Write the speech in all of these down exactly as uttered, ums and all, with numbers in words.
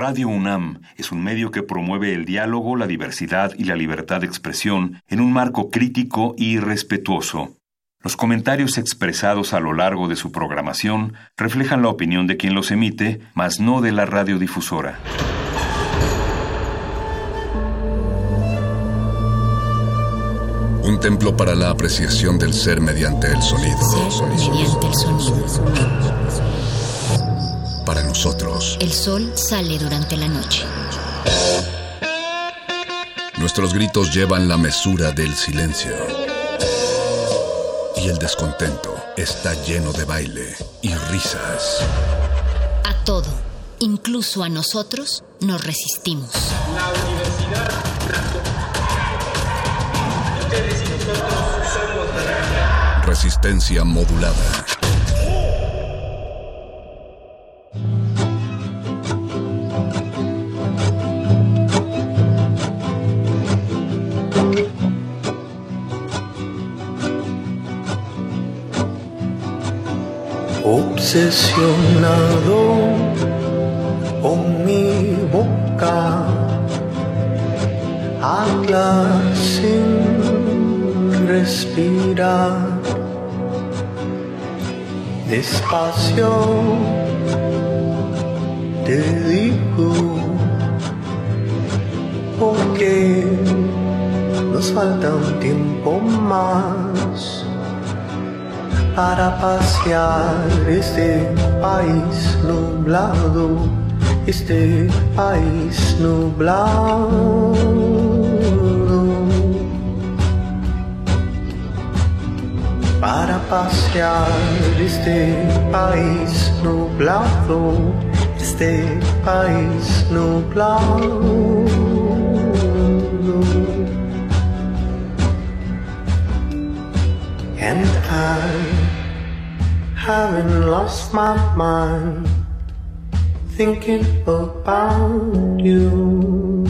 Radio UNAM es un medio que promueve el diálogo, la diversidad y la libertad de expresión en un marco crítico y respetuoso. Los comentarios expresados a lo largo de su programación reflejan la opinión de quien los emite, mas no de la radiodifusora. Un templo para la apreciación del ser mediante el sonido. Ser mediante el sonido. Para nosotros, el sol sale durante la noche. Nuestros gritos llevan la mesura del silencio. Y el descontento está lleno de baile y risas. A todo, incluso a nosotros, nos resistimos. La universidad ustedes y nosotros somos de la... Resistencia modulada. Obsesionado con mi boca, habla sin respirar, despacio te digo, porque nos falta un tiempo más para pasear este país nublado, este país nublado. Para pasear este país nublado, este país nublado. And I haven't lost my mind thinking about you.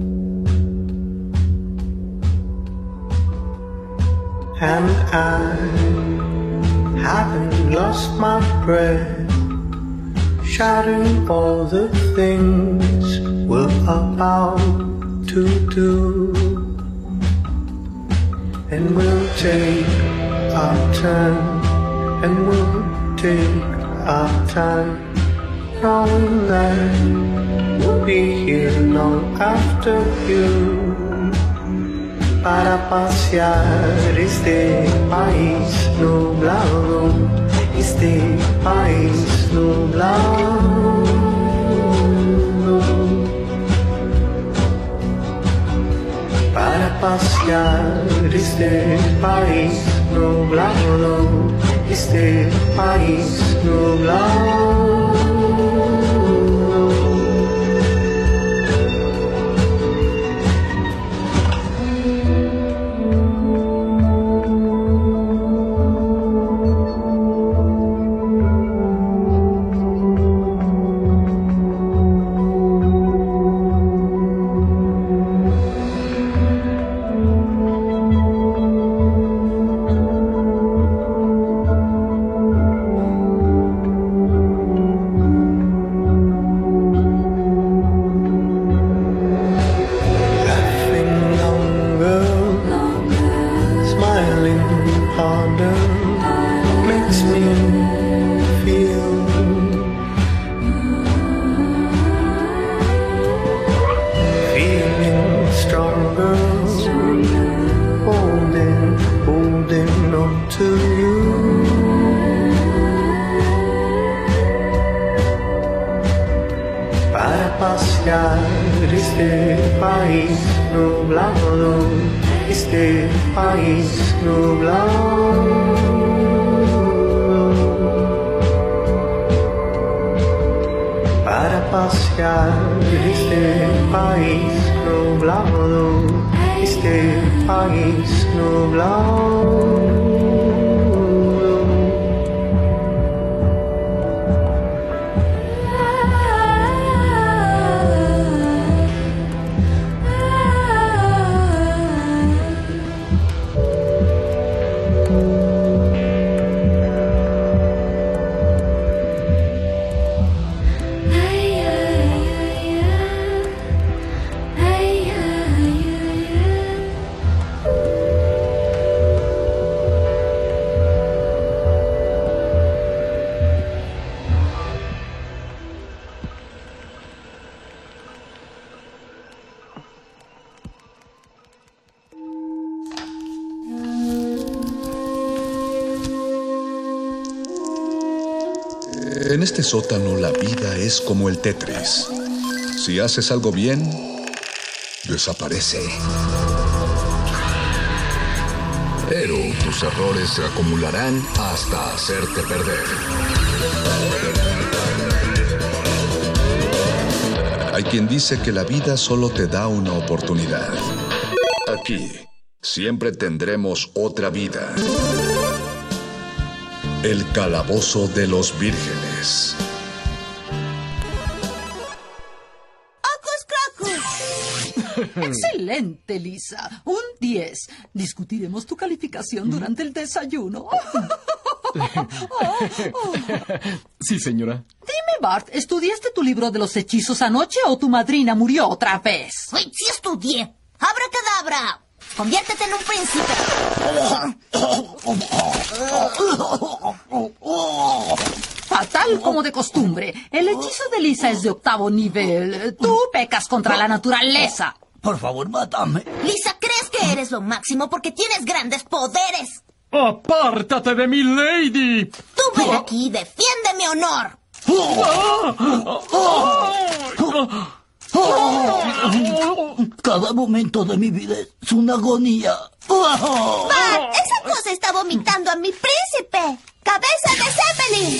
And I haven't lost my breath shouting all the things we're about to do. And we'll take our turn, and we'll take our time, knowing that we'll be here long after you, para pasear este país nublado, este país nublado. Para pasear este país nublado, este país nublado. Ay, ay, ay, ay. En este sótano la vida es como el Tetris. Si haces algo bien, desaparece. Pero tus errores se acumularán hasta hacerte perder. Hay quien dice que la vida solo te da una oportunidad. Aquí, siempre tendremos otra vida. El Calabozo de los Vírgenes. Excelente, Lisa. Un diez. Discutiremos tu calificación durante el desayuno. Sí, señora. Dime, Bart, ¿estudiaste tu libro de los hechizos anoche o tu madrina murió otra vez? ¡Uy, sí estudié! ¡Abracadabra! ¡Conviértete en un príncipe! Fatal como de costumbre. El hechizo de Lisa es de octavo nivel. Tú pecas contra la naturaleza. Por favor, mátame. Lisa, ¿crees que eres lo máximo porque tienes grandes poderes? ¡Apártate de mi lady! Tú ven aquí y defiende mi honor. Cada momento de mi vida es una agonía. ¡Bart! ¡Esa cosa está vomitando a mi príncipe! ¡Cabeza de Zeppelin!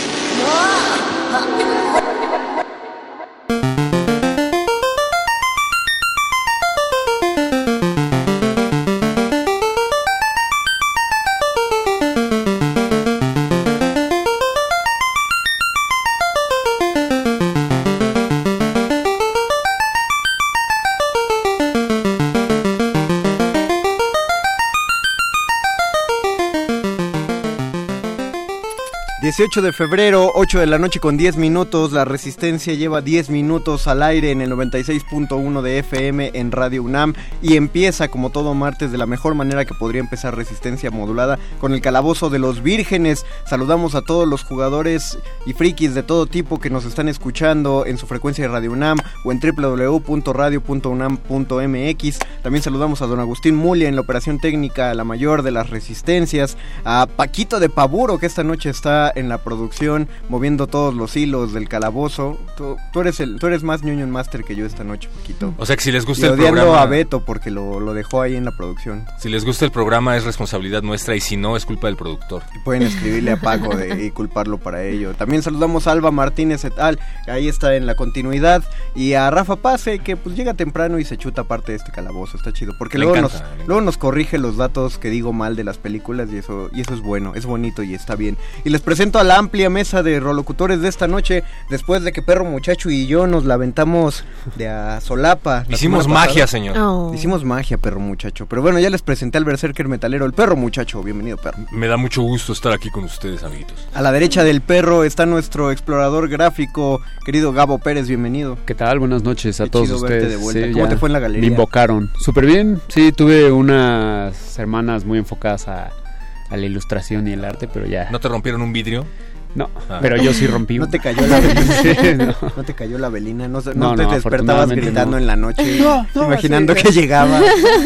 dieciocho de febrero, ocho de la noche con diez minutos, La Resistencia lleva diez minutos al aire en el noventa y seis punto uno de F M en Radio UNAM y empieza como todo martes de la mejor manera que podría empezar Resistencia Modulada con el Calabozo de los Vírgenes. Saludamos a todos los jugadores y frikis de todo tipo que nos están escuchando en su frecuencia de Radio UNAM o en doble u doble u doble u punto radio punto unam punto m x. También saludamos a don Agustín Mulia en la operación técnica, la mayor de las Resistencias, a Paquito de Paburo que esta noche está en la producción, moviendo todos los hilos del calabozo. Tú, tú eres el, tú eres más ñoño master que yo esta noche, Paquito. O sea que si les gusta y el odiando programa... a Beto porque lo, lo dejó ahí en la producción. Si les gusta el programa es responsabilidad nuestra y si no es culpa del productor. Y pueden escribirle a Paco de, y culparlo para ello. También saludamos a Alba Martínez et al, ahí está en la continuidad, y a Rafa Pase que pues llega temprano y se chuta parte de este calabozo, está chido, porque luego, encanta, nos, luego nos corrige los datos que digo mal de las películas y eso, y eso es bueno, es bonito y está bien. Y les presento a la amplia mesa de rolocutores de esta noche, después de que Perro Muchacho y yo nos la aventamos de a solapa. Hicimos magia, señor. Oh. Hicimos magia, Perro Muchacho. Pero bueno, ya les presenté al berserker metalero, el Perro Muchacho. Bienvenido, Perro. Me da mucho gusto estar aquí con ustedes, amiguitos. A la derecha del Perro está nuestro explorador gráfico, querido Gabo Pérez. Bienvenido. ¿Qué tal? Buenas noches a Qué todos chido ustedes. Verte de vuelta. Sí, ¿Cómo te fue en la galería? Me invocaron. Súper bien. Sí, tuve unas semanas muy enfocadas a, a la ilustración y el arte, pero ya. ¿No te rompieron un vidrio? No, ah. Pero yo sí rompí. ¿No te cayó la velina? Sí, no. ¿No te cayó la velina? ¿No, no, no te no, despertabas gritando no. en la noche? No, no, imaginando sí, que llegaba.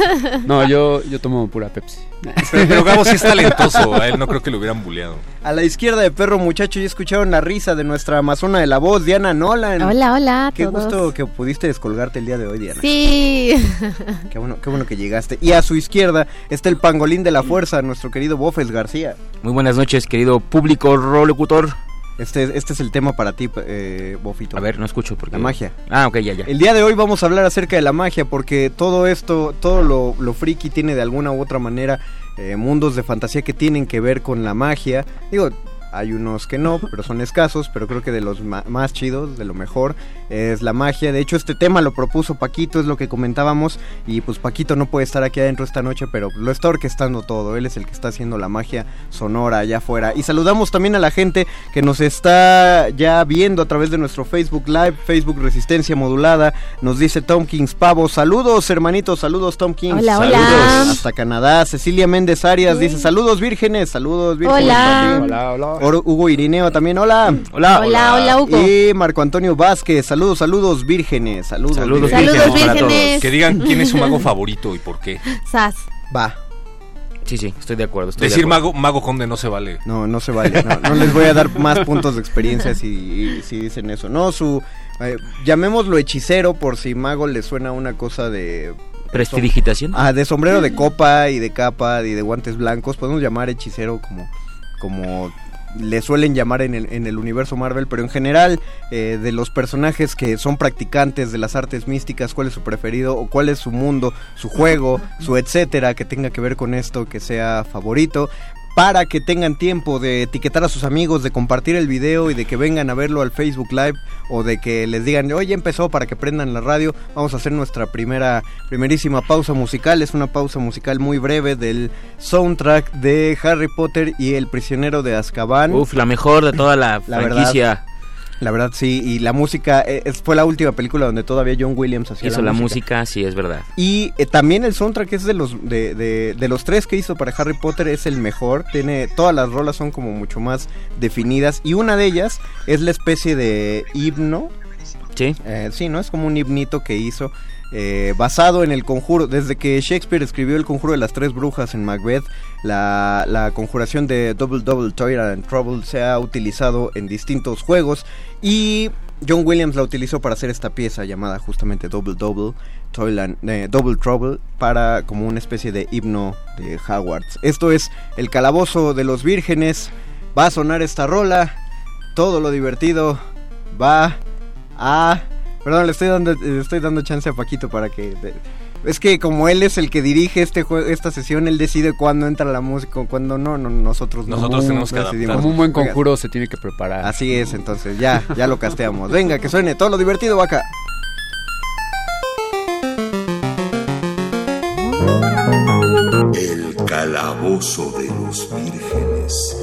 No, yo, yo tomo pura Pepsi. Pero, pero Gabo sí es talentoso, a él no creo que lo hubieran buleado. A la izquierda de Perro Muchacho ya escucharon la risa de nuestra amazona de la voz, Diana Nolan. Hola, hola a Qué todos. gusto que pudiste descolgarte el día de hoy, Diana. Sí. Qué bueno, qué bueno que llegaste. Y a su izquierda está el pangolín de la fuerza, nuestro querido Bofes García. Muy buenas noches, querido público rolocutor. Este, este es el tema para ti, eh, Bofito. A ver, no escucho porque... La magia. Ah, ok, ya, ya. El día de hoy vamos a hablar acerca de la magia, porque todo esto, todo lo, lo friki tiene de alguna u otra manera eh, mundos de fantasía que tienen que ver con la magia. Digo, hay unos que no, pero son escasos, pero creo que de los ma- más chidos, de lo mejor, es la magia. De hecho, este tema lo propuso Paquito, es lo que comentábamos, y pues Paquito no puede estar aquí adentro esta noche, pero lo está orquestando todo, él es el que está haciendo la magia sonora allá afuera. Y saludamos también a la gente que nos está ya viendo a través de nuestro Facebook Live, Facebook Resistencia Modulada, nos dice Tom Kings Pavo, saludos hermanitos, saludos Tom Kings. Hola, saludos. hola. Hasta Canadá. Cecilia Méndez Arias dice saludos vírgenes, saludos vírgenes. Hola. Hola, hola. Hugo Irineo también, hola. Hola, hola, hola Hugo. Y Marco Antonio Vázquez, saludos, saludos vírgenes, saludos. Saludos, saludos vírgenes, vírgenes. para todos. Que digan quién es su mago favorito y por qué. Sas. Va. Sí, sí, estoy de acuerdo. Estoy Decir de acuerdo. mago, mago conde no se vale. No, no se vale. No, no les voy a dar más puntos de experiencia si, si dicen eso. No, su... Eh, llamémoslo hechicero por si mago le suena una cosa de... ¿Prestidigitación? Ah, de sombrero de copa y de capa y de guantes blancos. Podemos llamar hechicero como... como le suelen llamar en el, en el universo Marvel, pero en general, eh, de los personajes que son practicantes de las artes místicas, cuál es su preferido o cuál es su mundo, su juego, su etcétera, que tenga que ver con esto, que sea favorito, para que tengan tiempo de etiquetar a sus amigos, de compartir el video y de que vengan a verlo al Facebook Live o de que les digan, oye, ya empezó, para que prendan la radio. Vamos a hacer nuestra primera, primerísima pausa musical. Es una pausa musical muy breve del soundtrack de Harry Potter y el prisionero de Azkaban. Uf, la mejor de toda la, la franquicia. Verdad, la verdad sí, y la música, eh, fue la última película donde todavía John Williams hacía hizo la, la música. música, sí, es verdad. Y eh, también el soundtrack es de los de, de, de los tres que hizo para Harry Potter, es el mejor. Tiene, todas las rolas son como mucho más definidas, y una de ellas es la especie de himno. Sí. Eh, sí, ¿no? Es como un himnito que hizo, eh, basado en el conjuro. Desde que Shakespeare escribió el conjuro de las tres brujas en Macbeth, la, la conjuración de Double Double Toil and Trouble se ha utilizado en distintos juegos, y John Williams la utilizó para hacer esta pieza llamada justamente Double Double Toil and, eh, Double Trouble, para como una especie de himno de Hogwarts. Esto es El Calabozo de los Vírgenes. Va a sonar esta rola, todo lo divertido va a... Perdón, le estoy dando, le estoy dando chance a Paquito para que... Es que como él es el que dirige este juego, esta sesión, él decide cuándo entra la música o cuándo no, no nosotros no. Nosotros tenemos que adaptar. Como un buen conjuro Venga. Se tiene que preparar. Así es, entonces ya, ya lo casteamos. Venga, que suene todo lo divertido, vaca. El Calabozo de los Vírgenes.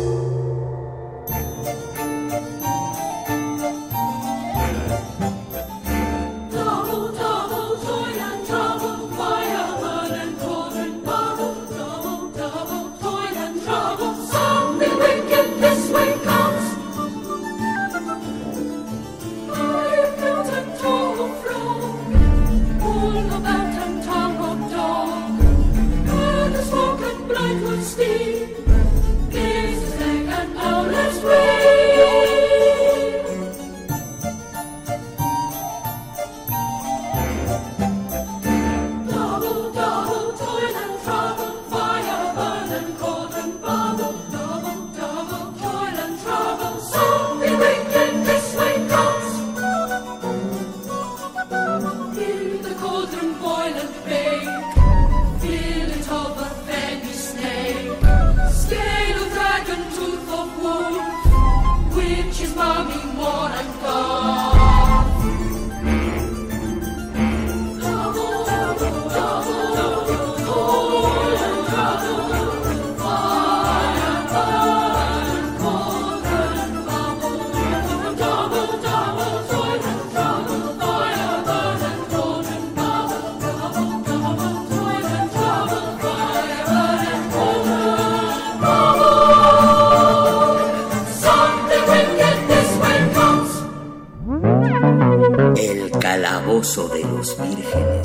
Calabozo de los Vírgenes.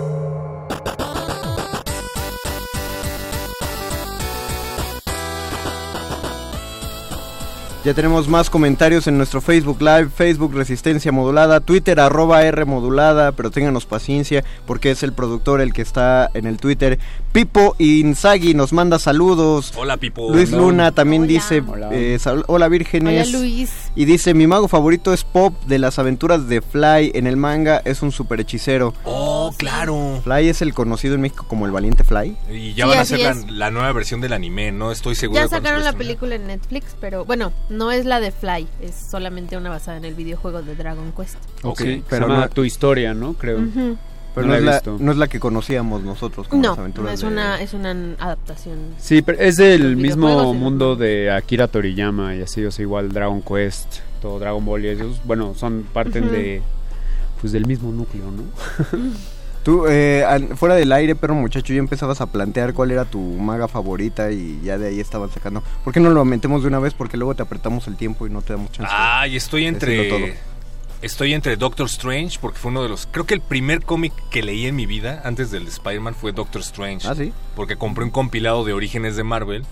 Ya tenemos más comentarios en nuestro Facebook Live, Facebook Resistencia Modulada, Twitter arroba R Modulada, pero ténganos paciencia porque es el productor el que está en el Twitter. Pipo Inzaghi nos manda saludos. Hola Pipo. Luis Hola. Luna también Hola. dice, Hola. Eh, sal- hola Vírgenes. Hola Luis. Y dice, mi mago favorito es Pop de las aventuras de Fly, en el manga es un super hechicero. Oh, claro. Fly es el conocido en México como el valiente Fly. Y ya Sí, van a así hacer la, es. la nueva versión del anime, no estoy seguro. Ya de cuándo se sacaron va a la estrenar. película en Netflix, pero bueno, no es la de Fly, es solamente una basada en el videojuego de Dragon Quest. Ok, pero pero se llama no- Tu Historia, ¿no? Creo. Ujú. Pero No no, la es he la, visto. no es la que conocíamos nosotros como No, las aventuras es de... una es una adaptación. Sí, pero es del Los mismo videojuegos y mundo demás. de Akira Toriyama y así, o sea, igual Dragon Quest, todo Dragon Ball y ellos, bueno, son parte Ujú. de, pues del mismo núcleo, ¿no? Tú, eh, al- fuera del aire, pero muchacho, ya empezabas a plantear cuál era tu maga favorita y ya de ahí estaban sacando. ¿Por qué no lo metemos de una vez? Porque luego te apretamos el tiempo y no te damos chance. Ay, estoy entre Decirlo todo. estoy entre Doctor Strange, porque fue uno de los... Creo que el primer cómic que leí en mi vida, antes del de Spider-Man, fue Doctor Strange. ¿Ah, sí? Porque compré un compilado de orígenes de Marvel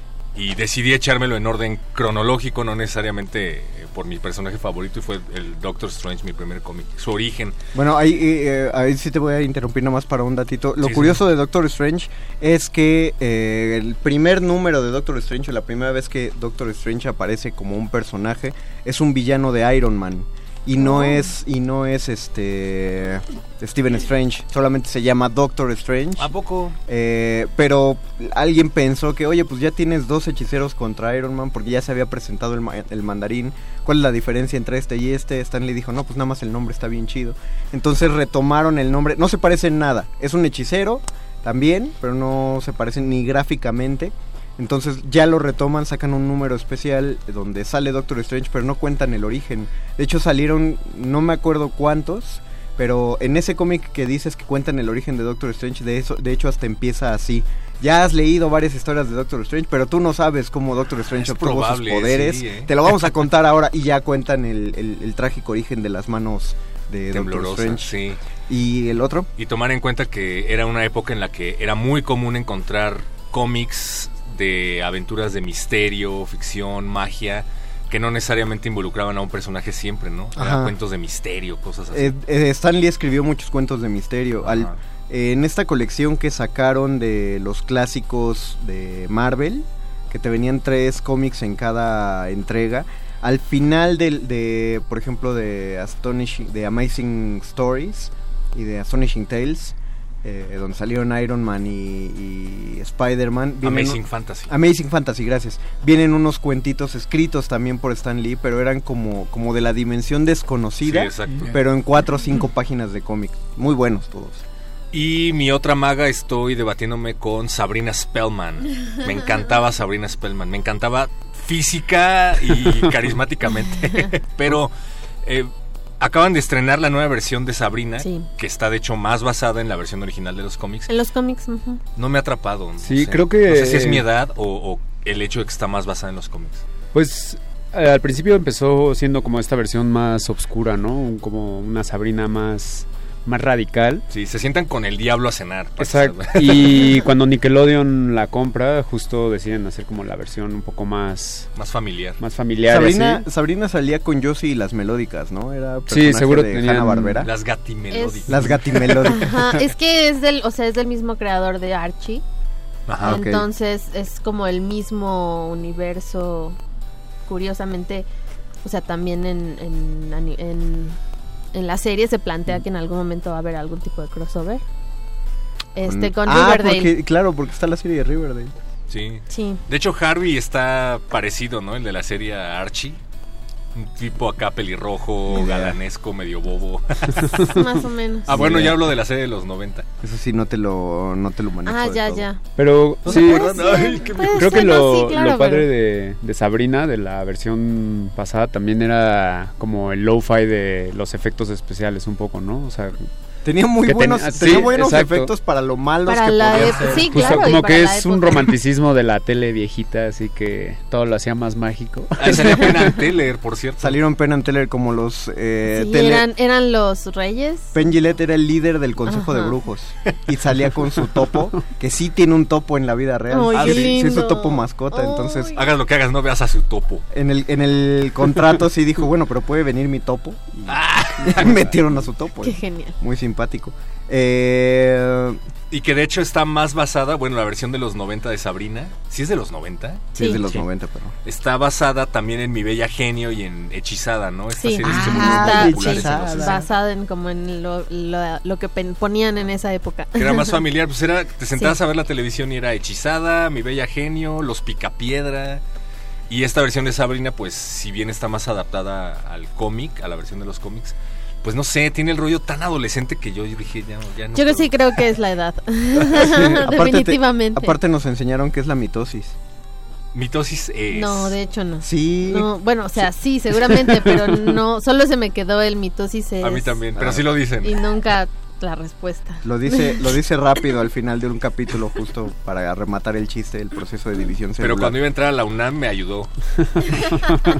y decidí echármelo en orden cronológico, no necesariamente por mi personaje favorito, y fue el Doctor Strange mi primer cómic, su origen. Bueno, ahí, eh, ahí sí te voy a interrumpir nomás para un datito. Lo sí, curioso sí. de Doctor Strange es que eh, el primer número de Doctor Strange, o la primera vez que Doctor Strange aparece como un personaje, es un villano de Iron Man. Y no oh. es y no es este Stephen Strange, solamente se llama Doctor Strange. ¿A poco? Eh, pero alguien pensó que, oye, pues ya tienes dos hechiceros contra Iron Man porque ya se había presentado el, ma- el mandarín. ¿Cuál es la diferencia entre este y este? Stanley dijo, no, pues nada más el nombre está bien chido. Entonces retomaron el nombre, no se parece en nada. Es un hechicero también, pero no se parecen ni gráficamente. Entonces ya lo retoman, sacan un número especial donde sale Doctor Strange, pero no cuentan el origen. De hecho salieron, no me acuerdo cuántos, pero en ese cómic que dices que cuentan el origen de Doctor Strange, de eso, de hecho hasta empieza así. Ya has leído varias historias de Doctor Strange, pero tú no sabes cómo Doctor Strange obtuvo sus poderes. Sí, ¿eh? Te lo vamos a contar ahora y ya cuentan el, el, el trágico origen de las manos de Doctor Strange. Sí. ¿Y el otro? Y tomar en cuenta que era una época en la que era muy común encontrar cómics de aventuras de misterio, ficción, magia, que no necesariamente involucraban a un personaje siempre, ¿no? Eran cuentos de misterio, cosas así. Eh, eh, Stan Lee escribió muchos cuentos de misterio. Al, eh, en esta colección que sacaron de los clásicos de Marvel, que te venían tres cómics en cada entrega, al final de, de por ejemplo, de Astonishing, de Amazing Stories y de Astonishing Tales, Eh, donde salieron Iron Man y, y Spider-Man. Amazing un, Fantasy. Amazing Fantasy, gracias. Vienen unos cuentitos escritos también por Stan Lee, pero eran como, como de la dimensión desconocida, sí, exacto. pero en cuatro o cinco páginas de cómic. Muy buenos todos. Y mi otra maga, estoy debatiéndome con Sabrina Spellman. Me encantaba Sabrina Spellman. Me encantaba física y carismáticamente. Pero... Eh, acaban de estrenar la nueva versión de Sabrina, sí. que está de hecho más basada en la versión original de los cómics. En los cómics, uh-huh. No me ha atrapado. No sí, sé. creo que... No sé si es mi edad o, o el hecho de que está más basada en los cómics. Pues eh, al principio empezó siendo como esta versión más oscura, ¿no? Como una Sabrina más... más radical. Sí, se sientan con el diablo a cenar. Exacto. Y cuando Nickelodeon la compra, justo deciden hacer como la versión un poco más... Más familiar. Más familiar. Sabrina, Sabrina salía con Josie y las melódicas, ¿no? Era sí, seguro de tenían... Hanna-Barbera. Las gatimelódicas. Es... Las gatimelódicas. Ajá, es que es del, o sea, es del mismo creador de Archie. Ajá. Entonces okay. es como el mismo universo. Curiosamente, o sea, también en... en, en en la serie se plantea que en algún momento va a haber algún tipo de crossover este con ah, Riverdale. Porque, claro, porque está la serie de Riverdale. Sí. sí. De hecho, Harvey está parecido, ¿no? El de la serie Archie. Un tipo acá pelirrojo, yeah. galanesco, medio bobo. Más o menos. Ah, bueno, ya hablo de la serie de los noventa. Eso sí, no te lo, no te lo manejo. Ah, ya, todo. ya. Pero ¿No sí, Ay, qué creo que lo, sí, claro, lo padre pero... de, de Sabrina, de la versión pasada, también era como el lo-fi de los efectos especiales un poco, ¿no? O sea... Tenía muy buenos, ten, tenía sí, buenos efectos para lo malos para que la podía de, ser. Sí, Justo claro, como que es época. Un romanticismo de la tele viejita, así que todo lo hacía más mágico. Ahí salía Penn and Teller, por cierto. Salieron Penn and Teller como los... Eh, sí, tele... eran, eran los reyes. Penn Jillette era el líder del Consejo Ajá. de Brujos y salía con su topo, que sí tiene un topo en la vida real. Oh, ah, sí, sí, es su topo mascota, oh, entonces... Hagas lo que hagas, no veas a su topo. En el, en el contrato sí dijo, bueno, pero puede venir mi topo. Y metieron a su topo. Qué eh. genial. Muy simpático. Eh... Y que de hecho está más basada, bueno, la versión de los noventa de Sabrina, ¿sí es de los noventa? Sí, sí es de los sí. noventa, pero... Está basada también en Mi Bella Genio y en Hechizada, ¿no? Esta sí. serie ah, se volvió muy populares. Sí, basada en como en lo, lo, lo que ponían en esa época. Que era más familiar, pues era, te sentabas sí. a ver la televisión y era Hechizada, Mi Bella Genio, Los Picapiedra... Y esta versión de Sabrina, pues, si bien está más adaptada al cómic, a la versión de los cómics, pues no sé, tiene el rollo tan adolescente que yo dije, ya, ya no. Yo puedo. sí creo que es la edad. Sí, Definitivamente. Aparte, te, aparte nos enseñaron qué es la mitosis. Mitosis es... No, de hecho no. Sí. No, bueno, o sea, sí, seguramente, pero no, solo se me quedó el mitosis es... A mí también, pero ah. sí lo dicen. Y nunca... la respuesta. Lo dice lo dice rápido al final de un capítulo justo para rematar el chiste del proceso de división celular. Pero cuando iba a entrar a la UNAM me ayudó.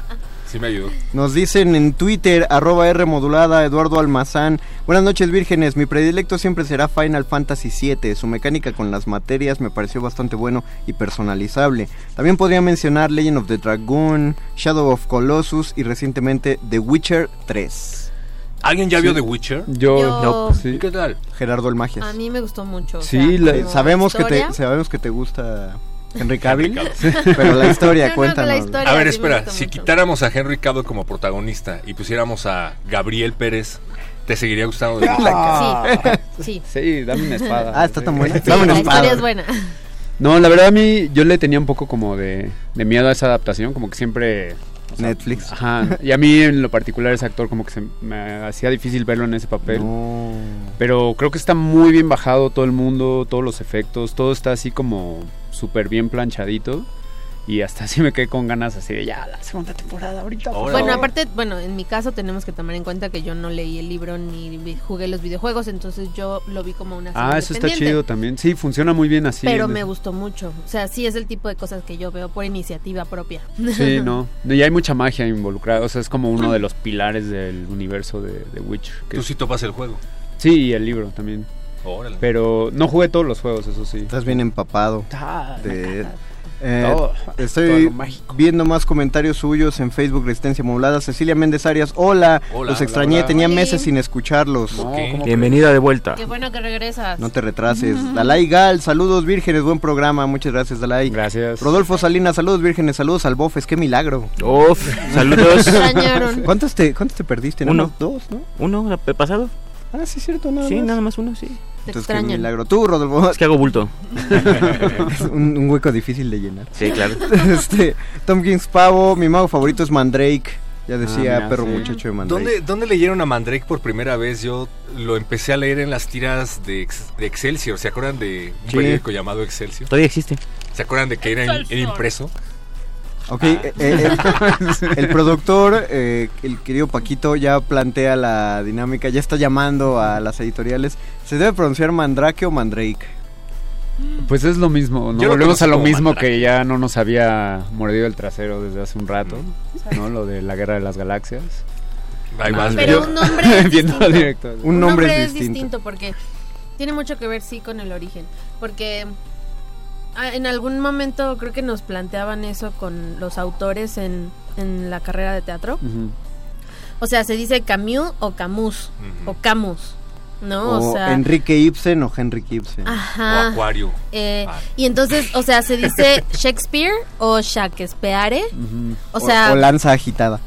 Sí me ayudó. Nos dicen en Twitter, arroba R modulada, Eduardo Almazán. Buenas noches, vírgenes. Mi predilecto siempre será Final Fantasy siete. Su mecánica con las materias me pareció bastante bueno y personalizable. También podría mencionar Legend of the Dragoon, Shadow of Colossus y recientemente The Witcher tres. ¿Alguien ya Sí. vio The Witcher? Yo, Yo- no, sí. ¿Y qué tal? Gerardo el Magias. A mí me gustó mucho. o Sí, sea, la- como Sabemos que, te, historia. sabemos que te gusta Henry Cavill, pero la historia, No, no, cuéntanos. la historia. A ver, sí me espera, gustó si mucho. quitáramos a Henry Cavill como protagonista y pusiéramos a Gabriel Pérez, ¿te seguiría gustando The Witcher? Ah, Sí. sí, dame una espada. Ah, está tan buena. Sí, Dame una la espada. historia es buena. No, la verdad a mí yo le tenía un poco como de, de miedo a esa adaptación, como que siempre... o sea, Netflix. Ajá, y a mí en lo particular ese actor como que se me hacía difícil verlo en ese papel. No. Pero creo que está muy bien bajado todo el mundo, todos los efectos, todo está así como súper bien planchadito. Y hasta así me quedé con ganas así de ya, la segunda temporada ahorita. por Bueno, favor. aparte, bueno, en mi caso tenemos que tomar en cuenta que yo no leí el libro ni vi- jugué los videojuegos, entonces yo lo vi como una serie Ah, eso está independiente. chido también. Sí, funciona muy bien así. Pero en me ese- gustó mucho. O sea, sí es el tipo de cosas que yo veo por iniciativa propia. Sí, no. No, y hay mucha magia involucrada. O sea, es como uno de los pilares del universo de, de Witcher. que Tú es- sí topas el juego. Sí, y el libro también. Órale. Pero no jugué todos los juegos, eso sí. Estás bien empapado. Ah, de, eh, Todo. estoy Todo mágico. viendo más comentarios suyos en Facebook, Resistencia Modulada. Cecilia Méndez Arias, hola, Hola, los hola, extrañé, hola. tenía Oli. meses sin escucharlos. No, Ok. ¿cómo Bienvenida de vuelta. Qué bueno que regresas. No te retrases. Dalai Gal, saludos vírgenes, buen programa, muchas gracias Dalai. Gracias. Rodolfo Salinas, saludos vírgenes, saludos al Bofes, qué milagro. Uf, saludos. Te extrañaron. ¿Cuántos te, cuántos te perdiste? ¿No? Uno. Dos, ¿no? ¿Uno el pasado? Ah, sí, cierto, nada Sí, más. nada más uno, sí. Te Entonces, qué extrañan. milagro. Tú, Rodolfo, Es que hago bulto. es un, un hueco difícil de llenar. Sí, claro. este, Tom Kings Pavo, mi mago favorito es Mandrake. Ya decía, Ah, mira, perro sí. muchacho de Mandrake. ¿Dónde, ¿Dónde leyeron a Mandrake por primera vez? Yo lo empecé a leer en las tiras de, Ex- de Excelsior. ¿Se acuerdan de un Sí. periódico llamado Excelsior? Todavía existe. ¿Se acuerdan de que era, en- era impreso? Ok, eh, eh, el, el productor, eh, el querido Paquito, ya plantea la dinámica, ya está llamando a las editoriales. ¿Se debe pronunciar Mandrake o Mandrake? Pues es lo mismo, ¿no? Yo lo Volvemos conozco a lo como mismo Mandrake. que ya no nos había mordido el trasero desde hace un rato, ¿no? Lo de la Guerra de las Galaxias. Ahí No, vas. Pero Yo- un nombre es Viendo distinto. directo. Un Un nombre nombre es es distinto. distinto porque tiene mucho que ver, sí, con el origen. Porque ah, en algún momento creo que nos planteaban eso con los autores en, en la carrera de teatro. Ujú. O sea, se dice Camus o Camus Ujú. o Camus, ¿no? O O sea, Enrique Ibsen o Henrik Ibsen. O ajá. Acuario. Eh, Ah. y entonces, o sea, se dice Shakespeare o Shakespeare, Ujú. o sea, o lanza agitada.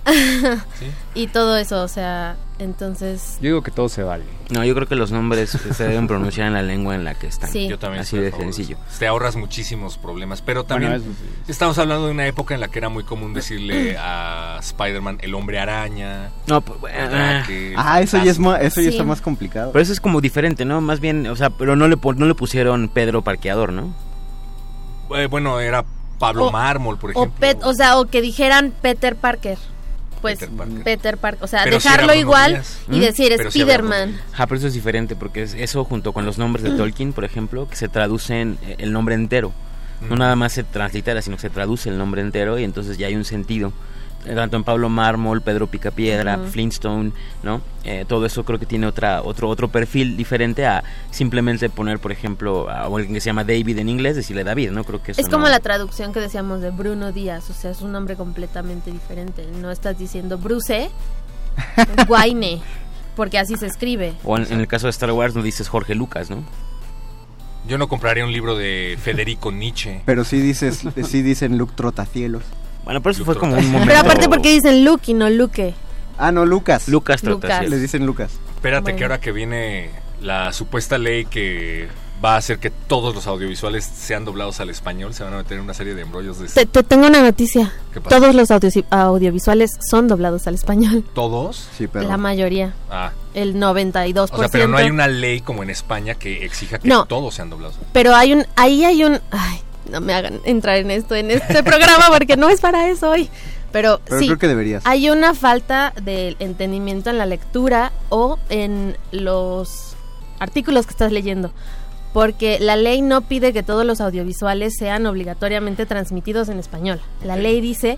y todo eso, o sea, entonces, Yo digo que todo se vale. No, yo creo que los nombres se deben pronunciar en la lengua en la que están. Sí. Yo también Así estoy de a favor eso. sencillo. Te ahorras muchísimos problemas. Pero también Bueno, eso sí. estamos hablando de una época en la que era muy común decirle a Spider-Man el hombre araña. No, pues, bueno, Mandrake, el Ah, eso ya, es fantasma. ma- eso ya Sí. está más complicado. pero eso es como diferente, ¿no? Más bien, o sea, pero no le, pon- no le pusieron Pedro Parqueador, ¿no? Eh, bueno, era Pablo O- Mármol, por o, ejemplo. Pet, o sea, o que dijeran Peter Parker. Pues Peter Parker. Peter Parker, o sea, Pero sí dejarlo era Bruno igual Díaz. y ¿Mm? decir Pero sí había Spider-Man. Bruno Díaz. Ah, pero eso es diferente, porque es eso junto con los nombres de Tolkien, por ejemplo, que se traducen eh, el nombre entero. No Mm. nada más se translitera, sino que se traduce el nombre entero y entonces ya hay un sentido. Eh, Tanto en Pablo Mármol, Pedro Picapiedra, Ujú. Flintstone, ¿no? Eh, todo eso creo que tiene otra otro otro perfil diferente a simplemente poner, por ejemplo, a alguien que se llama David en inglés, decirle David, ¿no? Creo que eso Es como no- la traducción que decíamos de Bruno Díaz, o sea, es un nombre completamente diferente. No estás diciendo Bruce Wayne, porque así se escribe. O en, en el caso de Star Wars no dices Jorge Lucas, ¿no? Yo no compraría un libro de Federico Nietzsche. Pero sí dices, sí dicen Luke Trotacielos. Bueno, pero eso Luke fue como un Trotacielos. momento... Pero aparte, ¿por qué dicen Luke y no Luke? Ah, no, Lucas. Lucas Lucas. Trotacielos. Les dicen Lucas. Espérate Bueno. que ahora que viene la supuesta ley que va a hacer que todos los audiovisuales sean doblados al español, se van a meter en una serie de embrollos de... Te, te tengo una noticia. ¿Qué pasa? Todos los audio- audiovisuales son doblados al español. ¿Todos? Sí, pero... La mayoría. Ah, El noventa y dos o por sea, ciento. pero no hay una ley como en España que exija que No. todos sean doblados. Pero hay un, ahí hay un, ay, no me hagan entrar en esto, en este programa, porque no es para eso hoy. Pero, Pero sí, creo que deberías. hay una falta de entendimiento en la lectura o en los artículos que estás leyendo. Porque la ley no pide que todos los audiovisuales sean obligatoriamente transmitidos en español. La Ok. ley dice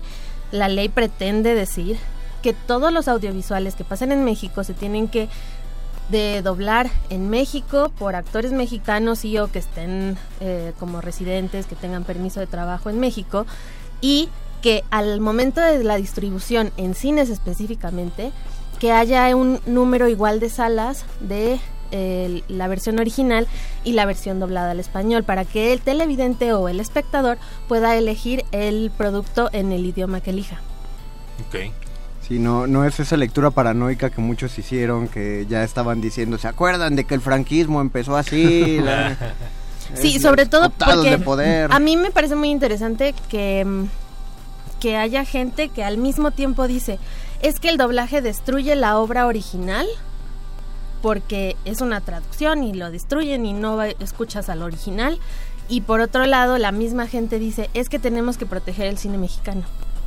la ley pretende decir que todos los audiovisuales que pasen en México se tienen que de doblar en México por actores mexicanos y o que estén eh, como residentes, que tengan permiso de trabajo en México, y que al momento de la distribución en cines específicamente, que haya un número igual de salas de eh, la versión original y la versión doblada al español, para que el televidente o el espectador pueda elegir el producto en el idioma que elija. Ok. Sí, no, no es esa lectura paranoica que muchos hicieron, que ya estaban diciendo, ¿se acuerdan de que el franquismo empezó así? La, sí, sobre todo porque de poder. A mí me parece muy interesante que, que haya gente que al mismo tiempo dice, es que el doblaje destruye la obra original porque es una traducción y lo destruyen y no escuchas al original, y por otro lado la misma gente dice, es que tenemos que proteger el cine mexicano.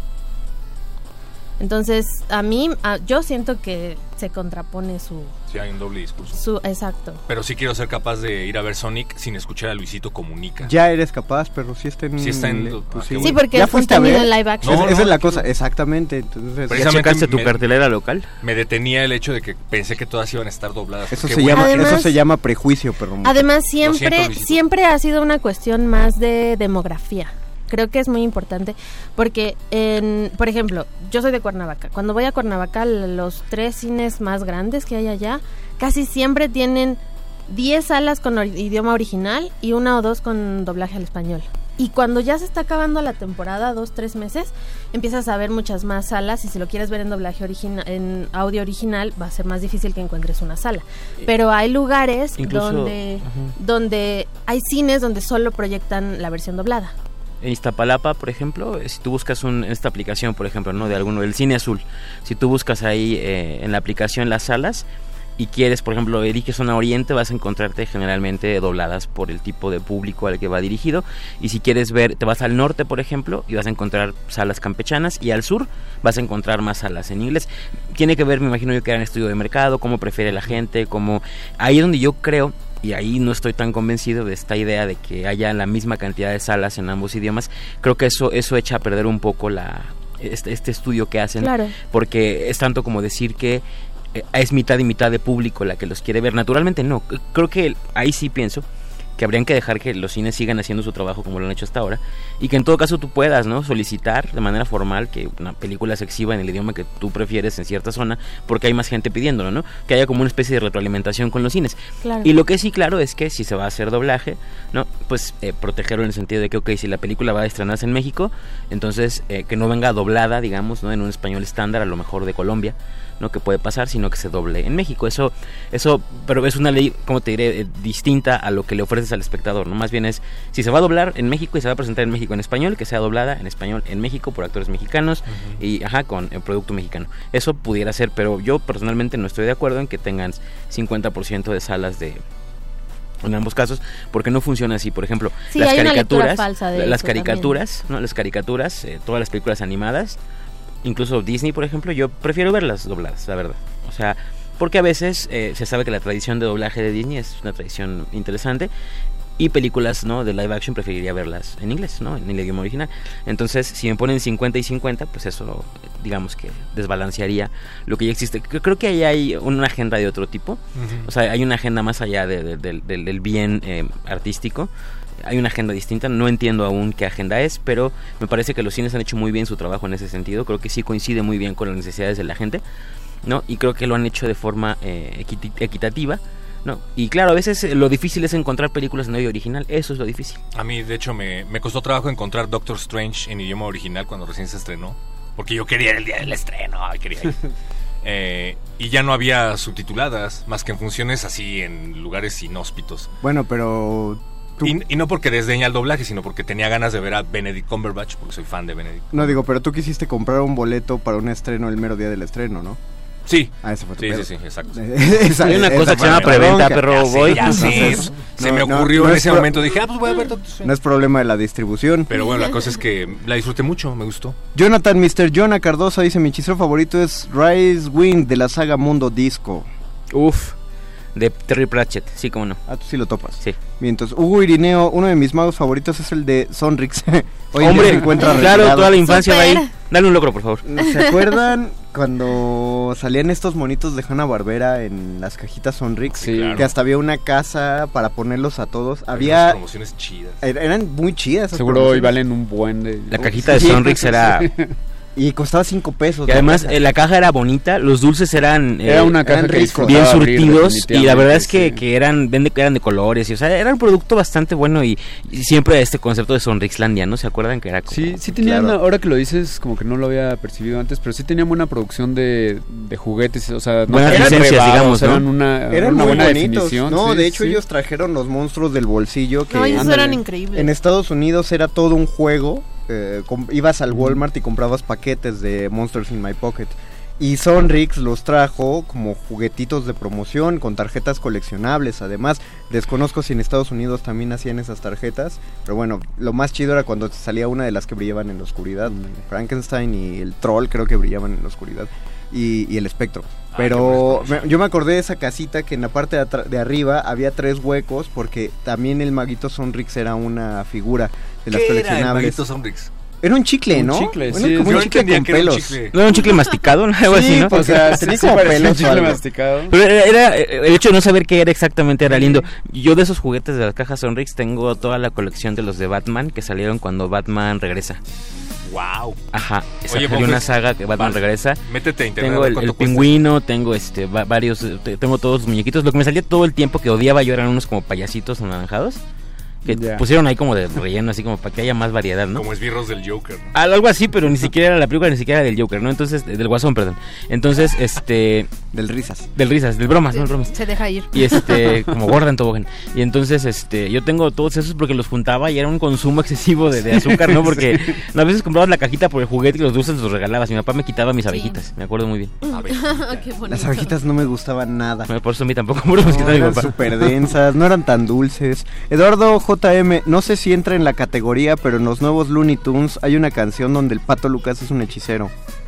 Entonces, a mí, a, yo siento que se contrapone su... Sí, hay un doble discurso. Su, exacto. Pero sí quiero ser capaz de ir a ver Sonic sin escuchar a Luisito Comunica. Ya eres capaz, pero sí está en... Sí está en... Pues, sí. sí, porque ya es contenido en live action. No, no, esa es la cosa, exactamente. Entonces, ¿ya checaste tu me, cartelera local? Me detenía el hecho de que pensé que todas iban a estar dobladas. Eso, se llama, además, eso se llama prejuicio, pero... Además, siempre, siento, siempre ha sido una cuestión más de demografía. Creo que es muy importante porque, en, por ejemplo, yo soy de Cuernavaca. Cuando voy a Cuernavaca, los tres cines más grandes que hay allá, casi siempre tienen diez salas con or- idioma original y una o dos con doblaje al español. Y cuando ya se está acabando la temporada, dos, tres meses, empiezas a ver muchas más salas, y si lo quieres ver en doblaje original, en audio original, va a ser más difícil que encuentres una sala. Pero hay lugares Incluso, donde, uh-huh. donde hay cines donde solo proyectan la versión doblada. En Iztapalapa, por ejemplo, si tú buscas un, esta aplicación, por ejemplo, no de alguno del Cine Azul, si tú buscas ahí eh, en la aplicación las salas y quieres, por ejemplo, eliges zona oriente, vas a encontrarte generalmente dobladas por el tipo de público al que va dirigido, y si quieres ver, te vas al norte, por ejemplo, y vas a encontrar salas campechanas, y al sur vas a encontrar más salas en inglés. Tiene que ver, me imagino yo, que era un estudio de mercado, cómo prefiere la gente, cómo... Ahí es donde yo creo... Y ahí no estoy tan convencido de esta idea de que haya la misma cantidad de salas en ambos idiomas. Creo que eso eso echa a perder un poco la este, este estudio que hacen. Claro. Porque es tanto como decir que eh, es mitad y mitad de público la que los quiere ver. Naturalmente no. Creo que ahí sí pienso que habrían que dejar que los cines sigan haciendo su trabajo como lo han hecho hasta ahora, y que en todo caso tú puedas, ¿no?, solicitar de manera formal que una película se exhiba en el idioma que tú prefieres en cierta zona, porque hay más gente pidiéndolo, ¿no?, que haya como una especie de retroalimentación con los cines. Claro. Y lo que sí, claro, es que si se va a hacer doblaje, ¿no?, pues eh, protegerlo en el sentido de que, ok, si la película va a estrenarse en México, entonces eh, que no venga doblada, digamos, ¿no?, en un español estándar, a lo mejor de Colombia, ¿no?, que puede pasar, sino que se doble en México. Eso, eso, pero es una ley, como te diré, eh, distinta a lo que le ofreces al espectador, ¿no? Más bien es, si se va a doblar en México y se va a presentar en México en español, que sea doblada en español en México por actores mexicanos, uh-huh. y, ajá, con el producto mexicano. Eso pudiera ser, pero yo personalmente no estoy de acuerdo en que tengan cincuenta por ciento de salas de... en ambos casos, porque no funciona así. Por ejemplo, sí, las hay caricaturas, una falsa de las eso caricaturas, también. ¿no? Las caricaturas, eh, todas las películas animadas, incluso Disney, por ejemplo, yo prefiero verlas dobladas, la verdad. O sea, porque a veces eh, se sabe que la tradición de doblaje de Disney es una tradición interesante, y películas, ¿no?, de live action preferiría verlas en inglés, ¿no?, en el idioma original. Entonces, si me ponen cincuenta y cincuenta, pues eso, digamos que desbalancearía lo que ya existe. Creo que ahí hay una agenda de otro tipo. Uh-huh. O sea, hay una agenda más allá de, de, de, de, del bien eh, artístico. Hay una agenda distinta, no entiendo aún qué agenda es, pero me parece que los cines han hecho muy bien su trabajo en ese sentido. Creo que sí coincide muy bien con las necesidades de la gente, ¿no? Y creo que lo han hecho de forma eh, equit- equitativa, ¿no? Y claro, a veces lo difícil es encontrar películas en audio original, eso es lo difícil. A mí, de hecho, me, me costó trabajo encontrar Doctor Strange en idioma original cuando recién se estrenó, porque yo quería el día del estreno, quería ir. eh, y ya no había subtituladas, más que en funciones así en lugares inhóspitos. Bueno, pero... Y, y no porque desdeña el doblaje, sino porque tenía ganas de ver a Benedict Cumberbatch, porque soy fan de Benedict. No, digo, pero tú quisiste comprar un boleto para un estreno el mero día del estreno, ¿no? Sí. Ah, ese fue tu sí, pedo. sí, sí, exacto. esa, Hay una esa, cosa que se llama preventa, pero voy. Ya sé, no, se me no, ocurrió no en es ese pro- momento, dije, ah, pues voy a ver Doctor Strange. No es problema de la distribución. Pero bueno, la cosa es que la disfruté mucho, me gustó. Jonathan, mister Jonah Cardosa dice, mi hechicero favorito es Rise Wind de la saga Mundo Disco. Uf. De Terry Pratchett, sí, cómo no. Ah, tú sí lo topas. Sí. Mientras Hugo Irineo, uno de mis magos favoritos es el de Sonrix. Hoy Hombre, se encuentra claro, retirado. toda la infancia va ahí. Dale un logro, por favor. ¿Se acuerdan cuando salían estos monitos de Hanna-Barbera en las cajitas Sonrix? Sí, claro. Que hasta había una casa para ponerlos a todos. Había Había promociones chidas. Eran muy chidas esas Seguro hoy valen un buen de... La cajita de Sonrix era... Y costaba cinco pesos. Y además eh, la caja era bonita, los dulces eran, eh, era una caja eran que ricos, bien surtidos y la verdad es que, sí. que eran, ven de, eran de colores, y, o sea, era un producto bastante bueno y, y siempre este concepto de Sonrixlandia, ¿no? ¿Se acuerdan que era como... Sí, sí tenían, claro. ahora que lo dices, como que no lo había percibido antes, pero sí tenían buena producción de, de juguetes, o sea, no buenas eran licencias, rebados, digamos, ¿no? eran una, Eran una muy buena bonitos. definición. No, sí, de hecho sí. ellos trajeron los monstruos del bolsillo que No, esos ándale, eran increíbles. en Estados Unidos era todo un juego. Eh, com- ibas al Walmart y comprabas paquetes de Monsters in My Pocket. Y Sonrix los trajo como juguetitos de promoción con tarjetas coleccionables. Además, desconozco si en Estados Unidos también hacían esas tarjetas. Pero bueno, lo más chido era cuando salía una de las que brillaban en la oscuridad. Mm. Frankenstein y el Troll creo que brillaban en la oscuridad. Y, y el espectro. Ah, Pero me, yo me acordé de esa casita que en la parte de, atra- de arriba había tres huecos porque también el maguito Sonrix era una figura de las ¿Qué era el coleccionables. maguito Sonrix? Era un chicle, Un ¿no? chicle, Era sí. como Yo un chicle entendía con que era un pelos. chicle. ¿No era un chicle masticado? Algo Sí, así, ¿no? pues, o sea, tenía como parecía pelos un chicle o algo. masticado. Pero era, era, el hecho de no saber qué era exactamente era lindo. Yo de esos juguetes de las cajas Sonrix tengo toda la colección de los de Batman que salieron cuando Batman regresa. Wow. Ajá, esa Oye, salió Bob, una pues, saga que Batman vale. regresa. Métete a internet. Tengo a ver el, cuánto el cuesta. pingüino, tengo este va- varios, te- tengo todos los muñequitos. Lo que me salía todo el tiempo que odiaba yo eran unos como payasitos anaranjados que Ya. pusieron ahí como de relleno, así como para que haya más variedad, ¿no? Como esbirros del Joker, ¿no? Al- Algo así, pero ni siquiera era la película, ni siquiera era del Joker, ¿no? Entonces, del Guasón, perdón. Entonces, este... Del Risas. Del Risas, del Bromas, ¿no? El Bromas. Se deja ir. Y este, como gorda en tobogán. Y entonces, este, yo tengo todos esos porque los juntaba y era un consumo excesivo de, de azúcar, ¿no? Porque a veces comprabas la cajita por el juguete y los dulces los regalabas. Y mi papá me quitaba mis abejitas, me acuerdo muy bien. Qué bonito. Las abejitas no me gustaban nada. No, por eso a mí tampoco me los No, quitaba mi eran papá. súper densas, no eran tan dulces. Eduardo J M, no sé si entra en la categoría, pero en los nuevos Looney Tunes hay una canción donde el Pato Lucas es un hechicero.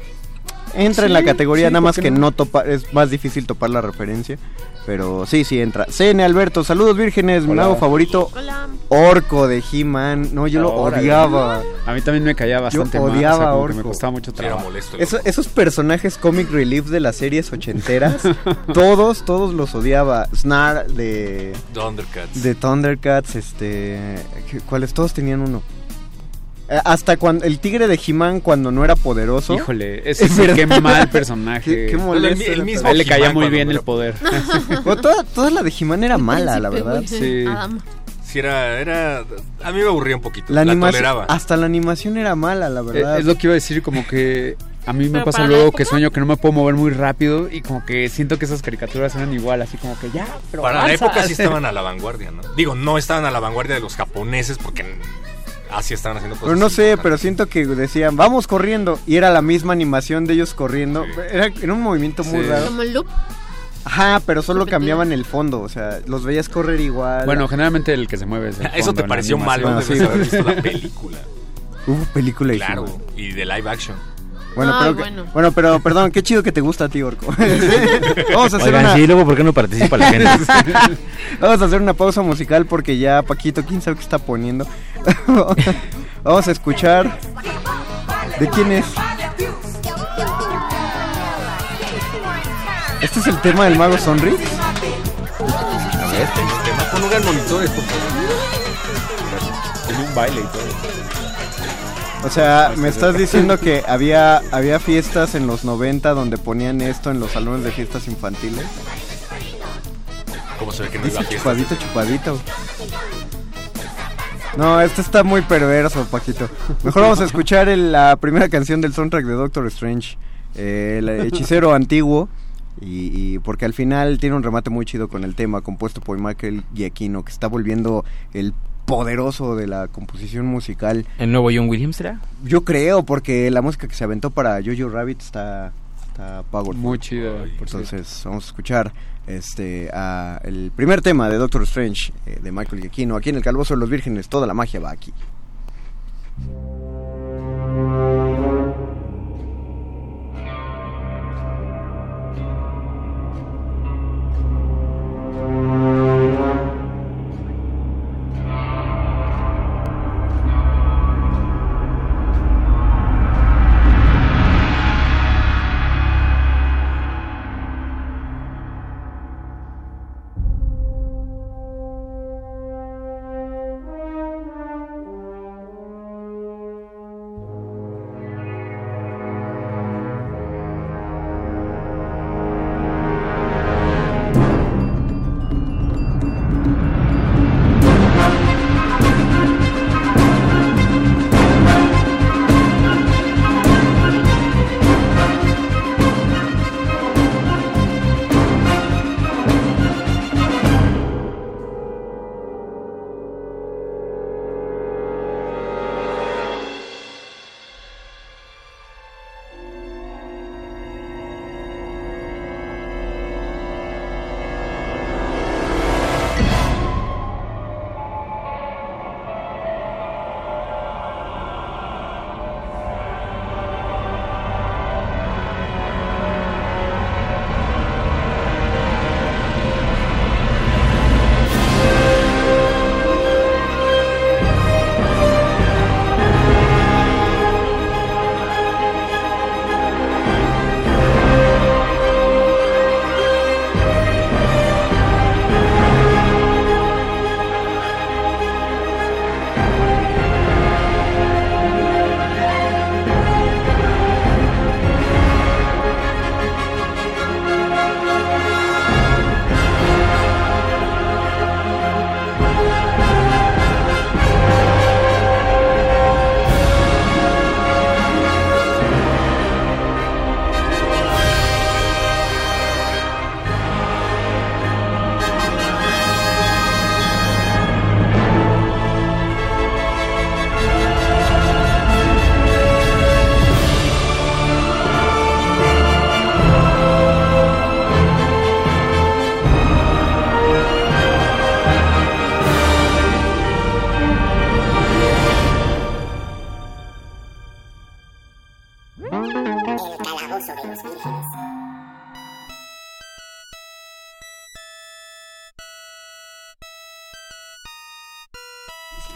Entra Sí, en la categoría, sí, nada ¿por más qué que no? no topa, es más difícil topar la referencia. Pero sí, sí entra. C N Alberto, saludos vírgenes, mi Hola. mago favorito, Hola. Orco de He-Man. No, yo lo Órale. odiaba. A mí también me caía bastante mal, odiaba o sea, como a que me Orco. costaba mucho Sí, era trabajo. molesto. el Eso- otro. esos personajes comic relief de las series ochenteras, todos, todos los odiaba. Snar de... Thundercats. De Thundercats, este... ¿qué- ¿cuáles? Todos tenían uno. Eh, Hasta cuando el tigre de He-Man cuando no era poderoso. Híjole, ese Es sí, qué verdad. mal personaje. Qué, qué Bueno, el, molesto. el mismo A él le caía He-Man muy cuando bien era- el poder. Bueno, toda, toda la de He-Man era mala, la Príncipe, verdad. güey. Sí. Adam. Sí, era, era... A mí me aburría un poquito. La La, animación, toleraba. hasta la animación era mala, la verdad. Eh, Es lo que iba a decir, como que a mí me Pero pasa para la luego que época- sueño que no me puedo mover muy rápido y como que siento que esas caricaturas eran igual, así como que ya, pero Para la avanza. época sí estaban a la vanguardia, ¿no? Digo, no estaban a la vanguardia de los japoneses porque así estaban haciendo cosas. Pero no sé, importantes. pero siento que decían, vamos corriendo. Y era la misma animación de ellos corriendo. Sí. Era, era un movimiento muy Sí. raro. Como el loop. Ajá, pero solo Repetido. cambiaban el fondo. O sea, los veías correr igual. Bueno, generalmente el que se mueve es el Eso fondo te en la pareció malo, animación. Bueno, debes sí. haber visto la película. Hubo película y Claro, He-Man. y de live action. Bueno, Ay, pero, que- bueno. bueno, pero perdón, qué chido que te gusta a ti, Orco. Vamos a hacer Oigan, una sí, luego, ¿por qué no participa la gente? Vamos a hacer una pausa musical porque ya Paquito, quién sabe qué está poniendo. Vamos a escuchar. ¿De quién es? ¿Este es el tema del mago Sonrix? A ver, tema, pongan monitores, por favor. Tiene un baile y todo. O sea, me estás diciendo que había había fiestas en los noventa donde ponían esto en los salones de fiestas infantiles. ¿Cómo se ve que no iba a Dice fiesta? chupadito, chupadito. No, esto está muy perverso, Paquito. Mejor vamos a escuchar el- la primera canción del soundtrack de Doctor Strange, eh, el hechicero antiguo, y, y porque al final tiene un remate muy chido con el tema, compuesto por Michael Giacchino, que está volviendo el poderoso de la composición musical. ¿El nuevo John Williams será? Yo creo, porque la música que se aventó para Jojo Rabbit está, está powerful. Muy chida, por cierto. Entonces vamos a escuchar este a el primer tema de Doctor Strange, eh, de Michael Giacchino, aquí en el Calabozo de los Vírgenes. Toda la magia va aquí.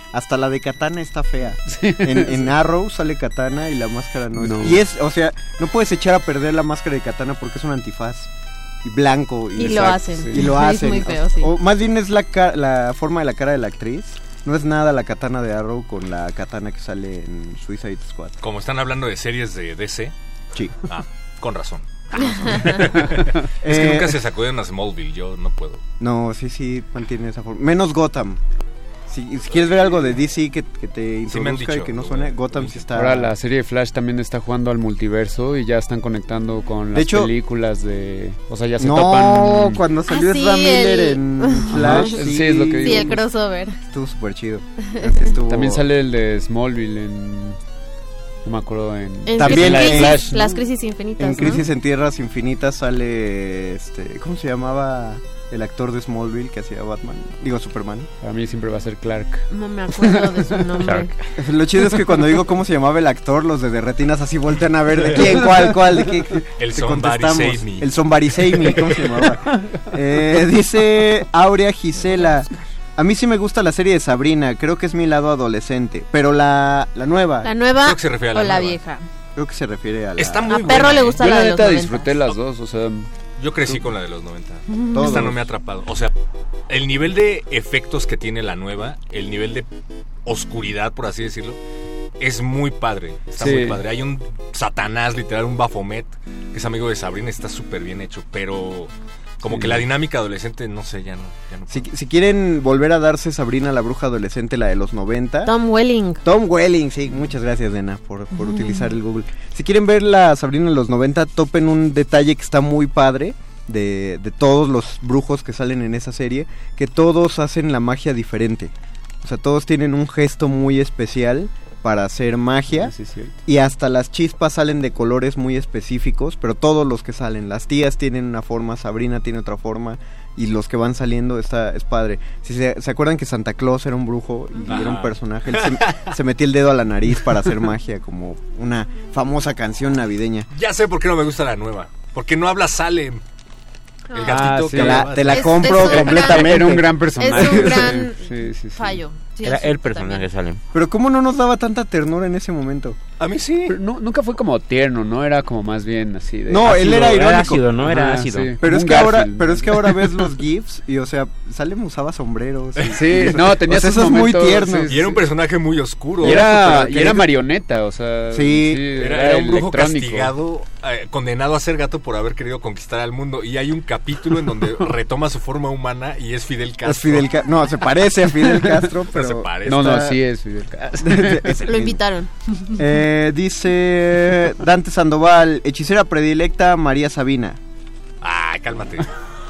Hasta la de Katana está fea. Sí. En, en Arrow sale Katana y la máscara no es. No. Y es, o sea, no puedes echar a perder la máscara de Katana porque es un antifaz. Y blanco. Y, y lo hacen. Sí. Y lo hacen. Es muy feo, sí. O, o más bien es la, ca- la forma de la cara de la actriz. No es nada la Katana de Arrow con la Katana que sale en Suicide Squad. Como están hablando de series de D C. Sí. Ah, con razón. Es que Eh, nunca se sacudieron a Smallville, yo no puedo. No, sí, sí, mantiene esa forma. Menos Gotham. Si, si quieres ver algo de D C que, que te Sí me han introduzca dicho, y que no suene, Gotham sí está... Ahora la serie de Flash también está jugando al multiverso y ya están conectando con las hecho- películas de... O sea, ya se No, topan... cuando salió Ah, sí, Ezra Miller el- en Flash, Ajá, sí, sí, es lo que Sí, digo. el crossover. estuvo súper chido. Estuvo... También sale el de Smallville en... No me acuerdo en... En También crisis, en crisis, ¿no? las crisis infinitas, En ¿no? Crisis en Tierras Infinitas sale, este, ¿cómo se llamaba el actor de Smallville que hacía Batman? Digo, Superman. Para mí siempre va a ser Clark. No me acuerdo de su nombre. Lo chido es que cuando digo cómo se llamaba el actor, los de Derretinas así voltean a ver de quién, cuál, cuál, de qué. El te Somebody contestamos. Save Me. El Somebody Save Me, ¿cómo se llamaba? Eh, dice Aurea Gisela. A mí sí me gusta la serie de Sabrina, creo que es mi lado adolescente, pero la, la nueva. ¿La nueva Creo que se refiere a la o la nueva. vieja? Creo que se refiere a la... Está muy A Perro buena, le ¿eh? gusta Yo la la de los neta noventa. disfruté las dos, o sea... Yo crecí con la de los noventa. Todos. Esta no me ha atrapado. O sea, el nivel de efectos que tiene la nueva, el nivel de oscuridad, por así decirlo, es muy padre. Está Sí. muy padre. Hay un Satanás, literal, un Baphomet, que es amigo de Sabrina, está súper bien hecho, pero como Sí. que la dinámica adolescente, no sé, ya no. Ya no Si, si quieren volver a darse Sabrina la bruja adolescente, la de los noventa... Tom Welling. Tom Welling, sí, muchas gracias, Dena, por, por utilizar el Google. Si quieren ver la Sabrina de los noventa, topen un detalle que está muy padre de, de todos los brujos que salen en esa serie, que todos hacen la magia diferente. O sea, todos tienen un gesto muy especial para hacer magia, Sí, sí, cierto. y hasta las chispas salen de colores muy específicos, pero todos los que salen, las tías tienen una forma, Sabrina tiene otra forma, y los que van saliendo está es padre. Si se, se acuerdan que Santa Claus era un brujo y Ajá. era un personaje, él se, se metía el dedo a la nariz para hacer magia, como una famosa canción navideña. Ya sé por qué no me gusta la nueva. Porque no habla Salem. El gatito Ah, sí. que Te la, hablaba. te la Es- compro es un completamente. Era un gran personaje. Es un gran Sí, sí, sí. fallo. Sí, Era eso el personaje también. Salem. Pero ¿cómo no nos daba tanta ternura en ese momento? A mí sí. Pero no, nunca fue como tierno, ¿no? Era como más bien así de... No, él era Era irónico. ácido, ¿no? Era Ajá, ácido. sí. Pero es Un que ahora, Garfield. pero es que ahora ves los GIFs y, o sea, Salem usaba sombreros. y- Sí, no, tenía o sea, sus eso es muy momentos, tierno. sí, Y era un personaje muy oscuro. Y era, súper y era marioneta, o sea... Sí. Era, era un brujo electrónico. castigado, eh, condenado a ser gato por haber querido conquistar al mundo. Y hay un capítulo en donde retoma su forma humana y es Fidel Castro. Es Fidel Ca- no, se parece a Fidel Castro, pero se parece. No, no, está- sí es Fidel Castro. Es el Lo mismo. invitaron. Eh, dice Dante Sandoval, hechicera predilecta María Sabina. Ay, cálmate.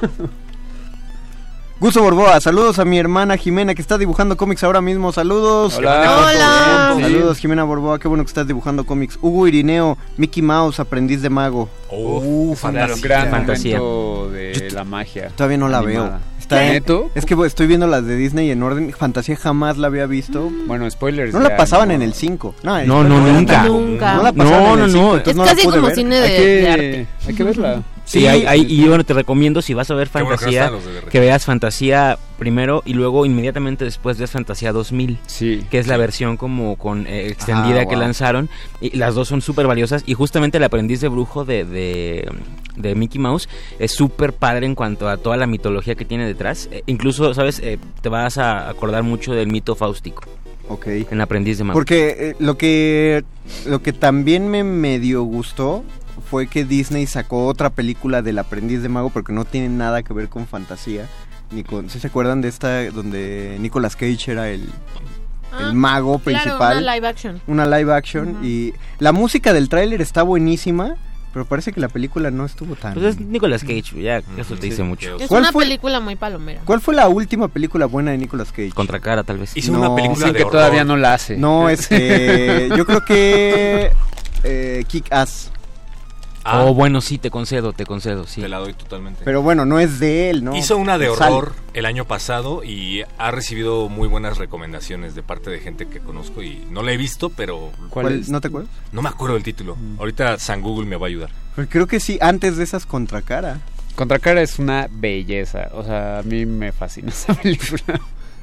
Gusto Borboa, saludos a mi hermana Jimena que está dibujando cómics ahora mismo. Saludos. Hola. Hola. Sí. Saludos Jimena Borboa, qué bueno que estás dibujando cómics. Hugo Irineo, Mickey Mouse, aprendiz de mago. Oh, Uf, un fantasía. gran Fantasía. momento de la magia. Todavía no la animada. veo. Está en- ¿Neto? Es que bueno, estoy viendo las de Disney en orden. Fantasía jamás la había visto. Bueno, spoilers. No la ya, pasaban no. en el cinco. No, No, no, spoiler, nunca. Nunca. No la pasaban No, en el no, cinco, no. entonces Es no la casi pude como ver. cine Hay de, que, de arte. hay que verla. Sí, Sí. hay, hay- y bueno, te recomiendo si vas a ver Qué bueno que no Fantasía, están los de Derretinas. que veas Fantasía primero y luego inmediatamente después veas Fantasía dos mil. Sí. Que es la versión como con eh, extendida Ah, que wow. lanzaron, y las dos son súper valiosas, y justamente el aprendiz de brujo de, de, de Mickey Mouse es súper padre en cuanto a toda la mitología que tiene detrás. Eh, incluso, ¿sabes? Eh, te vas a acordar mucho del mito fáustico Ok. en Aprendiz de Mago. Porque eh, lo que lo que también me medio gustó fue que Disney sacó otra película del aprendiz de mago porque no tiene nada que ver con fantasía ni con, ¿sí se acuerdan de esta donde Nicolas Cage era el, Ah, el mago claro, principal? una live action. Una live action. Ujú. Y la música del tráiler está buenísima, pero parece que la película no estuvo tan... Pues es Nicolas Cage, ya eso te Sí. dice mucho. Es ¿Cuál una fue? película muy palomera. ¿Cuál fue la última película buena de Nicolas Cage? Contracara, tal vez. Hizo No, una película Dicen de que horror. todavía no la hace. No, este... yo creo que... Eh, Kick-Ass. Ah, Oh, bueno, sí, te concedo, te concedo, sí. te la doy totalmente. Pero bueno, no es de él, ¿no? Hizo una de Sale. horror el año pasado y ha recibido muy buenas recomendaciones de parte de gente que conozco y no la he visto, pero ¿Cuál ¿Cuál? es? ¿No te acuerdas? no me acuerdo del título. Ahorita San Google me va a ayudar. Pues creo que sí, antes de esas Contracara. Contracara es una belleza. O sea, a mí me fascina esa película.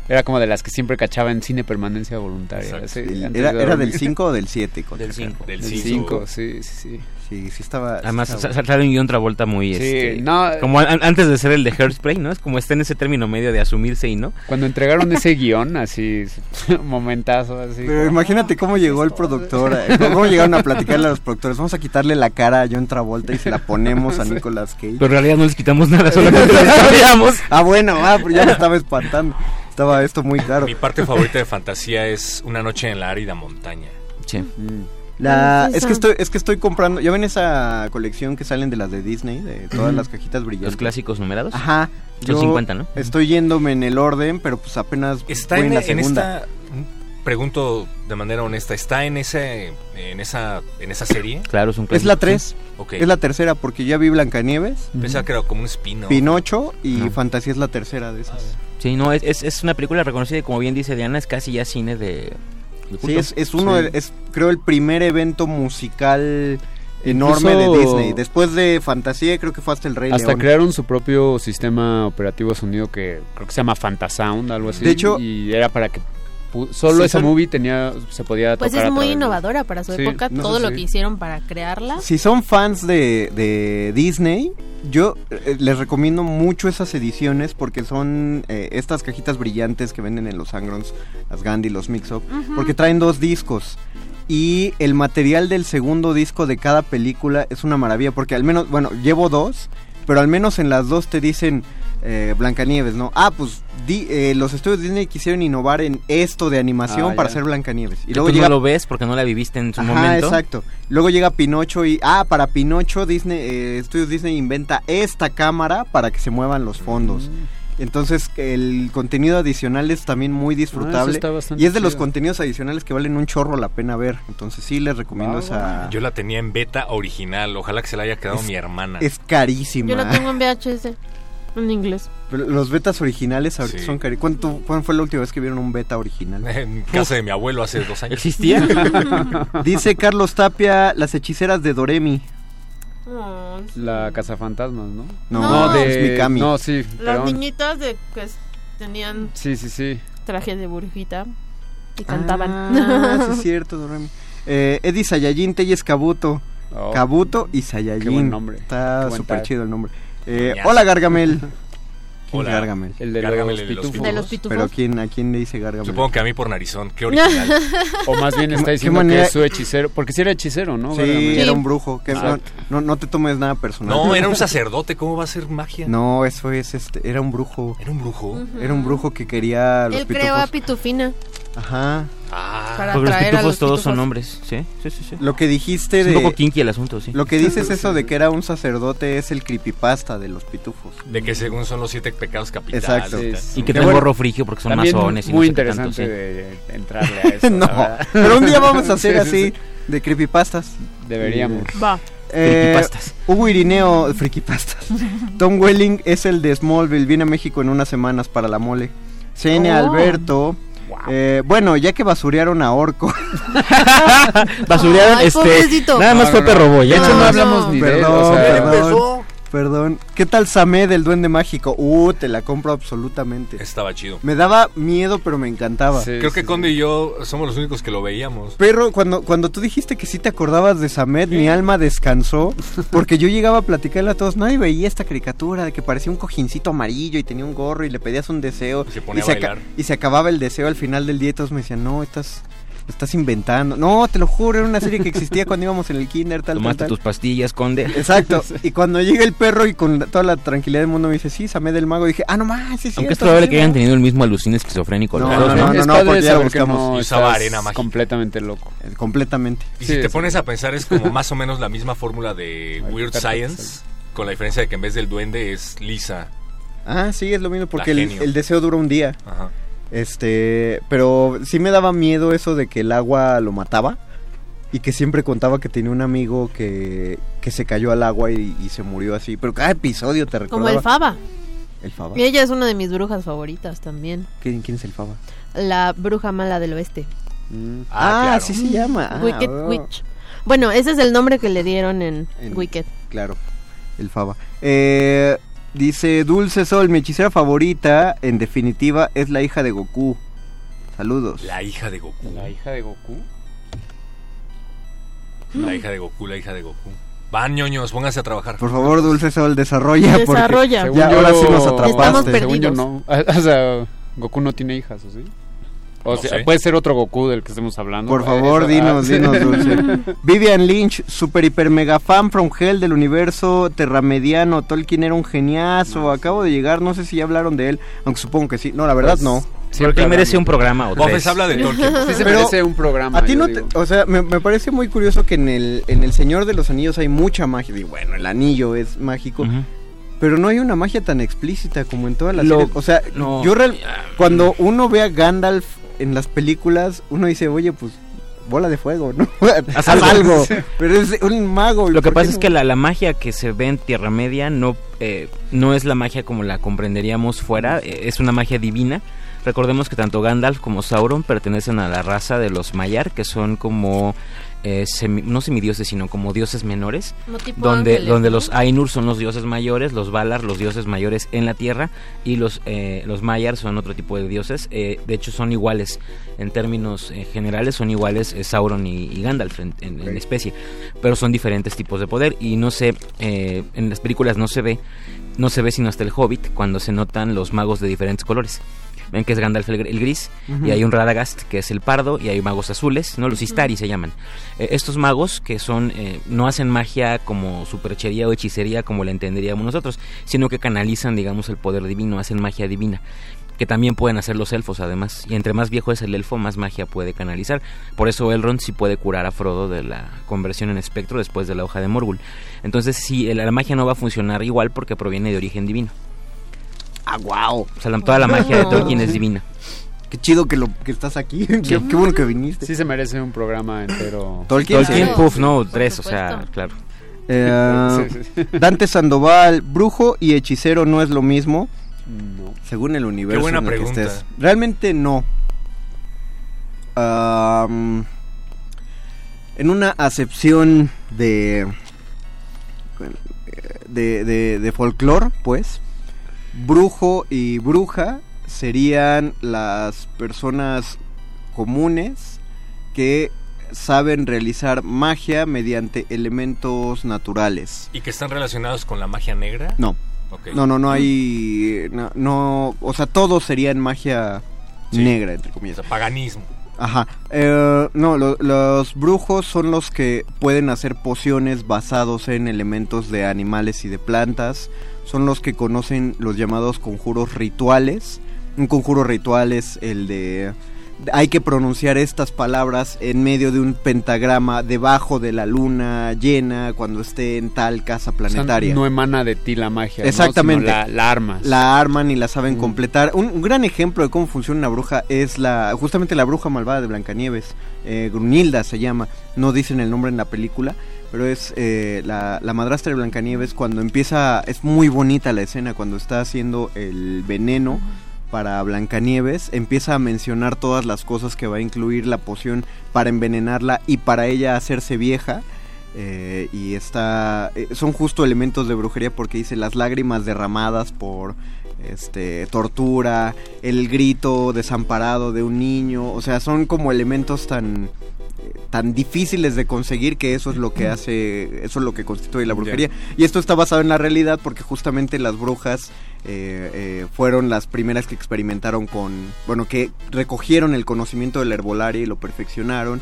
Era como de las que siempre cachaba en cine permanencia voluntaria. Sí, ¿Era, de ¿Era del cinco o del siete? Del cinco. Del cinco, sí, sí, sí. Sí, sí estaba... Además, sí estaba... sale un John Travolta muy... Sí, este, no... Como a, antes de ser el de Hairspray, ¿no? Es como está en ese término medio de asumirse y no. Cuando entregaron ese guión, así, momentazo, así. Pero como, imagínate cómo llegó el productor, eh, cómo llegaron a platicarle a los productores. Vamos a quitarle la cara a John Travolta y se la ponemos a Nicolas Cage. Pero en realidad no les quitamos nada, solamente les cambiamos. Ah, bueno, ah, pero ya me estaba espantando. Estaba esto muy claro. Mi parte favorita de fantasía es Una noche en la árida montaña. Sí. Mm. La, es que estoy es que estoy comprando, ya ven esa colección que salen de las de Disney, de todas Mm. las cajitas brillantes. Los clásicos numerados. Ajá. Son yo cincuenta, ¿no? Estoy yéndome en el orden, pero pues apenas Está voy en, en la en segunda. esta pregunto de manera honesta, ¿está en ese en esa en esa serie? Claro, es un Es clásico. la tres. Ok. Es la tercera porque ya vi Blancanieves, Pensaba que era como un spin-off. Pinocho y No. Fantasía es la tercera de esas. Sí, no, es, es, es una película reconocida y como bien dice Diana, es casi ya cine de... de culto. Sí, es, es uno, Sí. de- es creo el primer evento musical enorme Incluso- de Disney. Después de Fantasía creo que fue hasta el Rey Hasta León. crearon su propio sistema operativo de sonido que creo que se llama Fantasound, algo así. De hecho- y era para que pu- solo Sí, esa son- movie tenía se podía Pues tocar es a muy través de- innovadora para su Sí, época, no, todo lo sí. que hicieron para crearla. Si son fans de, de Disney, yo eh, les recomiendo mucho esas ediciones porque son eh, estas cajitas brillantes que venden en los Sangrons, las Gandhi, los Mix-Up, Ujú. porque traen dos discos. Y el material del segundo disco de cada película es una maravilla, porque al menos, bueno, llevo dos, pero al menos en las dos te dicen eh, Blancanieves, ¿no? Ah, pues di- eh, los estudios Disney quisieron innovar en esto de animación Ah, para ya. hacer Blancanieves. Y Que luego tú llega no lo ves porque no la viviste en su Ajá, momento. exacto. Luego llega Pinocho y ah, para Pinocho Disney eh, Estudios Disney inventa esta cámara para que se muevan los fondos. Entonces el contenido adicional es también muy disfrutable está bastante y es de los chido. contenidos adicionales que valen un chorro la pena ver. Entonces sí les recomiendo Va, esa. Yo la tenía en beta original, ojalá que se la haya quedado Es- mi hermana. Es carísima. Yo la tengo en V H S, en inglés. Pero los betas originales ahorita Sí. son carísimos. ¿Cuánto, ¿Cuándo fue la última vez que vieron un beta original? En casa de mi abuelo hace dos años. ¿Existía? Dice Carlos Tapia, Las hechiceras de Doremi. Oh, sí. La Cazafantasmas, ¿no? No, de es Mikami. No, sí, Las perdón. niñitas de que s- tenían Sí, sí, sí. traje de burbujita y cantaban. Ah, sí es cierto, Doremi. Eh, Eddie Saiyajin Telles Kabuto. Oh, Kabuto y Saiyajin. Qué buen nombre. Está Qué buen súper tag. chido el nombre. Eh, Ñazo. hola, Gargamel. ¿Quién Hola. es Gargamel? el de Gárgame los el de los pitufos. De los pitufos. Pero ¿quién, ¿a quién le dice Gargamel? Supongo que a mí por narizón, qué original. O más bien ¿Qué está ma- diciendo qué manera- que es su hechicero. Porque si era hechicero, ¿no? Sí, Gargamel? era un brujo. Que no, Exacto. no, no te tomes nada personal. No, era un sacerdote, ¿cómo va a ser magia? No, eso es, este, era un brujo. ¿Era un brujo? Ujú. Era un brujo que quería a los Él creó a pitufos. Pitufina Ajá. Ah, para Porque los atraer a pitufos los todos pitufos. son hombres. Sí, sí, sí. sí. Lo que dijiste Es de... un poco kinky el asunto, sí. Lo que dices eso de que era un sacerdote es el creepypasta de los pitufos. de que según son los siete pecados capitales. Exacto. y tal. Sí, Y que Qué traen bueno. gorro frigio porque son También masones y no muy sé qué tanto, interesante sí. de entrarle a eso. No, la verdad. pero un día vamos a hacer Sí, sí, así, sí. de creepypastas. Deberíamos. Va. Eh, Frikipastas. Hugo Irineo, frikipastas. Tom Welling es el de Smallville, viene a México en unas semanas para la mole. C N Oh. Alberto. Eh, bueno, ya que basurearon a Orco. Basurearon, Ay, este... pobrecito. Nada más No, fue no, no. perro boy, De ¿eh? hecho, No, no hablamos no. ni de él. Perdón, O sea, perdón. empezó. Perdón. ¿Qué tal Samé del Duende Mágico? Uh, te la compro absolutamente. Estaba chido. Me daba miedo, pero me encantaba. Sí, Creo que sí, Conde sí. y yo somos los únicos que lo veíamos. Pero cuando, cuando tú dijiste que sí te acordabas de Samet, mi alma descansó, porque yo llegaba a platicarle a todos, nadie veía esta caricatura de que parecía un cojincito amarillo y tenía un gorro y le pedías un deseo Y se ponía y, a aca- bailar. y se acababa el deseo al final del día y todos me decían, no, estás, estás inventando. No, te lo juro, era una serie que existía cuando íbamos en el kinder, tal, tal, Tomaste tal. tus pastillas, Conde. Exacto, y cuando llega el perro y con la- toda la tranquilidad del mundo me dice, sí, Samet del Mago, dije, ah, no más, sí, sí. Aunque es probable que hayan tenido el mismo alucín esquizofrénico. No, los no, dos, no, Es no, padre porque ya lo saber que buscamos. no Y usaba estás arena mágica. completamente loco. Completamente. Y Sí, si te sí. pones a pensar es como más o menos la misma fórmula de Ay, Weird perfecto. Science, con la diferencia de que en vez del duende es Lisa. Ah, sí, es lo mismo, porque La el, genio. el deseo dura un día. Ajá. Este, pero sí me daba miedo eso de que el agua lo mataba y que siempre contaba que tenía un amigo que, que se cayó al agua y, y se murió así. Pero cada episodio te Como recordaba. el Faba. El Faba. Y ella es una de mis brujas favoritas también. ¿Quién, quién es el Faba? La bruja mala del oeste. Ah, Ah, claro. sí se llama. Ah, Wicked oh. Witch. Bueno, ese es el nombre que le dieron en, En- Wicked. Claro, el Faba. Eh, Dice Dulce Sol, mi hechicera favorita, en definitiva, es la hija de Goku. Saludos. La hija de Goku. ¿La hija de Goku? La hija de Goku, la hija de Goku. Van, ñoños, pónganse a trabajar. Por favor, Dulce Sol, desarrolla. Desarrolla. Porque ya, yo, ahora sí nos atrapaste. Estamos Según yo perdidos. no. O sea, Goku no tiene hijas, ¿o sí? O No sea, sé. puede ser otro Goku del que estemos hablando. Por Eh, favor, eso- dinos, ah, dinos, Dulce. Vivian Lynch, super hiper mega fan from hell del universo terramediano. Tolkien era un geniazo. Acabo de llegar, no sé si ya hablaron de él, aunque supongo que sí. No, la verdad Pues, no. Creo que él merece un programa o Bofes tres. habla de Tolkien. Sí se Pero merece un programa. A ti yo no te, digo. o sea, me, me parece muy curioso que en el en el Señor de los Anillos hay mucha magia. Y bueno, el anillo es mágico. Ujú. Pero no hay una magia tan explícita como en todas las Lo- series. O sea, no. yo real- cuando uno ve a Gandalf en las películas, uno dice, oye, pues bola de fuego, ¿no? Haz algo. algo. Pero es un mago. ¿y Lo que por qué pasa es no? que la, la magia que se ve en Tierra Media no, eh, no es la magia como la comprenderíamos fuera, eh, es una magia divina. Recordemos que tanto Gandalf como Sauron pertenecen a la raza de los Maiar, que son como, eh, semi- no semidioses, sino como dioses menores, Como tipo donde, ángeles, donde ¿no? los Ainur son los dioses mayores, los Valar los dioses mayores en la Tierra, y los, eh, los Maiar son otro tipo de dioses. Eh, de hecho son iguales, en términos eh, generales son iguales eh, Sauron y, y Gandalf en, en- en especie, pero son diferentes tipos de poder, y no sé, eh, en las películas no se ve, no se ve sino hasta el Hobbit, cuando se notan los magos de diferentes colores. Ven que es Gandalf el, gr- el gris, Ujú. y hay un Radagast que es el pardo, y hay magos azules, no, los Istari se llaman. Eh, estos magos que son, eh, no hacen magia como superchería o hechicería como la entenderíamos nosotros, sino que canalizan, digamos, el poder divino, hacen magia divina, que también pueden hacer los elfos además, y entre más viejo es el elfo, más magia puede canalizar. Por eso Elrond sí puede curar a Frodo de la conversión en espectro después de la hoja de Morgul. Entonces sí, la magia no va a funcionar igual porque proviene de origen divino. Ah, wow. O sea, la- toda la magia de Tolkien es divina. Qué chido que lo que estás aquí. Qué, qué bueno que viniste. Sí se merece un programa entero. Tolkien. Tolkien, Sí. puff, no, tres, o sea, claro. Eh, Sí, sí, sí. Dante Sandoval, brujo y hechicero no es lo mismo. No. Según el universo. Qué buena en el que pregunta. estés. Realmente no. Am, en una acepción de de, de, de folclore, pues, brujo y bruja serían las personas comunes que saben realizar magia mediante elementos naturales. ¿Y que están relacionados con la magia negra? No. Ok. No, no, no hay... No, no, o sea, todo sería en magia Sí. negra, entre O comillas. sea, paganismo. Ajá. Eh, no, lo- los brujos son los que pueden hacer pociones basados en elementos de animales y de plantas. Son los que conocen los llamados conjuros rituales. Un conjuro ritual es el de... Hay que pronunciar estas palabras en medio de un pentagrama debajo de la luna llena cuando esté en tal casa planetaria. O sea, no emana de ti la magia. ¿no? Exactamente. Sino la, la armas. La arman y la saben Mm. completar. Un, un gran ejemplo de cómo funciona una bruja es la justamente la bruja malvada de Blancanieves. Eh, Grunilda se llama. No dicen el nombre en la película, pero es eh, la, la madrastra de Blancanieves cuando empieza... Es muy bonita la escena cuando está haciendo el veneno para Blancanieves. Empieza a mencionar todas las cosas que va a incluir la poción para envenenarla y para ella hacerse vieja. Eh, y está eh, son justo elementos de brujería porque dice las lágrimas derramadas por este tortura, el grito desamparado de un niño, o sea, son como elementos tan eh, tan difíciles de conseguir que eso es lo que hace, eso es lo que constituye la brujería. Y esto está basado en la realidad porque justamente las brujas eh, eh, fueron las primeras que experimentaron con, bueno, que recogieron el conocimiento de la herbolaria y lo perfeccionaron.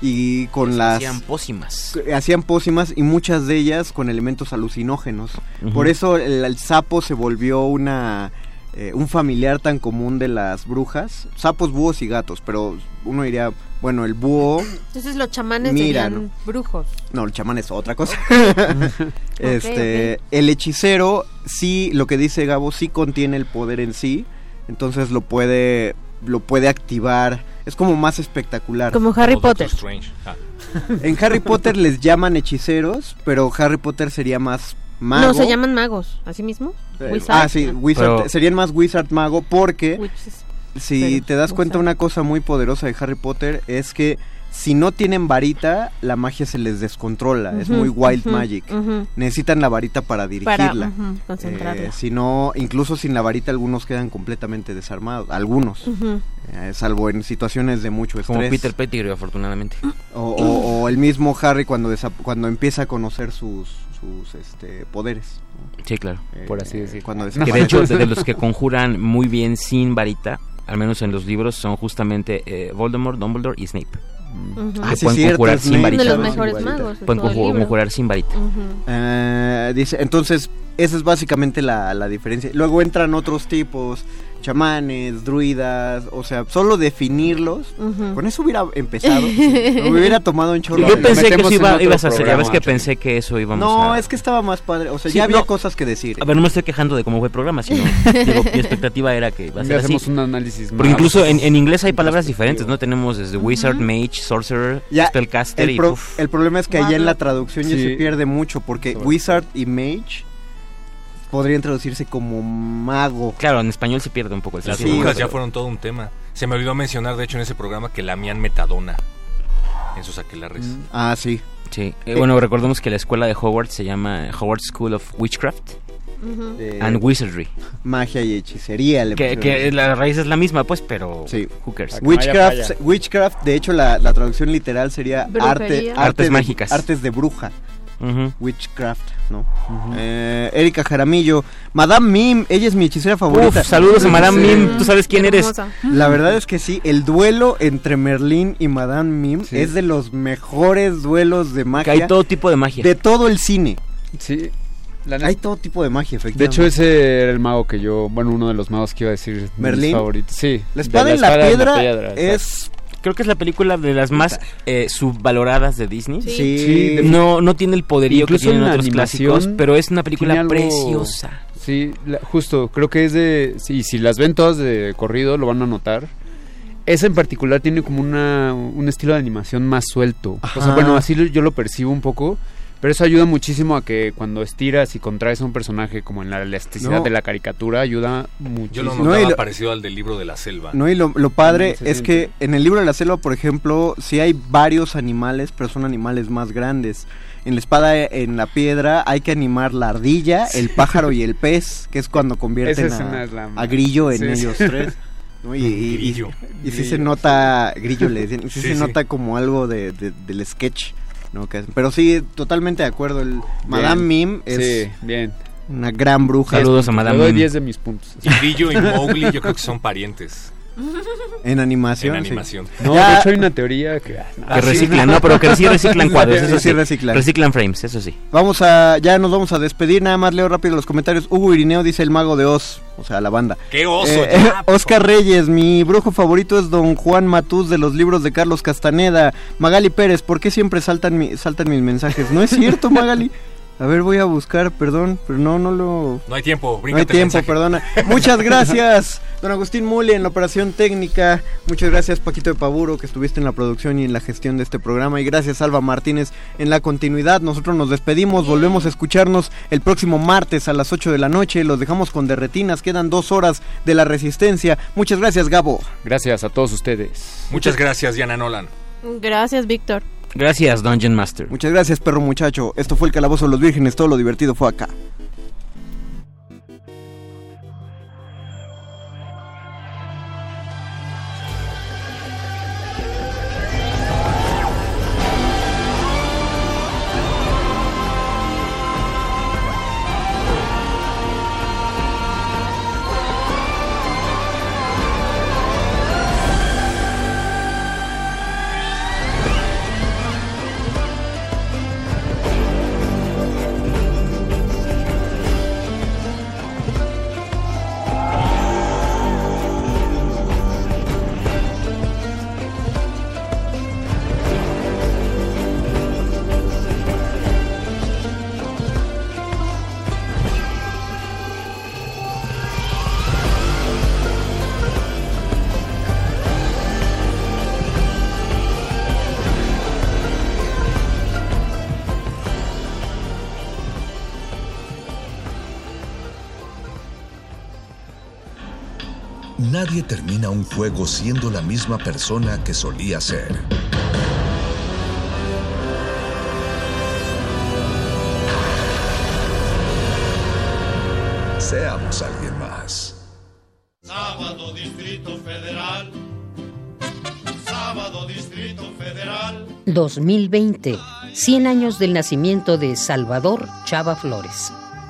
Y con Eso, las... hacían pócimas. Hacían pócimas y muchas de ellas con elementos alucinógenos. Ujú. Por eso el, el sapo se volvió una eh, un familiar tan común de las brujas. Sapos, búhos y gatos, pero uno diría, bueno, el búho... Entonces los chamanes Mira, serían ¿no? brujos. No, el chamán es otra cosa. Ok, este, el hechicero, sí, lo que dice Gabo, sí contiene el poder en sí. Entonces lo puede, lo puede activar. Es como más espectacular. Como Harry Como Potter. Doctor Strange. Ah. En Harry Potter les llaman hechiceros, pero Harry Potter sería más mago. No, se llaman magos, ¿así mismo? Eh, Wizard. ah, sí, Wizard, Pero- serían más Wizard mago porque Witches. si Pero, te das cuenta Wizard. una cosa muy poderosa de Harry Potter es que si no tienen varita, la magia se les descontrola, uh-huh, es muy wild uh-huh, magic. Uh-huh. Necesitan la varita para dirigirla. Para, uh-huh, concentrarla. Eh, si no, incluso sin la varita algunos quedan completamente desarmados, algunos, uh-huh. eh, salvo en situaciones de mucho estrés. Como Peter Pettigrew, afortunadamente. O, o, o el mismo Harry cuando, desa- cuando empieza a conocer sus, sus este, poderes. Sí, claro. Eh, por así decirlo. Cuando que de hecho, de, de los que conjuran muy bien sin varita, al menos en los libros, son justamente eh, Voldemort, Dumbledore y Snape. Uh-huh. Ah, sí, pueden cierto, conjurar sin varita. De los mejores magos. Pueden conjurar sin varita. Uh-huh. Uh, dice, entonces, esa es básicamente la, la diferencia. Luego entran otros tipos, chamanes, druidas, o sea, solo definirlos, uh-huh. con eso hubiera empezado, me hubiera tomado un chorro. Yo pensé que eso iba, ibas a hacer, ya ves que pensé que eso íbamos no, a... No, es que estaba más padre, o sea, sí, ya había no, cosas que decir. A ver, no me estoy quejando de cómo fue el programa, sino digo, mi expectativa era que iba a ser hacemos así. un análisis más. Porque incluso en, en inglés hay palabras diferentes, ¿no? Tenemos desde wizard, uh-huh. mage, sorcerer, ya, spellcaster el y... Pro, uf. El problema es que allá en la traducción sí. ya se pierde mucho, porque Sobre. wizard y mage... podrían traducirse como mago. Claro, en español se pierde un poco el Las sentido. brujas ya fueron todo un tema. Se me olvidó mencionar, de hecho, en ese programa que lamían metadona en sus aquelarres. Mm. Ah, sí. Sí. Eh, bueno, recordemos que la escuela de Hogwarts se llama Hogwarts School of Witchcraft uh-huh. eh, and Wizardry. Magia y hechicería. Le que, que la raíz es la misma, pues, pero sí. who cares? Witchcraft, witchcraft, de hecho, la, la traducción literal sería arte, artes arte mágicas. De, artes de bruja. Uh-huh. Witchcraft, ¿no? Uh-huh. Eh, Erika Jaramillo, Madame Mim, ella es mi hechicera favorita. Uf, saludos a Madame sí. Mim, ¿tú sabes quién eres? La verdad es que sí, el duelo entre Merlín y Madame Mim sí. es de los mejores duelos de magia. Que hay todo tipo de magia. De todo el cine. Sí. La hay todo tipo de magia, efectivamente. De hecho, ese era el mago que yo, bueno, uno de los magos que iba a decir. Merlín. Favorito. Sí. La espada en la, la piedra, piedra es... Creo que es la película de las más eh, subvaloradas de Disney. Sí. sí. No, no tiene el poderío Incluso que tienen otros clásicos, pero es una película algo... preciosa. Sí, la, justo, creo que es de... Sí, si las ven todas de corrido, lo van a notar. Esa en particular tiene como una un estilo de animación más suelto. Ajá. O sea, bueno, así yo lo percibo un poco. Pero eso ayuda muchísimo a que cuando estiras y contraes a un personaje como en la elasticidad no. de la caricatura, ayuda muchísimo. Yo lo notaba no, lo, parecido al del libro de la selva. No, y lo, lo padre no, es que en el libro de la selva, por ejemplo, sí hay varios animales, pero son animales más grandes. En la espada en la piedra hay que animar la ardilla, el pájaro y el pez, que es cuando convierten a, a Grillo en sí, ellos sí. tres. ¿no? Y, y, grillo. Y, y, y sí se nota, Grillo le dicen, sí, sí se sí. nota como algo de, de, del sketch. No, que, pero sí, totalmente de acuerdo. El Madame bien, Mim es sí, bien. una gran bruja. Saludos a Madame Mim. Le doy Mim. diez de mis puntos. Y Grillo y Mowgli yo creo que son parientes. En animación. En animación. Sí. No, ya. De hecho hay una teoría que... Ah, que reciclan, sí. no, pero que sí reciclan cuadros, eso sí. sí reciclan. reciclan frames, eso sí. Vamos a, ya nos vamos a despedir, nada más leo rápido los comentarios. Hugo Irineo dice el mago de Oz, o sea, la banda. ¡Qué oso! Eh, ya, Oscar Reyes, mi brujo favorito es Don Juan Matús de los libros de Carlos Castaneda. Magali Pérez, ¿por qué siempre saltan, mi, saltan mis mensajes? No es cierto, Magali. A ver, voy a buscar, perdón, pero no, no lo... No hay tiempo, No hay tiempo, perdona. Muchas gracias, don Agustín Muli en la operación técnica. Muchas gracias, Paquito de Paburo, que estuviste en la producción y en la gestión de este programa. Y gracias, Alba Martínez, en la continuidad. Nosotros nos despedimos, volvemos a escucharnos el próximo martes a las ocho de la noche. Los dejamos con derretinas, quedan dos horas de la resistencia. Muchas gracias, Gabo. Gracias a todos ustedes. Muchas gracias, Diana Nolan. Gracias, Víctor. Gracias, Dungeon Master. Muchas gracias, perro muchacho. Esto fue el Calabozo de los Vírgenes. Todo lo divertido fue acá. Nadie termina un juego siendo la misma persona que solía ser. seamos alguien más. Sábado Distrito Federal. Sábado Distrito Federal. dos mil veinte. cien años del nacimiento de Salvador Chava Flores.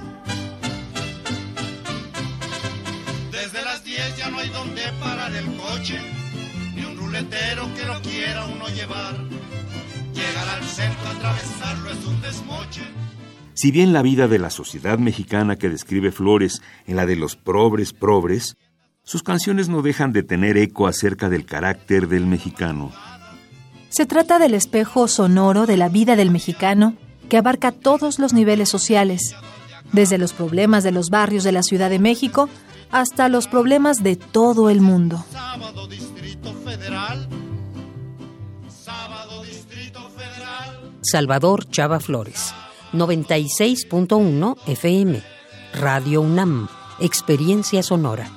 Desde las diez ya no hay donde parar el coche, ni un ruletero que lo quiera uno llevar. Llegar al centro, atravesarlo es un desmoche. Si bien la vida de la sociedad mexicana que describe Flores en la de los probres probres, sus canciones no dejan de tener eco acerca del carácter del mexicano. Se trata del espejo sonoro de la vida del mexicano que abarca todos los niveles sociales, desde los problemas de los barrios de la Ciudad de México hasta los problemas de todo el mundo. Sábado Distrito Federal. Sábado Distrito Federal. Salvador Chava Flores, noventa y seis punto uno F M, Radio UNAM, Experiencia Sonora.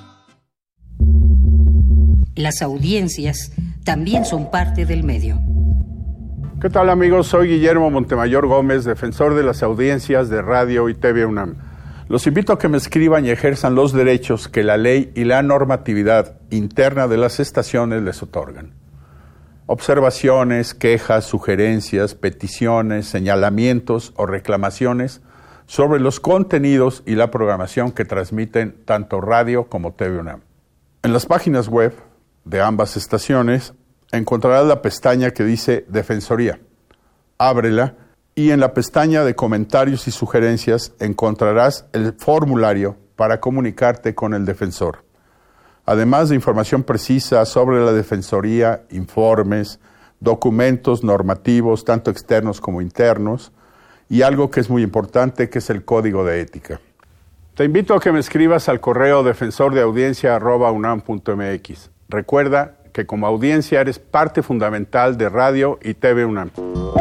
Las audiencias también son parte del medio. ¿Qué tal, amigos? Soy Guillermo Montemayor Gómez, defensor de las audiencias de Radio y T V UNAM. Los invito a que me escriban y ejerzan los derechos que la ley y la normatividad interna de las estaciones les otorgan. Observaciones, quejas, sugerencias, peticiones, señalamientos o reclamaciones sobre los contenidos y la programación que transmiten tanto radio como T V UNAM. En las páginas web de ambas estaciones encontrarás la pestaña que dice Defensoría. Ábrela y en la pestaña de comentarios y sugerencias encontrarás el formulario para comunicarte con el defensor. Además de información precisa sobre la Defensoría, informes, documentos normativos, tanto externos como internos, y algo que es muy importante, que es el Código de Ética. Te invito a que me escribas al correo defensordeaudiencia arroba unam punto mx. Recuerda que como audiencia eres parte fundamental de Radio y T V UNAM.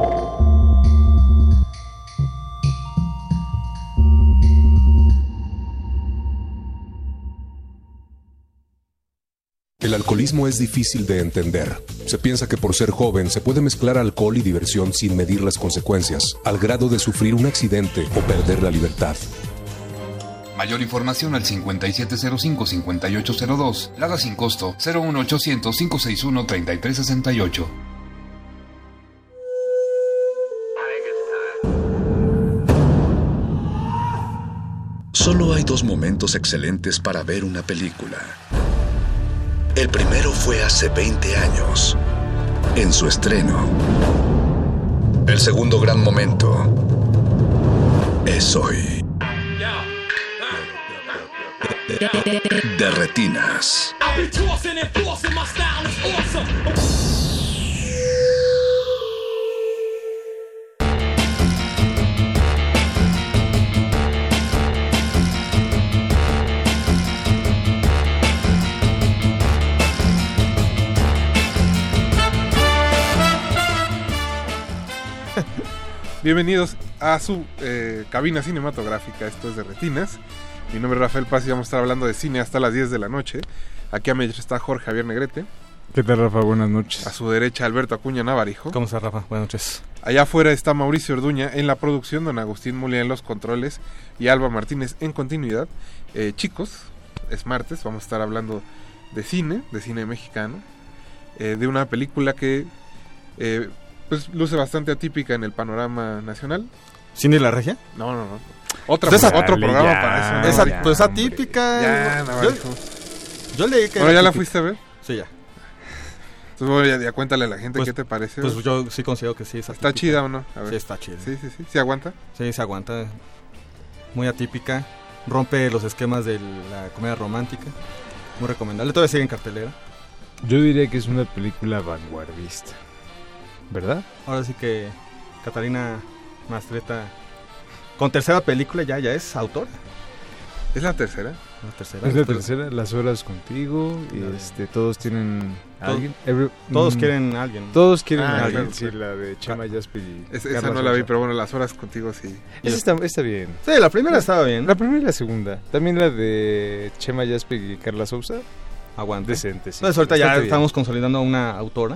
El alcoholismo es difícil de entender. Se piensa que por ser joven se puede mezclar alcohol y diversión sin medir las consecuencias, al grado de sufrir un accidente o perder la libertad. Mayor información al cincuenta y siete cero cinco, cincuenta y ocho cero dos, Lada sin costo cero uno ochocientos, cinco seis uno, treinta y tres sesenta y ocho. Solo hay dos momentos excelentes para ver una película. El primero fue hace veinte años, en su estreno. El segundo gran momento es hoy. De retinas. Bienvenidos a su eh, cabina cinematográfica. Esto es De Retinas. Mi nombre es Rafael Paz y vamos a estar hablando de cine hasta las diez de la noche. Aquí a mi derecha está Jorge Javier Negrete. ¿Qué tal, Rafa? Buenas noches. A su derecha Alberto Acuña Navarijo. ¿Cómo está, Rafa? Buenas noches. Allá afuera está Mauricio Orduña en la producción, don Agustín Mulia en los controles y Alba Martínez en continuidad. Eh, chicos, es martes, vamos a estar hablando de cine, de cine mexicano, eh, de una película que eh, pues luce bastante atípica en el panorama nacional. ¿Cine de la Regia? No, no, no. Otra, pues otro dale, programa ya, para eso. ¿No? Esa, Ya, pues hombre. atípica. Ya, no, yo, vale. yo leí que... Bueno, ¿ya la típica. fuiste a ver? Sí, ya. Entonces, bueno, ya, ya cuéntale a la gente Pues- qué te parece. Pues yo sí considero que sí es ¿Está atípica. chida o no? A ver. Sí, está chida. Sí, sí, sí. ¿Sí aguanta? Sí, se aguanta. Muy atípica. Rompe los esquemas de la comedia romántica. Muy recomendable. Todavía sigue en cartelera. Yo diría que es una película vanguardista, ¿verdad? Ahora sí que Catalina Mastretta, con tercera película ya, ya es autora. ¿Es la tercera? La tercera. Es la Pues- tercera, Las horas contigo, y La de- este, todos tienen a Todo- alguien. Every- todos mm, quieren a alguien. Todos quieren Ah, a alguien, claro, sí, claro. la de Chema Jasper y Es- esa Carla no la vi, Sousa. pero bueno, las horas contigo sí. Esa está, está bien. Sí, la primera estaba bien. La primera y la segunda. También la de Chema Jasper y Carla Sousa. Aguante. Decente, sí. Entonces ahorita ya Bastante bien. estamos consolidando a una autora.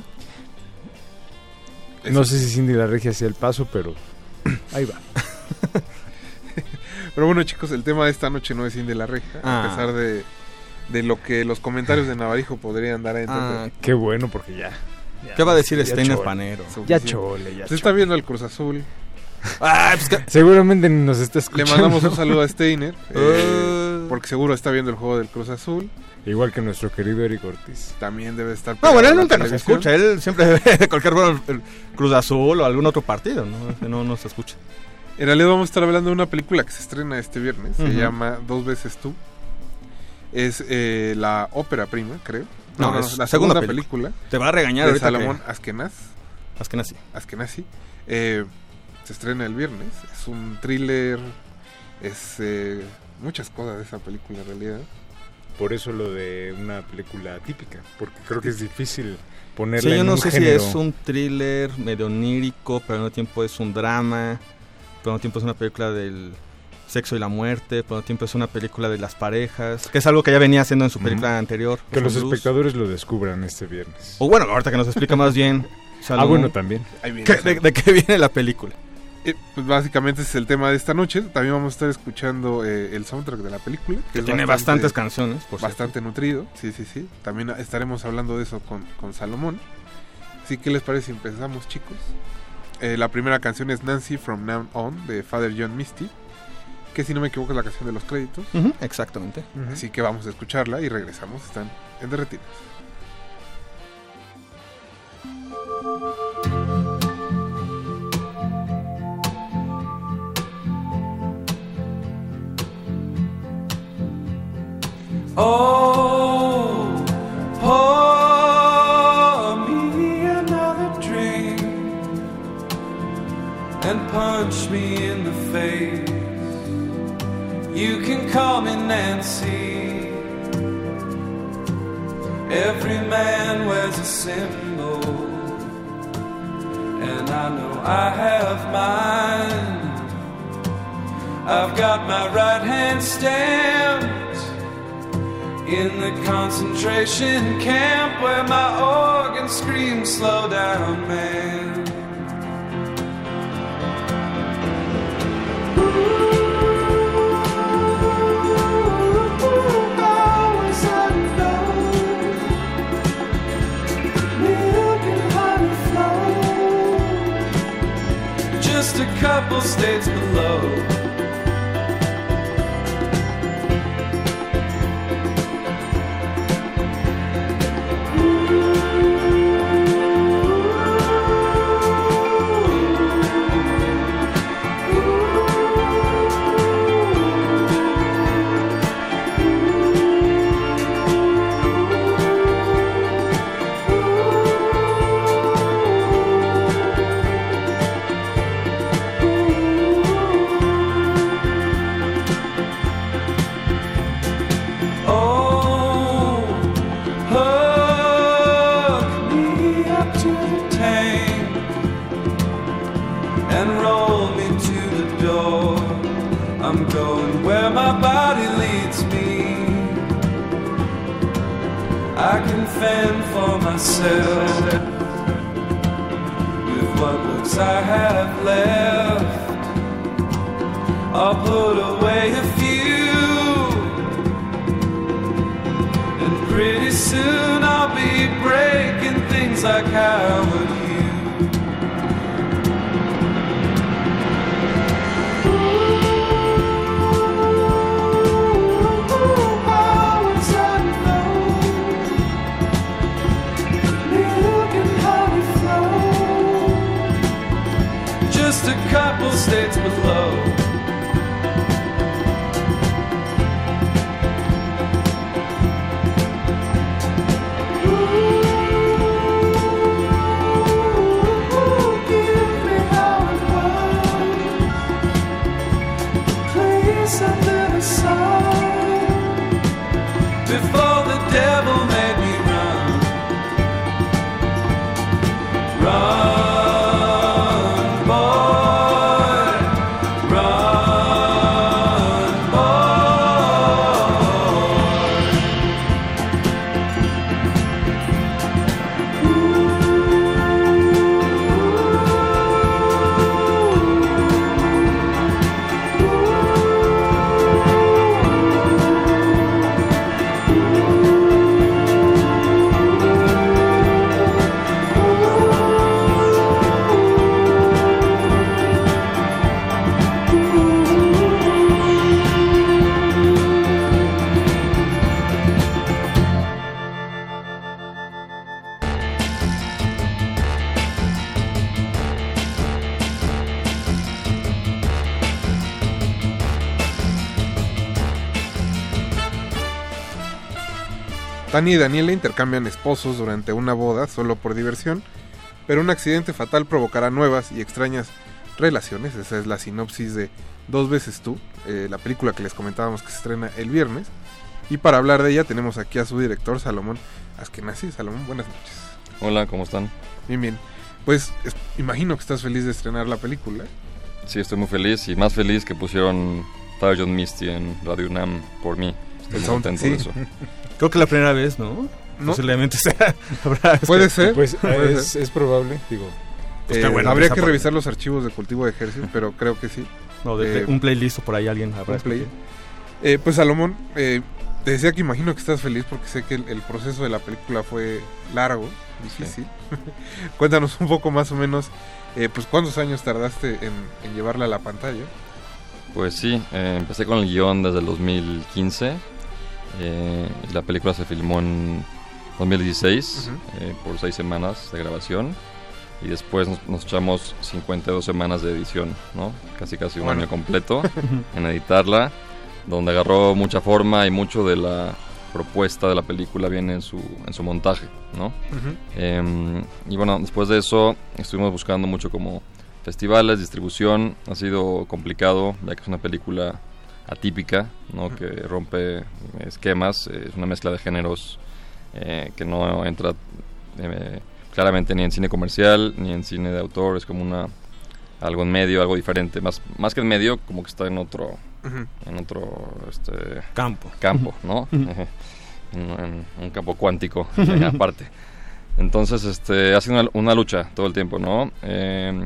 No sé si Cindy la Regia hacía el paso, pero ahí va. Pero bueno, chicos, el tema de esta noche no es Cindy la Regia, Ah. a pesar de, de lo que los comentarios de Navarijo podrían dar a entender. Ah, qué bueno, porque ya. ya ¿Qué va a decir ya Steiner chole. Panero? Ya chole, ya Se está viendo el Cruz Azul. Ah, pues que... Seguramente nos está escuchando. Le mandamos un saludo a Steiner, eh, Uh. porque seguro está viendo el juego del Cruz Azul. Igual que nuestro querido Eric Ortiz. También debe estar... No, bueno, él pegado a la nunca nos televisión. escucha. Él siempre ve de cualquier bueno, el Cruz Azul o algún otro partido, ¿no? No nos escucha. En realidad vamos a estar hablando de una película que se estrena este viernes. Se Ujú. llama Dos veces tú. Es eh, la ópera prima, creo. No, es la segunda segunda película. película. Te va a regañar de ahorita Salomón que- Askenaz. Askenazi. Askenazi. Eh, se estrena el viernes. Es un thriller. Es eh, muchas cosas de esa película en realidad. Por eso lo de una película típica, porque creo que es difícil ponerla Sí, yo en no un sé género. si es un thriller medio onírico, pero al mismo tiempo es un drama, pero al mismo tiempo es una película del sexo y la muerte, pero al mismo tiempo es una película de las parejas, que es algo que ya venía haciendo en su película Ujú. anterior. Que los Blues. espectadores lo descubran este viernes. O bueno, ahorita que nos explica más bien. Salomón, Ah, bueno, también. Ahí viene ¿qué- de, Salomón. de qué viene la película? Eh, pues básicamente ese es el tema de esta noche. También vamos a estar escuchando eh, el soundtrack de la película. Que es tiene bastantes canciones, por cierto. Bastante nutrido, sí, sí, sí. También estaremos hablando de eso con, con Salomón. Así que, ¿qué les parece si empezamos, chicos? Eh, la primera canción es Nancy From Now On, de Father John Misty, que si no me equivoco es la canción de los créditos. Ujú, exactamente. Así que vamos a escucharla y regresamos. Están en Derretidos. Oh, pour me another drink and punch me in the face. You can call me Nancy. Every man wears a symbol, and I know I have mine. I've got my right hand stamped in the concentration camp where my organ screams, slow down, man. Just a couple states below. Oh, hook me up to the tank and roll me to the door. I'm going where my body leads me. I can fend for myself with what looks I have left. I'll put away a few, and pretty soon I'll be breaking things like Howard Hughes. Ooh, hours unknown, milk and honey flow, just a couple states below. Before the devil made me run, run, boy, run. Tania y Daniela intercambian esposos durante una boda solo por diversión, pero un accidente fatal provocará nuevas y extrañas relaciones. Esa es la sinopsis de Dos veces tú, eh, la película que les comentábamos que se estrena el viernes. Y para hablar de ella tenemos aquí a su director, Salomón Askenazi. Salomón, buenas noches. Hola, ¿cómo están? Bien, bien. Pues es, imagino que estás feliz de estrenar la película. Sí, estoy muy feliz y más feliz que pusieron Fire John Misty en Radio UNAM por mí. Estoy muy contento sí. de eso. Creo que la primera vez, ¿no? ¿No? Posiblemente sea. Habrá, Puede ser. Pues puede es, ser. es probable, digo. Pues eh, bueno, habría que parte. revisar los archivos de Cultivo de Ejercicios, pero creo que sí. No, de, eh, un playlist por ahí alguien habrá. Un play. eh, pues Salomón, eh, te decía que imagino que estás feliz porque sé que el, el proceso de la película fue largo, difícil. Sí. Cuéntanos un poco más o menos, eh, pues cuántos años tardaste en, en llevarla a la pantalla. Pues sí, eh, empecé con el guión desde el dos mil quince eh, y la película se filmó en dos mil dieciséis uh-huh. eh, por seis semanas de grabación. Y después nos, nos echamos cincuenta y dos semanas de edición, ¿no? Casi casi un bueno. año completo en editarla, donde agarró mucha forma y mucho de la propuesta de la película viene en su, en su montaje, ¿no? Uh-huh. Eh, y bueno, después de eso estuvimos buscando mucho como festivales, distribución. Ha sido complicado, ya que es una película atípica, ¿no? Uh-huh. Que rompe esquemas, es una mezcla de géneros eh, que no entra... Eh, claramente ni en cine comercial ni en cine de autor, es como una algo en medio, algo diferente, más más que en medio, como que está en otro uh-huh. en otro este campo campo, ¿no? en, en un campo cuántico aparte. Entonces, este ha sido una, una lucha todo el tiempo, ¿no? Eh,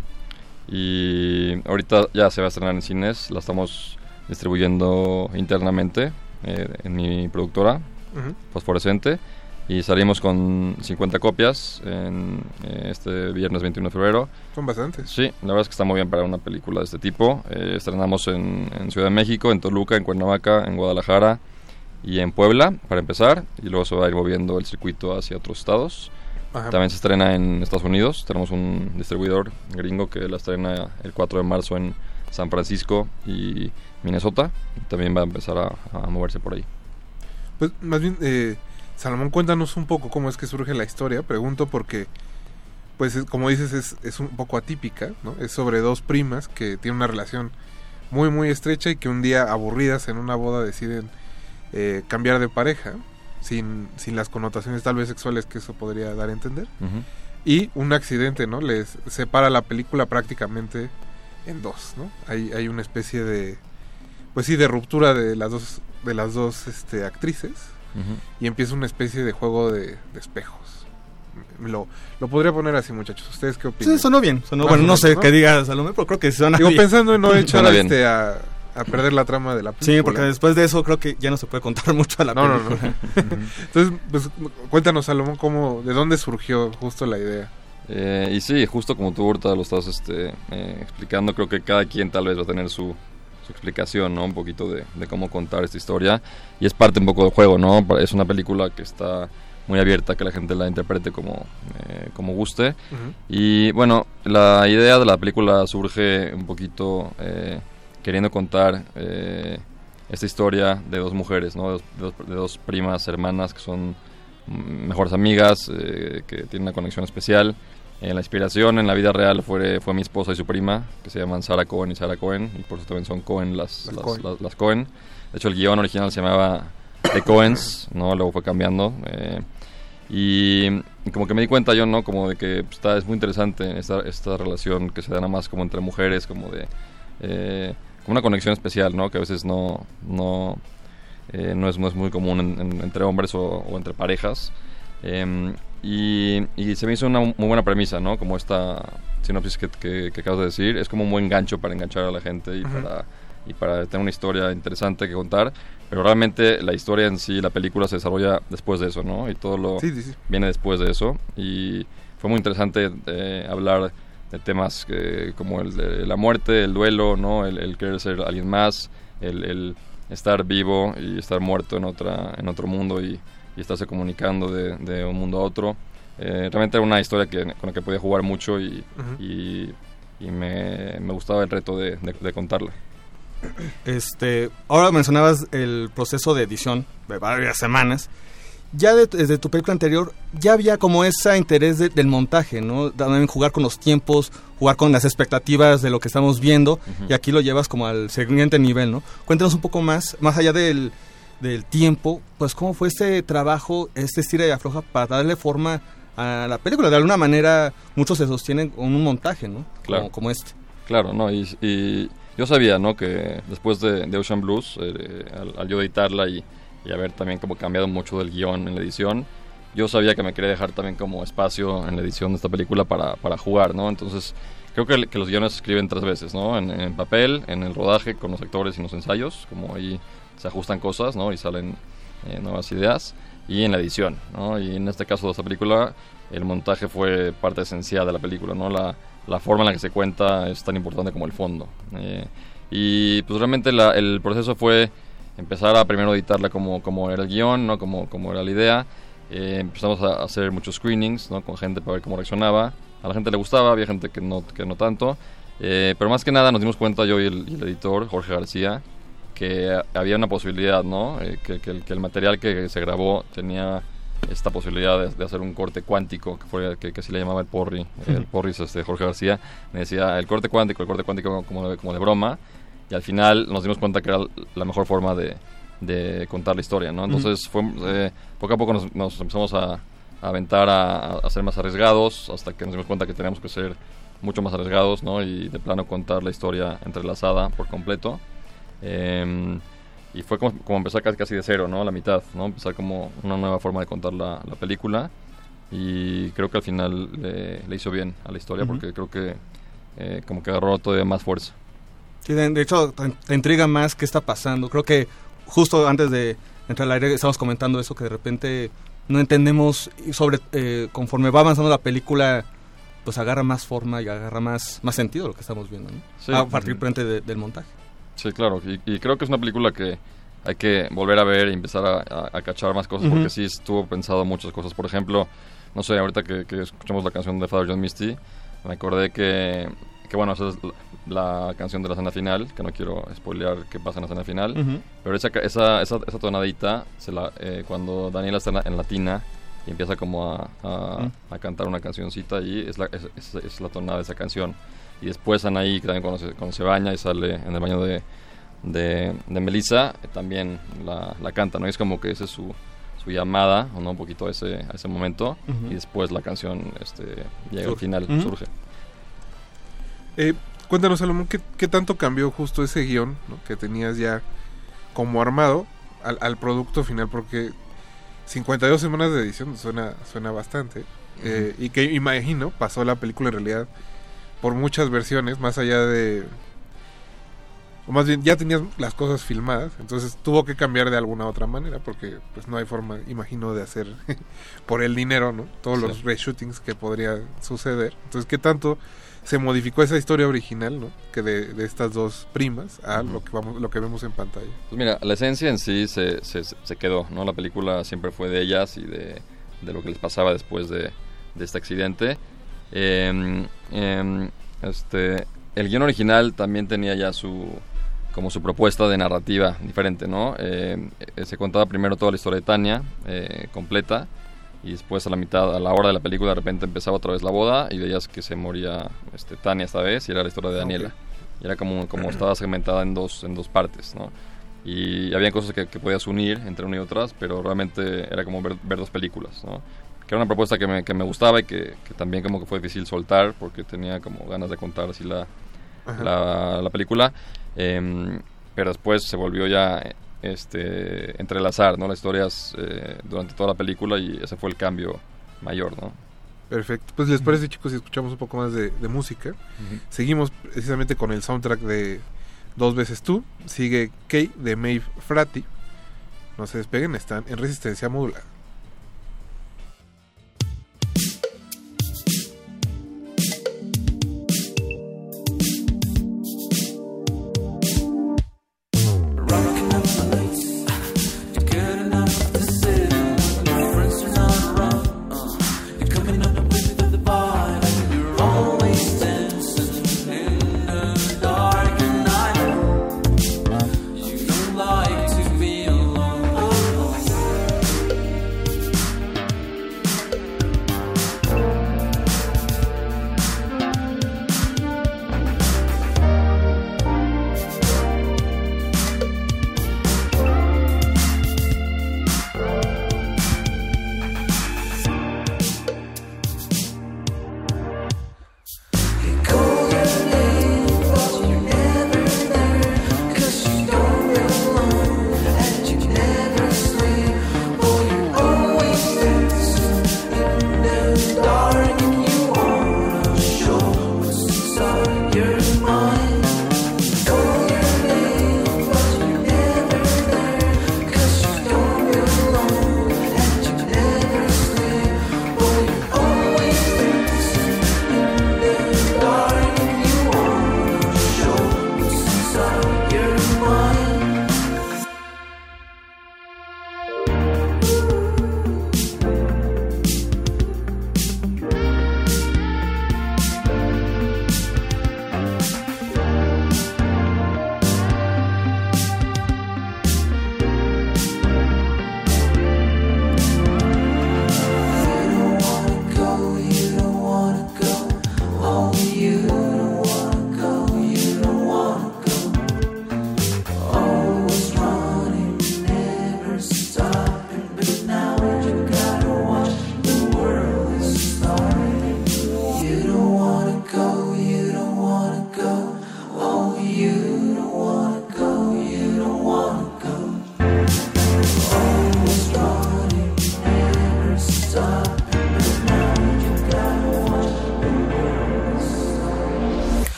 y ahorita ya se va a estrenar en cines, la estamos distribuyendo internamente eh, en mi productora uh-huh. Fosforescente. Y salimos con cincuenta copias en eh, este viernes veintiuno de febrero. Son bastantes. Sí, la verdad es que está muy bien para una película de este tipo. Eh, estrenamos en, en Ciudad de México, en Toluca, en Cuernavaca, en Guadalajara y en Puebla, para empezar. Y luego se va a ir moviendo el circuito hacia otros estados. Ajá. También se estrena en Estados Unidos. Tenemos un distribuidor gringo que la estrena el cuatro de marzo en San Francisco y Minnesota. Y también va a empezar a, a moverse por ahí. Pues más bien... Eh... Salomón, cuéntanos un poco cómo es que surge la historia. Pregunto porque, pues es, como dices, es, es un poco atípica, ¿no? Es sobre dos primas que tienen una relación muy, muy estrecha y que un día, aburridas en una boda, deciden eh, cambiar de pareja, sin, sin las connotaciones tal vez sexuales que eso podría dar a entender. Uh-huh. Y un accidente, ¿no? Les separa la película prácticamente en dos, ¿no? Hay, hay una especie de, pues sí, de ruptura de las dos, de las dos este, actrices. Uh-huh. Y empieza una especie de juego de, de espejos. Lo, lo podría poner así, muchachos. ¿Ustedes qué opinan? Sí, sonó bien. Sonó, bueno, no sé ¿no? qué diga Salomé, pero creo que suena Digo, bien. pensando en no echar este a, a perder la trama de la película. Sí, porque después de eso creo que ya no se puede contar mucho a la no, película. No, no. Entonces, pues, cuéntanos, Salomón, cómo, ¿de dónde surgió justo la idea? Eh, y sí, justo como tú ahorita lo estás este, eh, explicando, creo que cada quien tal vez va a tener su... su explicación, ¿no? Un poquito de, de cómo contar esta historia, y es parte un poco del juego, ¿no? Es una película que está muy abierta a que la gente la interprete como, eh, como guste. Uh-huh. Y bueno, la idea de la película surge un poquito eh, queriendo contar eh, esta historia de dos mujeres, ¿no? De dos, de dos primas hermanas que son mejores amigas, eh, que tienen una conexión especial. Eh, la inspiración en la vida real fue, fue mi esposa y su prima, que se llaman Sarah Cohen y Sarah Cohen, y por eso también son Cohen las, las, las, Cohen. Las, las Cohen. De hecho, el guión original se llamaba The Coens, ¿no? Luego fue cambiando. Eh, y, y como que me di cuenta yo, ¿no? Como de que pues, está, es muy interesante esta, esta relación que se da nada más como entre mujeres, como de... Eh, como una conexión especial, ¿no? Que a veces no... no Eh, no, es, no es muy común en, en, entre hombres o, o entre parejas. Eh, y, y se me hizo una muy buena premisa, ¿no? Como esta sinopsis que, que, que acabas de decir. Es como un buen gancho para enganchar a la gente y, uh-huh. para, y para tener una historia interesante que contar. Pero realmente la historia en sí, la película se desarrolla después de eso, ¿no? Y todo lo sí, sí, sí. viene después de eso. Y fue muy interesante eh, hablar de temas que, como el de la muerte, el duelo, ¿no? El, el querer ser alguien más, el... el estar vivo y estar muerto en otra en otro mundo y, y estarse comunicando de, de un mundo a otro. Eh, realmente era una historia que, con la que podía jugar mucho y, uh-huh. y, y me, me gustaba el reto de, de, de contarla. Este, ahora mencionabas el proceso de edición de varias semanas. ya de, desde tu película anterior, ya había como ese interés de, del montaje, ¿no? También jugar con los tiempos, jugar con las expectativas de lo que estamos viendo, uh-huh. y aquí lo llevas como al siguiente nivel, ¿no? Cuéntanos un poco más, más allá del, del tiempo, pues cómo fue este trabajo, este estira y afloja para darle forma a la película. De alguna manera, muchos se sostienen con un montaje, ¿no? Claro. Como, como este. Claro, no, y, y yo sabía, ¿no? Que después de, de Ocean Blues, eh, al, al yo editarla y, y haber también como cambiado mucho del guión en la edición, yo sabía que me quería dejar también como espacio en la edición de esta película para, para jugar, ¿no? Entonces, creo que, que los guiones se escriben tres veces, ¿no? En, en papel, en el rodaje con los actores y en los ensayos, como ahí se ajustan cosas, ¿no? Y salen eh, nuevas ideas, y en la edición, ¿no? Y en este caso de esta película, el montaje fue parte esencial de la película, ¿no? La, la forma en la que se cuenta es tan importante como el fondo. Eh, y pues realmente la, el proceso fue empezar a primero editarla como, como era el guión, ¿no? Como, como era la idea. Eh, empezamos a hacer muchos screenings, ¿no? Con gente para ver cómo reaccionaba. A la gente le gustaba, había gente que no, que no tanto. Eh, pero más que nada nos dimos cuenta, yo y el, y el editor, Jorge García, que había una posibilidad, ¿no? Eh, que, que, el, que el material que se grabó tenía esta posibilidad de, de hacer un corte cuántico, que fue que, que así le llamaba el Porri, el Porri es este Jorge García, me decía el corte cuántico, el corte cuántico como de, como de broma, y al final nos dimos cuenta que era la mejor forma de, de contar la historia, ¿no? Entonces fue, eh, poco a poco nos, nos empezamos a, a aventar a, a ser más arriesgados, hasta que nos dimos cuenta que teníamos que ser mucho más arriesgados, ¿no? Y de plano contar la historia entrelazada por completo. Eh, y fue como, como empezar casi, casi de cero, ¿no? A la mitad, ¿no? Empezar como una nueva forma de contar la, la película, y creo que al final le, le hizo bien a la historia, uh-huh. porque creo que eh, como que agarró todavía más fuerza. Sí, de, de hecho te, te intriga más qué está pasando. Creo que justo antes de entrar al aire estábamos comentando eso, que de repente no entendemos, sobre eh, conforme va avanzando la película, pues agarra más forma y agarra más, más sentido lo que estamos viendo, ¿no? Sí, a partir uh-huh. de, del montaje. Sí, claro, y, y creo que es una película que hay que volver a ver y empezar a, a, a cachar más cosas, uh-huh. porque sí estuvo pensado muchas cosas. Por ejemplo, no sé, ahorita que, que escuchamos la canción de Father John Misty, me acordé que, que bueno, esa es la, la canción de la escena final, que no quiero spoilear qué pasa en la escena final, uh-huh. pero esa, esa, esa, esa tonadita, se la, eh, cuando Daniela está en, la, en latina y empieza como a, a, uh-huh. a cantar una cancioncita, y es la, es, es, es la tonada de esa canción. Y después Anaí, que también cuando se, cuando se baña y sale en el baño de, de, de Melissa, eh, también la, la canta, ¿no? Y es como que esa es su, su llamada, ¿no? Un poquito a ese, a ese momento, uh-huh. y después la canción este, llega Sur- al final, uh-huh. surge. Eh, cuéntanos, Salomón, ¿qué, ¿qué tanto cambió justo ese guión, ¿no? que tenías ya como armado al, al producto final? Porque cincuenta y dos semanas de edición suena, suena bastante, uh-huh. eh, y que imagino pasó la película en realidad por muchas versiones, más allá de... O más bien, ya tenías las cosas filmadas, entonces tuvo que cambiar de alguna otra manera, porque pues no hay forma, imagino, de hacer por el dinero, ¿no? Todos sí. los reshootings que podría suceder. Entonces, ¿qué tanto se modificó esa historia original, ¿no? Que de, de estas dos primas a uh-huh. lo que vamos, lo que vemos en pantalla. Pues mira, la esencia en sí se, se, se quedó, ¿no? La película siempre fue de ellas y de, de lo que les pasaba después de, de este accidente. Eh, eh, este, el guión original también tenía ya su como su propuesta de narrativa diferente, ¿no? Eh, eh, se contaba primero toda la historia de Tania eh, completa, y después a la mitad, a la hora de la película, de repente empezaba otra vez la boda y veías que se moría este, Tania esta vez, y era la historia de Daniela. Okay. Y era como, como estaba segmentada en dos, en dos partes, ¿no? Y había cosas que, que podías unir entre una y otras, pero realmente era como ver, ver dos películas, ¿no? Que era una propuesta que me, que me gustaba y que, que también como que fue difícil soltar, porque tenía como ganas de contar así la, la, la película, eh, pero después se volvió ya este entrelazar, ¿no? Las historias eh, durante toda la película, y ese fue el cambio mayor, ¿no? Perfecto, pues les parece, chicos, si escuchamos un poco más de, de música. Uh-huh. Seguimos precisamente con el soundtrack de Dos veces tú, sigue Kay de Maeve Frati. No se despeguen, están en Resistencia Modulada.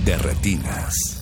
de retinas.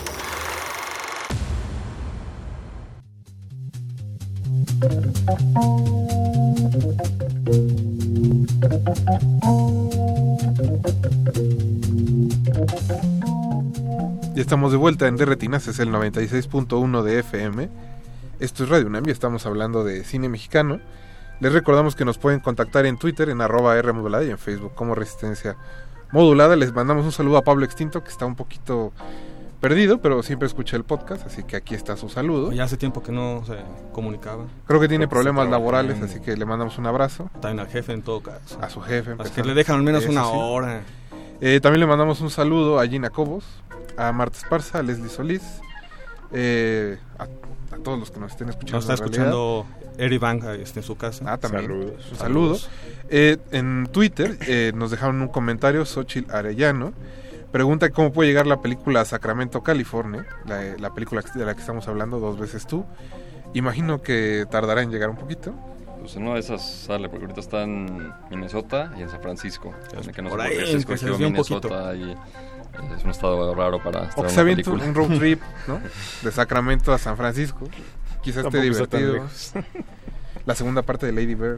Ya estamos de vuelta en De Retinas, es el noventa y seis punto uno de F M. Esto es Radio UNAM y estamos hablando de cine mexicano. Les recordamos que nos pueden contactar en Twitter en arroba R modulada y en Facebook como Resistencia Modulada. Les mandamos un saludo a Pablo Extinto, que está un poquito perdido, pero siempre escucha el podcast, así que aquí está su saludo. Ya hace tiempo que no se comunicaba. Creo que tiene problemas laborales, así que le mandamos un abrazo. También al jefe en todo caso. A su jefe. Así que le dejan al menos Eso una sí. hora. Eh, también le mandamos un saludo a Gina Cobos, a Marta Esparza, a Leslie Solís, eh, a, a todos los que nos estén escuchando. Nos está en realidad. escuchando Eri Bang este, en su casa. Ah, también. Saludos. Un saludo. Eh, en Twitter eh, nos dejaron un comentario, Xochitl Arellano. Pregunta cómo puede llegar la película a Sacramento, California, la, la película de la que estamos hablando, Dos veces tú. Imagino que tardará en llegar un poquito. Pues en una de esas sale, porque ahorita está en Minnesota y en San Francisco. Que no sé Por por ahí, qué se que se escogió desvió un Minnesota y es un estado raro para O estar que en se una avienta película. un road trip, ¿no? De Sacramento a San Francisco. Quizás esté Tampoco está tan divertido. lejos. La segunda parte de Lady Bird.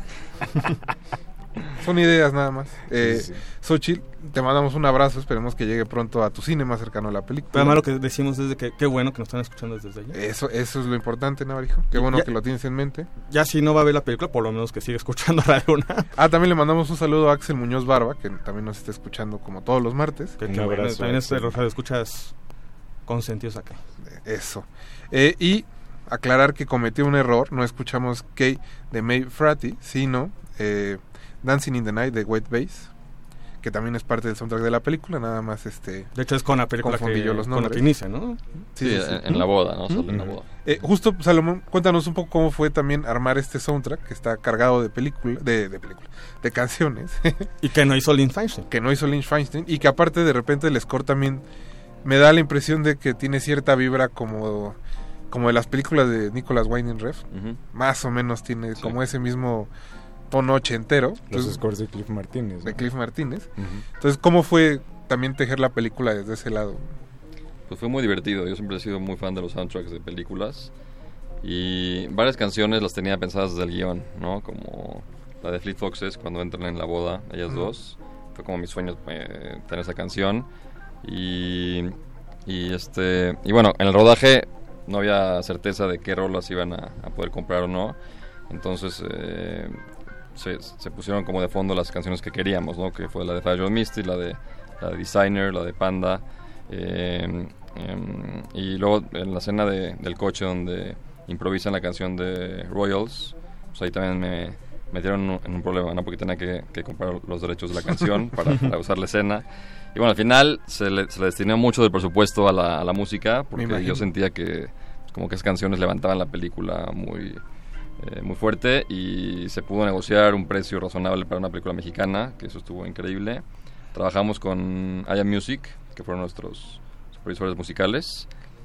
Son ideas nada más. Eh, Sí, sí, sí. Xochitl, te mandamos un abrazo. Esperemos que llegue pronto a tu cine más cercano a la película. Pero además lo que decimos es de que qué bueno que nos están escuchando desde allá. Eso, eso es lo importante, Navarijo. Qué bueno Ya- que lo tienes en mente. Ya si no va a ver la película, por lo menos que siga escuchando Radio UNAM. Ah, también le mandamos un saludo a Axel Muñoz Barba, que también nos está escuchando como todos los martes. Que, que bueno, también es de los escuchas consentidos acá. Eso. Eh, y aclarar que cometió un error. No escuchamos Kay de May Fratty, sino eh, Dancing in the Night de White Bass, que también es parte del soundtrack de la película. Nada más este. De hecho es con la película confundí que, yo los con la nombres. que inicia, ¿no? Sí, en- en la boda, ¿no? Solo en la boda. Eh, justo, Salomón, cuéntanos un poco cómo fue también armar este soundtrack que está cargado de película, de, de película, de canciones. Y que no hizo Lynn Feinstein. Que no hizo Lynch Feinstein y que aparte de repente el score también me da la impresión de que tiene cierta vibra como como de las películas de Nicolas Winding Refn. Ujú. Más o menos tiene como ese mismo tono ochentero. Los Entonces, scores de Cliff Martínez. de ¿no? Cliff Martínez. Ujú. Entonces, ¿cómo fue también tejer la película desde ese lado? Pues fue muy divertido. Yo siempre he sido muy fan de los soundtracks de películas. Y varias canciones las tenía pensadas desde el guión, ¿no? Como la de Fleet Foxes, cuando entran en la boda, ellas Ujú. dos. Fue como mi sueño eh, tener esa canción. Y, y, este, y bueno, en el rodaje no había certeza de qué rolas iban a, a poder comprar o no. Entonces eh, se, se pusieron como de fondo las canciones que queríamos, ¿no? Que fue la de Fire Misty, la de, la de Designer, la de Panda. Eh, eh, y luego en la escena de, del coche donde improvisan la canción de Royals, pues ahí también me metieron en un, en un problema, ¿no? Porque tenía que, que comprar los derechos de la canción para, para usar la escena. Y bueno, al final se le, se le destinó mucho del presupuesto a la, a la música, porque imagino. yo sentía que como que esas canciones levantaban la película muy, eh, muy fuerte y se pudo negociar un precio razonable para una película mexicana, que eso estuvo increíble. Trabajamos con Aya Music, que fueron nuestros supervisores musicales,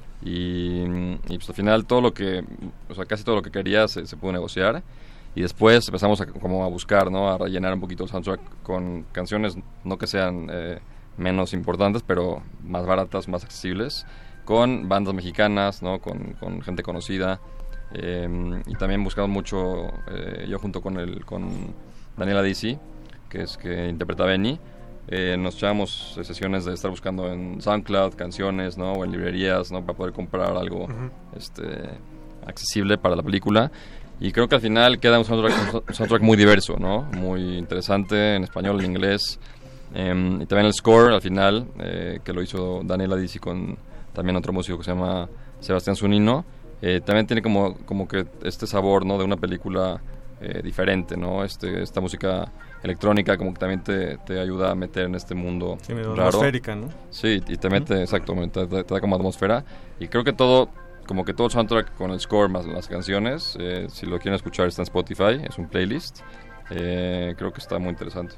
y, y pues al final todo lo que, o sea, casi todo lo que quería se, se pudo negociar. Y después empezamos a, como a buscar, ¿no? A rellenar un poquito el soundtrack con canciones, no que sean eh, menos importantes, pero más baratas, más accesibles, con bandas mexicanas, ¿no? Con, con gente conocida. Eh, y también buscamos mucho, eh, yo junto con el con Daniela Disi, que es que interpreta a Benny, eh, nos echábamos sesiones de estar buscando en SoundCloud canciones, ¿no? O en librerías, ¿no? Para poder comprar algo Ujú. este, accesible para la película. Y creo que al final queda un soundtrack, un soundtrack muy diverso, ¿no? Muy interesante en español, en inglés. Eh, y también el score al final, eh, que lo hizo Daniela Disi con también otro músico que se llama Sebastián Zunino. Eh, también tiene como, como que este sabor, ¿no? De una película eh, diferente, ¿no? Este, esta música electrónica como que también te, te ayuda a meter en este mundo Sí, medio raro. atmosférica, ¿no? Sí, y te mete, exacto, te, te- te da como atmósfera. Y creo que todo, como que todo el soundtrack con el score más las canciones, eh, si lo quieren escuchar está en Spotify, es un playlist. Eh, creo que está muy interesante.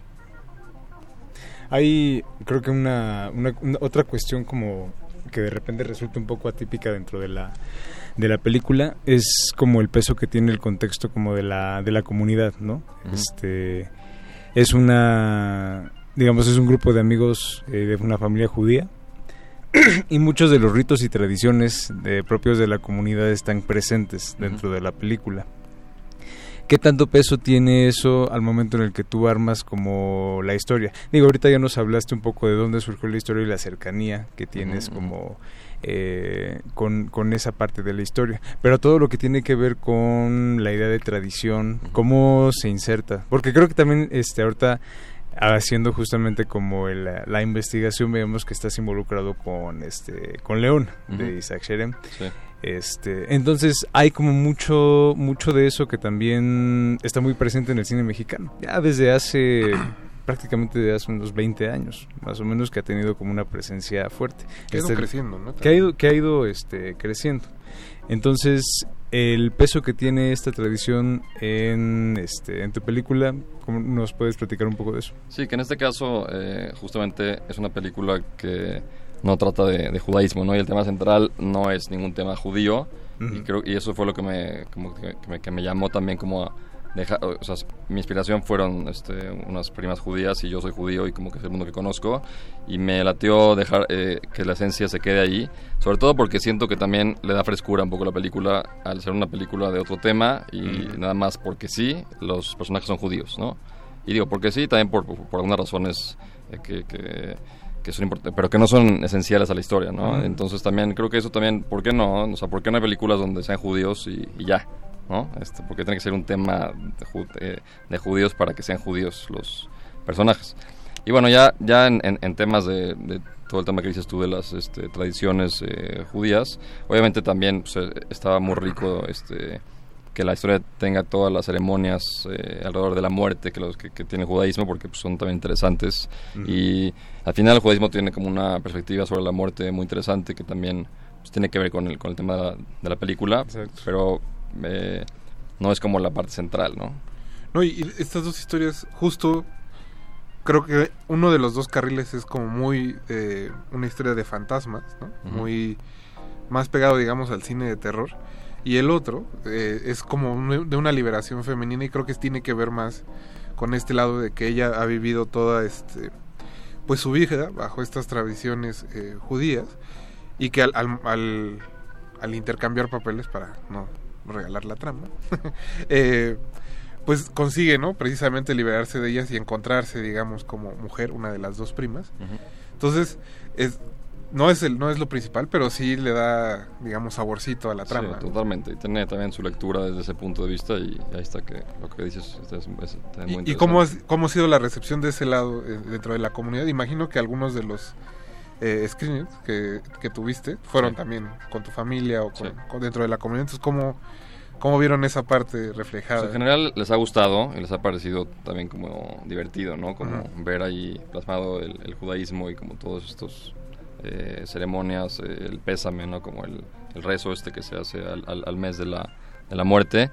Hay, creo que una, una, una- otra cuestión como que de repente resulta un poco atípica dentro de la de la película es como el peso que tiene el contexto como de la de la comunidad, ¿no? Ujú. Este es una, digamos, es un grupo de amigos eh, de una familia judía y muchos de los ritos y tradiciones de, propios de la comunidad están presentes dentro uh-huh. de la película. ¿Qué tanto peso tiene eso al momento en el que tú armas como la historia? Digo, ahorita ya nos hablaste un poco de dónde surgió la historia y la cercanía que tienes uh-huh. como eh, con, con esa parte de la historia, pero todo lo que tiene que ver con la idea de tradición, uh-huh. cómo se inserta, porque creo que también este ahorita haciendo justamente como el, la investigación vemos que estás involucrado con este con León uh-huh. de Isaac Sherem. Sí. Este, entonces hay como mucho mucho de eso que también está muy presente en el cine mexicano. Ya desde hace prácticamente desde hace unos veinte años, más o menos, que ha tenido como una presencia fuerte. Que ha ido este, creciendo, ¿no? Que ha ido que ha ido este creciendo. Entonces, el peso que tiene esta tradición en este en tu película, ¿cómo nos puedes platicar un poco de eso? Sí, que en este caso eh, justamente es una película que no trata de, de judaísmo, ¿no? Y el tema central no es ningún tema judío, uh-huh. y creo y eso fue lo que me como que, que me, que me llamó también como a dejar, o sea, mi inspiración fueron este, unas primas judías y yo soy judío y como que es el mundo que conozco, y me latió dejar eh, que la esencia se quede ahí, sobre todo porque siento que también le da frescura un poco a la película al ser una película de otro tema y uh-huh. nada más porque sí, los personajes son judíos, ¿no? Y digo porque sí, también por, por, por algunas razones eh, que, que que son importantes, pero que no son esenciales a la historia, ¿no? Uh-huh. Entonces también creo que eso también, ¿por qué no? O sea, ¿por qué no hay películas donde sean judíos y, y ya, ¿no? Este, porque tiene que ser un tema de, ju- de, de judíos para que sean judíos los personajes. Y bueno, ya ya en, en, en temas de, de todo el tema que dices tú de las este, tradiciones eh, judías, obviamente también pues, estaba muy rico este que la historia tenga todas las ceremonias eh, alrededor de la muerte que los que, que tiene el judaísmo, porque pues, son también interesantes. Uh-huh. Y al final el judaísmo tiene como una perspectiva sobre la muerte muy interesante que también pues, tiene que ver con el con el tema de la, de la película. Exacto. Pero eh, no es como la parte central, ¿no? No, y, y estas dos historias, justo creo que uno de los dos carriles es como muy eh, una historia de fantasmas, ¿no? Uh-huh. Muy más pegado, digamos, al cine de terror. Y el otro eh, es como un, de una liberación femenina, y creo que tiene que ver más con este lado de que ella ha vivido toda este pues su vida bajo estas tradiciones eh, judías, y que al, al, al, al intercambiar papeles, para no regalar la trama, eh, pues consigue, ¿no? Precisamente liberarse de ellas y encontrarse, digamos, como mujer, una de las dos primas. Uh-huh. Entonces, es... No es el no es lo principal, pero sí le da, digamos, saborcito a la trama. Sí, totalmente. Y tiene también su lectura desde ese punto de vista, y ahí está que lo que dices es, es, es muy interesante. ¿Y cómo, has, cómo ha sido la recepción de ese lado eh, dentro de la comunidad? Imagino que algunos de los eh, screenings que, que tuviste fueron sí. también con tu familia o con, sí. con dentro de la comunidad. Entonces, ¿cómo, cómo vieron esa parte reflejada? Pues en general les ha gustado y les ha parecido también como divertido, ¿no? Como uh-huh. ver ahí plasmado el, el judaísmo y como todos estos... Eh, ceremonias, eh, el pésame, ¿no? Como el, el rezo este que se hace al, al, al mes de la, de la muerte.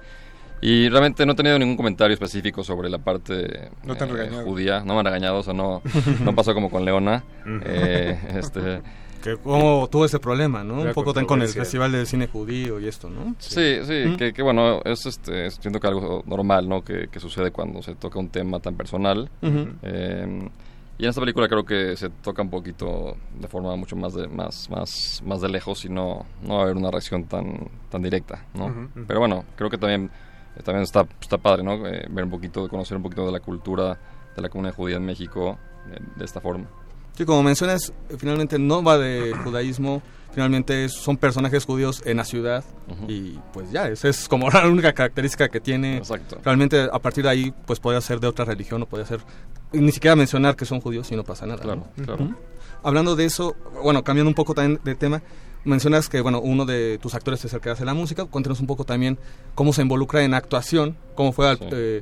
Y realmente no he tenido ningún comentario específico sobre la parte no te han eh, judía. No me han regañado, o sea, no, no pasó como con Leona. eh, este que como tuvo ese problema, ¿no? Un poco también con el Festival de Cine Judío y esto, ¿no? Sí, sí, sí ¿Mm? que, que bueno, es este, siento que algo normal, ¿no? Que, que sucede cuando se toca un tema tan personal. Uh-huh. eh, Y en esta película creo que se toca un poquito de forma mucho más de más más más de lejos, y no no va a haber una reacción tan tan directa, ¿no? Uh-huh, uh-huh. Pero bueno, creo que también también está está padre, ¿no? Eh, ver un poquito, conocer un poquito de la cultura de la comunidad judía en México de, de esta forma. Sí, como mencionas, finalmente no va de judaísmo, finalmente son personajes judíos en la ciudad, uh-huh. y pues ya, esa es como la única característica que tiene. Exacto. Realmente a partir de ahí pues podría ser de otra religión, o podría ser ni siquiera mencionar que son judíos y no pasa nada. Claro, ¿no? claro. Uh-huh. Hablando de eso, bueno, cambiando un poco también de tema, mencionas que bueno, uno de tus actores es el que hace la música. Cuéntanos un poco también cómo se involucra en actuación, cómo fue sí. eh,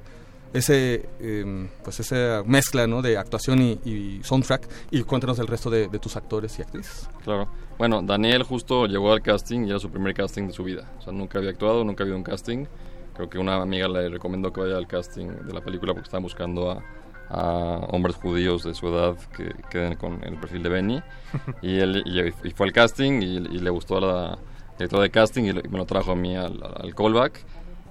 ese eh, pues esa mezcla, ¿no? de actuación y, y soundtrack, y cuéntanos el resto de, de tus actores y actrices. Claro. Bueno, Daniel justo llegó al casting y era su primer casting de su vida. O sea, nunca había actuado, nunca había un casting. Creo que una amiga le recomendó que vaya al casting de la película porque estaban buscando a, a hombres judíos de su edad que queden con el perfil de Benny. Y él y, y fue al casting y, y le gustó a la directora de casting y, le, y me lo trajo a mí al, al callback.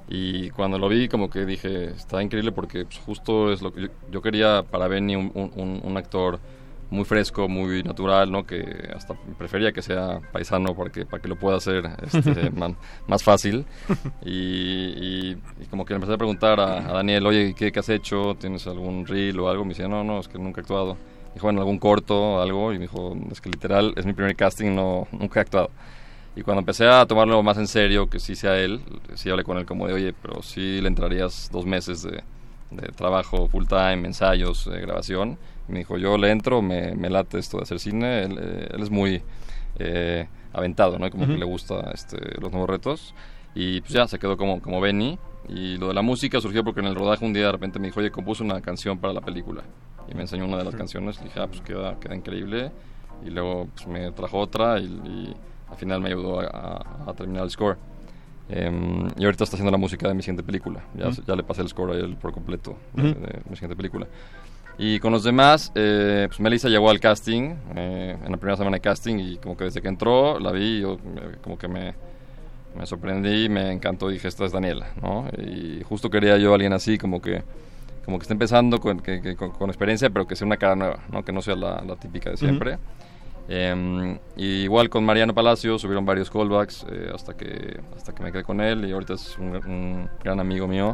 Y cuando lo vi, como que dije, está increíble porque pues, justo es lo que yo, yo quería para Benny, un, un, un actor muy fresco, muy natural, ¿no? Que hasta prefería que sea paisano para que, para que lo pueda hacer este, man, más fácil. Y, y, y como que le empecé a preguntar a, a Daniel, oye, ¿qué, ¿qué has hecho? ¿Tienes algún reel o algo? Me decía, no, no, es que nunca he actuado. Dijo, bueno, algún corto o algo. Y me dijo, es que literal, es mi primer casting, no, nunca he actuado. Y cuando empecé a tomarlo más en serio, que sí sea él, sí hablé con él como de, oye, pero sí le entrarías dos meses de, de trabajo full time, ensayos, eh, grabación. Y me dijo, yo le entro, me, me late esto de hacer cine. Él, eh, él es muy eh, aventado, ¿no? Y como uh-huh. que le gusta este, los nuevos retos. Y pues ya, se quedó como, como Benny. Y lo de la música surgió porque en el rodaje un día de repente me dijo, oye, compuso una canción para la película. Y me enseñó una de las canciones. Y dije, ah, pues queda, queda increíble. Y luego pues, me trajo otra y, y al final me ayudó a, a, a terminar el score. Um, y ahorita está haciendo la música de mi siguiente película. Ya, uh-huh. ya le pasé el score a él por completo de, uh-huh. de, de mi siguiente película. Y con los demás, eh, pues Melissa llegó al casting, eh, en la primera semana de casting, y como que desde que entró, la vi, yo eh, como que me, me sorprendí, me encantó, dije, esta es Daniela, ¿no? Y justo quería yo a alguien así, como que como que esté empezando con, que, que, con, con experiencia, pero que sea una cara nueva, ¿no? Que no sea la, la típica de siempre. Uh-huh. Eh, y igual con Mariano Palacio subieron varios callbacks eh, hasta que hasta que me quedé con él, y ahorita es un, un gran amigo mío.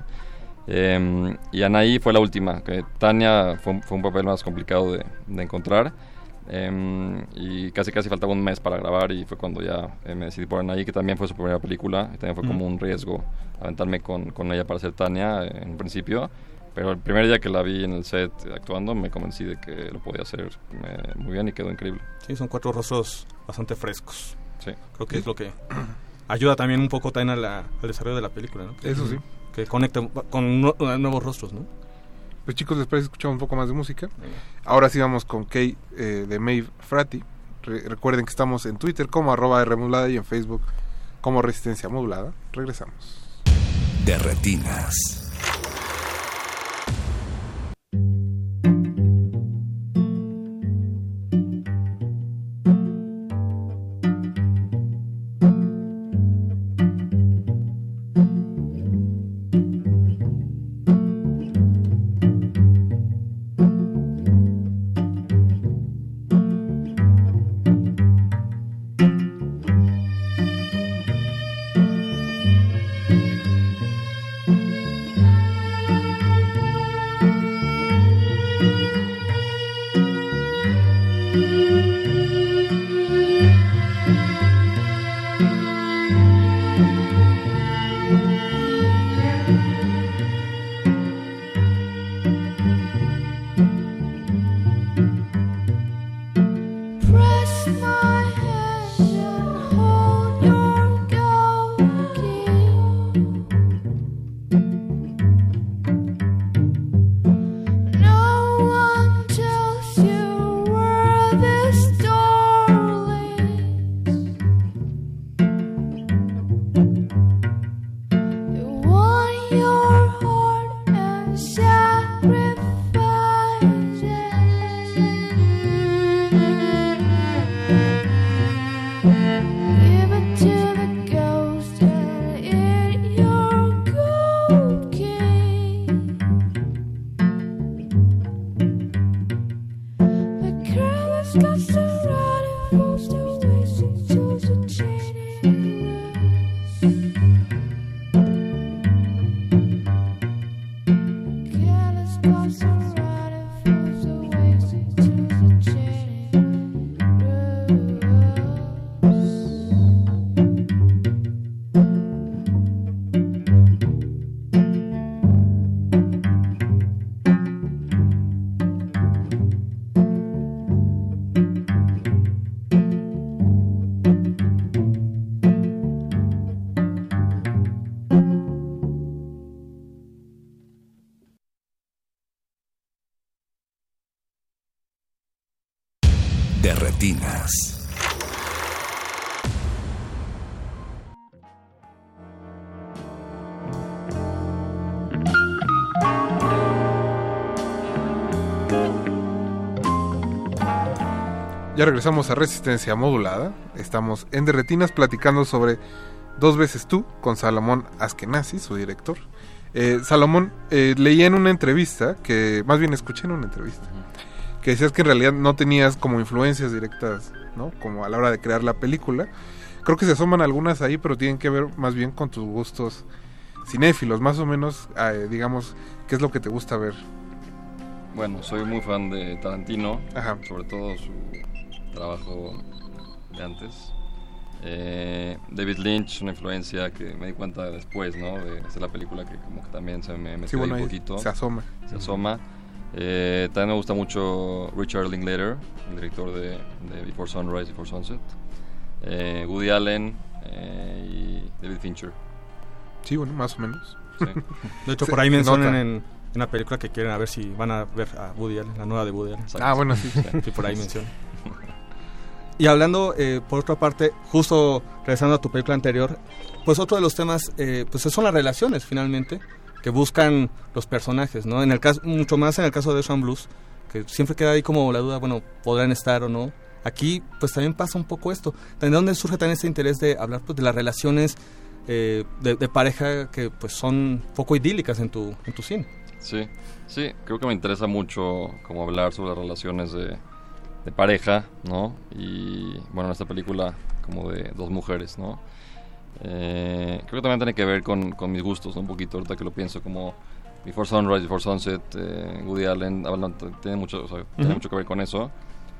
Eh, y Anaí fue la última, que Tania fue, fue un papel más complicado de, de encontrar, eh, y casi casi faltaba un mes para grabar, y fue cuando ya eh, me decidí por Anaí, que también fue su primera película, y también fue mm. como un riesgo aventarme con, con ella para ser Tania eh, en un principio, pero el primer día que la vi en el set actuando me convencí de que lo podía hacer eh, muy bien, y quedó increíble. Sí, son cuatro rostros bastante frescos. Sí. Creo que sí. Es lo que ayuda también un poco también a la, al desarrollo de la película, ¿no? Que Eso sí. Que conecte con no, nuevos rostros, ¿no? Pues chicos, después escuchamos un poco más de música. Ahora sí vamos con Kay eh, de Maeve Frati. Re- recuerden que estamos en Twitter como arroba R modulada y en Facebook como Resistencia Modulada. Regresamos. De retinas. De retinas. Ya regresamos a Resistencia Modulada. Estamos en De Retinas platicando sobre Dos veces tú con Salomón Askenazi, su director. Eh, Salomón, eh, leí en una entrevista, que más bien escuché en una entrevista, que decías que en realidad no tenías como influencias directas, ¿no? Como a la hora de crear la película. Creo que se asoman algunas ahí, pero tienen que ver más bien con tus gustos cinéfilos, más o menos, eh, digamos, ¿qué es lo que te gusta ver? Bueno, soy muy fan de Tarantino, Ajá. sobre todo su trabajo de antes. Eh, David Lynch, una influencia que me di cuenta después, ¿no? De hacer la película, que como que también se me metió sí, bueno, ahí un poquito. Se asoma. Se asoma. Eh, también me gusta mucho Richard Linklater, el director de, de Before Sunrise, Before Sunset. Eh, Woody Allen eh, y David Fincher. Sí, bueno, más o menos. Sí. De hecho, por ahí mencionan en, en una película que quieren a ver si van a ver a Woody Allen, la nueva de Woody Allen. Ah, bueno, sí. Sí, por ahí mencionan. Y hablando, eh, por otra parte, justo regresando a tu película anterior, pues otro de los temas, eh, pues son las relaciones, finalmente, que buscan los personajes, ¿no? En el caso, mucho más en el caso de Ocean Blues, que siempre queda ahí como la duda, bueno, podrán estar o no. Aquí, pues también pasa un poco esto. ¿De dónde surge también este interés de hablar pues, de las relaciones eh, de, de pareja que pues son poco idílicas en tu, en tu cine? Sí, sí, creo que me interesa mucho como hablar sobre las relaciones de, de pareja, ¿no? Y bueno, en esta película como de dos mujeres, ¿no? Eh, creo que también tiene que ver con, con mis gustos, ¿no? Un poquito, ahorita que lo pienso, como Before Sunrise, Before Sunset, eh, Woody Allen, hablan, tiene, mucho, o sea, uh-huh. tiene mucho que ver con eso.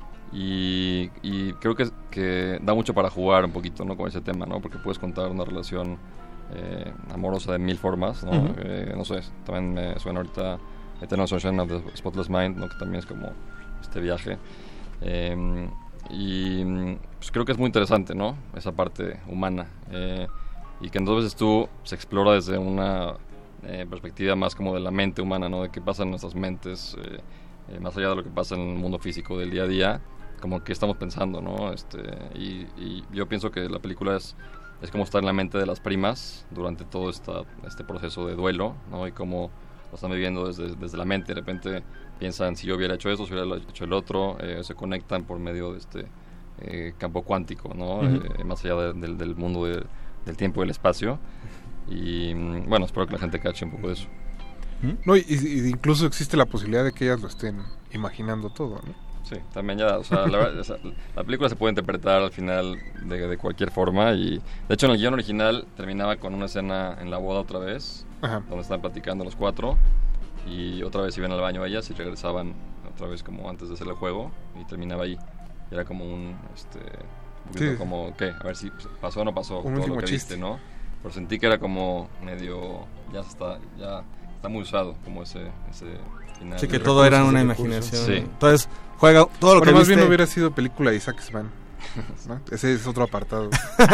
Y, y creo que, que da mucho para jugar un poquito, ¿no? Con ese tema, ¿no? Porque puedes contar una relación eh, amorosa de mil formas, ¿no? Uh-huh. Eh, no sé, también me suena ahorita Eternal Sunshine of the Spotless Mind, ¿no? Que también es como este viaje. Eh, y pues creo que es muy interesante, ¿no? Esa parte humana. Eh, y que entonces tú se explora desde una eh, perspectiva más como de la mente humana, ¿no? De qué pasa en nuestras mentes, eh, eh, más allá de lo que pasa en el mundo físico del día a día, como que estamos pensando, ¿no? Este, y, y yo pienso que la película es, es como estar en la mente de las primas durante todo esta, este proceso de duelo, ¿no? Y cómo lo están viviendo desde, desde la mente. De repente piensan, si yo hubiera hecho eso, si hubiera hecho el otro, eh, se conectan por medio de este eh, campo cuántico, ¿no? Uh-huh. Eh, más allá de, de, del mundo de, del tiempo y el espacio. Y bueno, espero que la gente cache un poco de eso. No, y, y incluso existe la posibilidad de que ellas lo estén imaginando todo, ¿no? Sí, también ya, o sea, la, o sea, la película se puede interpretar al final de, de cualquier forma. Y de hecho en el guión original terminaba con una escena en la boda otra vez, Ajá. donde están platicando los cuatro y otra vez iban al baño ellas y regresaban otra vez como antes de hacer el juego y terminaba ahí. Y era como un, este, un poquito sí. como, ¿qué? A ver si pasó o no pasó un todo último lo que chiste, viste, ¿no? Pero sentí que era como medio, ya se está, ya está muy usado como ese, ese final. Sí, que todo era una imaginación. Sí. Entonces, juega todo lo bueno, que más viste... bien hubiera sido película de Isaac Svan, ¿no? Ese es otro apartado.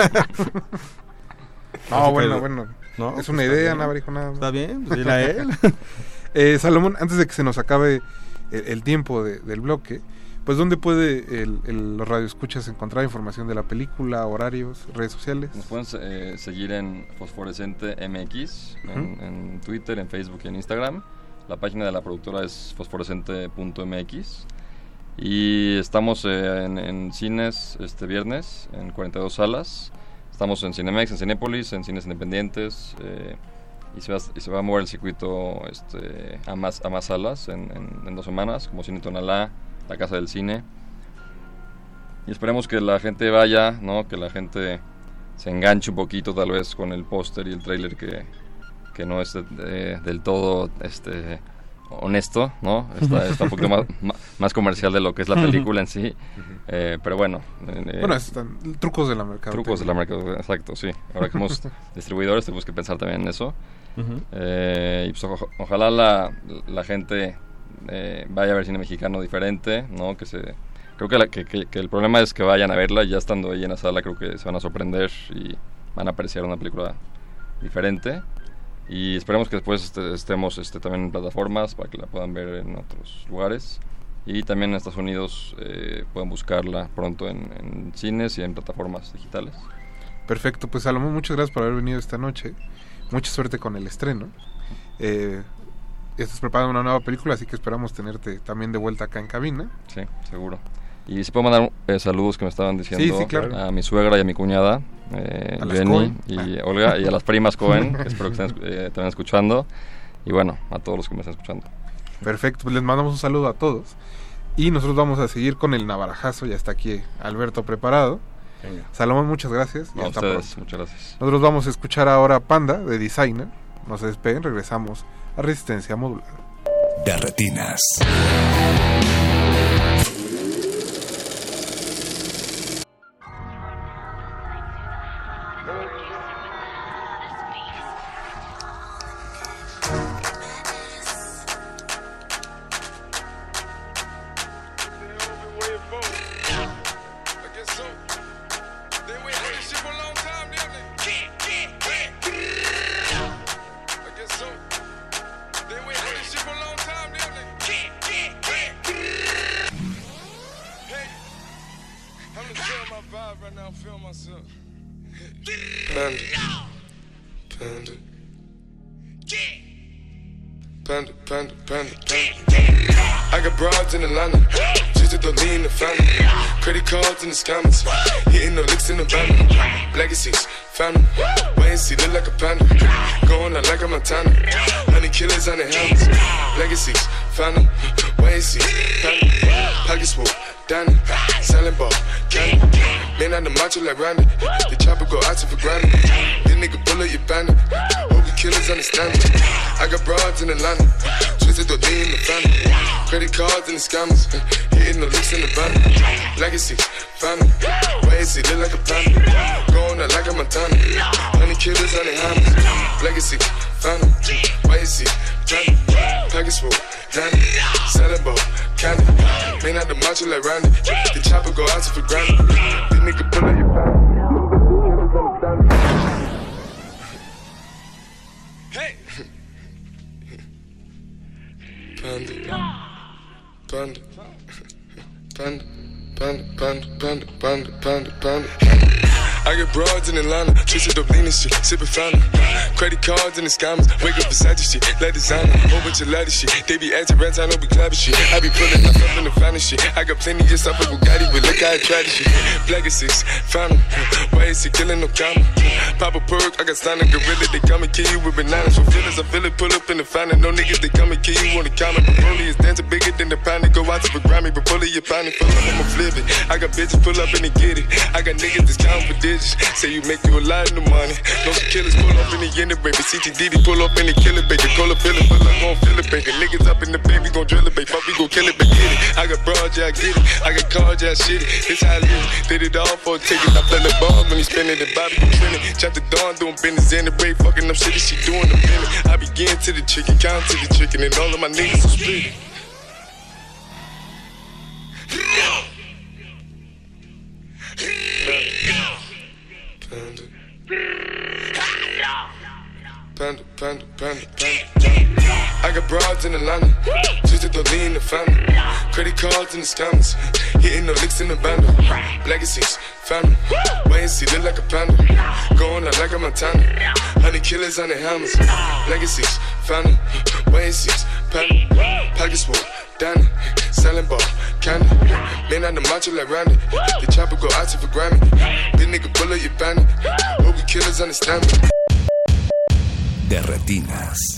No, bueno, bueno. No, es una pues idea, nada, dijo nada. Está bien, pues dile a él. eh, Salomón, antes de que se nos acabe el, el tiempo de, del bloque, pues ¿dónde puede el, el, los radioescuchas encontrar información de la película, horarios, redes sociales? Nos pueden eh, seguir en Fosforescente M X, en, uh-huh. en Twitter, en Facebook y en Instagram. La página de la productora es fosforescente punto m x. Y estamos eh, en, en cines este viernes, en cuarenta y dos salas. Estamos en Cinemex, en Cinépolis, en cines independientes. Eh, y, se va, y se va a mover el circuito este, a, más, a más salas en, en, en dos semanas, como Cine Tonalá, La Casa del Cine. Y esperemos que la gente vaya, ¿no? Que la gente se enganche un poquito tal vez con el póster y el tráiler que, que no es eh, del todo este honesto, ¿no? Está, está un poquito más, más comercial de lo que es la película en sí. Eh, pero bueno. Eh, bueno, están trucos de la mercadotecnia. Trucos de la mercadotecnia, exacto, sí. Ahora que somos distribuidores tenemos que pensar también en eso. Uh-huh. eh, y pues o, ojalá la, la gente eh, vaya a ver cine mexicano diferente, ¿no? Que se... Creo que, la, que, que, que el problema es que vayan a verla y ya estando ahí en la sala creo que se van a sorprender y van a apreciar una película diferente. Y esperemos que después este, estemos este, también en plataformas para que la puedan ver en otros lugares. Y también en Estados Unidos eh, pueden buscarla pronto en, en cines y en plataformas digitales. Perfecto, pues Salomón, muchas gracias por haber venido esta noche. Mucha suerte con el estreno. Eh, estás preparando una nueva película, así que esperamos tenerte también de vuelta acá en cabina. Sí, seguro. Y si puedo mandar eh, saludos que me estaban diciendo sí, sí, claro. a mi suegra y a mi cuñada, eh, Jenny y ah. Olga, y a las primas Cohen, que espero que estén eh, también escuchando, y bueno, a todos los que me están escuchando. Perfecto, pues les mandamos un saludo a todos. Y nosotros vamos a seguir con el navarajazo. Ya está aquí Alberto preparado. Venga. Salomón, muchas gracias. Y A hasta ustedes, pronto. muchas gracias. Nosotros vamos a escuchar ahora Panda de Designer. No se despeguen, regresamos a Resistencia Modulada. De Retinas. Panda, panda, panda, panda. I got broads in Atlanta, just to lean the family. Credit cards in the scammers, hitting the licks in the van. Legacies, family, wait and see, look like a panda. Going out like a Montana, honey killers on the helmets. Legacies, family, wait and see, family. Pockets full, Danny, selling ball, candy. Man on the macho like Randy, the chopper go out to for granted. This nigga bullet your bandit, hope the killers understand me. I got broads in Atlanta, twisted the D in the family. Credit cards and the scammers, hitting the licks in the van. Legacy, family, wait and see, look like a panda. Going out like a Montana, honey killers on the hammers. Legacy, family, wait and see, family. Package full, Danny, selling ball, candy. Man out the macho like Randy, the chopper go out to for granted. This nigga pull up your pants. Hey! Panda, panda, panda, panda, panda, panda, panda, panda, panda. I get broads in Atlanta, twisted up lean and shit, sippin' fountain. Credit cards and the scammers, wake up beside your shit, let designer, whole bunch of ladder shit. They be acting rats, I know we clapping shit. I be pulling myself in the finest shit. I got plenty just up with Bugatti, but look how I try this shit. Black is six, fountain, why is he killing no comma? Pop a perk, I got stunning gorilla, they come and kill you with bananas. For feelings, I feel it, pull up in the fountain. No niggas, they come and kill you on the counter. Broly is dancing bigger than the pound. Go out to the Grammy, but pull it, your pound, pull up, I'ma flip it. I got bitches pull up and they get it. I got niggas that's counting for digits. Say you make you a lot of money. No some killers pull up in the end, baby. C T D D pull up in the killer, baby. Call up, feel it, pull up, gon' feel it, baby. Niggas up in the baby, gon' drill it, baby. Fuck, we gon' kill it, baby. Get it. I got broad, yeah, I get it. I got cards, yeah, I shit it. This how I live. Did it all for a ticket. I play the ball when he spinning the Bobby, you trending. Chop the dawn, doing business in the break, fucking up shit, she doing the minute. I begin to the chicken, count to the chicken, and all of my niggas are split. Panda, panda, panda, panda. I got broads in Atlanta, twisted the lean in the family. Credit cards and the scammers, hitting the licks in the bando. Legacies, family, wait and see, look like a panda. Going out like a Montana, honey killers on the helmets. Legacies, family, wait and see, panda. Pockets full, Danny, selling ball, candy. Man on the macho like Randy, the chopper go out to for Grammy. This nigga pull up your bandit, hope you killers understand me. De Retinas.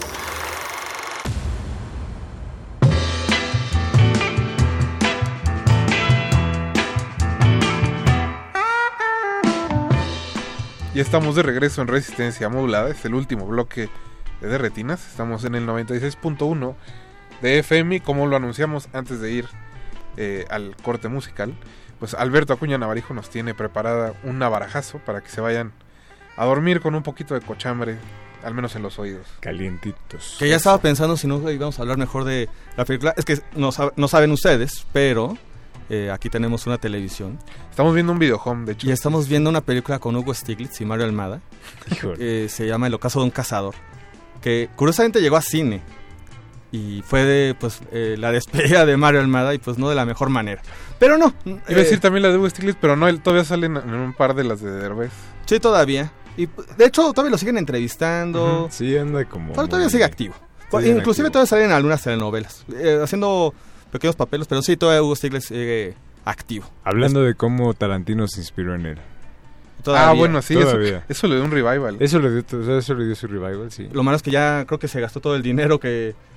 Ya estamos de regreso en Resistencia Modulada. Es el último bloque de De Retinas. Estamos en el noventa y seis punto uno de F M. Y como lo anunciamos antes de ir eh, al corte musical, pues Alberto Acuña Navarijo nos tiene preparada un navarajazo para que se vayan a dormir con un poquito de cochambre, al menos en los oídos. Calientitos. Que ya estaba pensando si no íbamos a hablar mejor de la película. Es que no, sab- no saben ustedes, pero eh, aquí tenemos una televisión. Estamos viendo un videohome, de hecho. Y estamos viendo una película con Hugo Stiglitz y Mario Almada. Eh, se llama El ocaso de un cazador. Que curiosamente llegó a cine. Y fue de, pues, eh, la despedida de Mario Almada y pues no de la mejor manera. Pero no. Iba a decir también la de Hugo Stiglitz, pero no, él todavía salen en un par de las de Derbez. Sí, todavía. Y de hecho todavía lo siguen entrevistando. Uh-huh. Sí, anda como... Pero todavía sigue activo. Sí, Inclusive activo. todavía salen en algunas telenovelas. Eh, haciendo pequeños papeles, pero sí, todavía Hugo Stiglitz sigue activo. Hablando de cómo Tarantino se inspiró en él. Todavía, ah, bueno, sí, eso, todavía. eso le dio un revival. Eso le dio, o sea, eso le dio su revival, sí. Lo malo es que ya creo que se gastó todo el dinero que,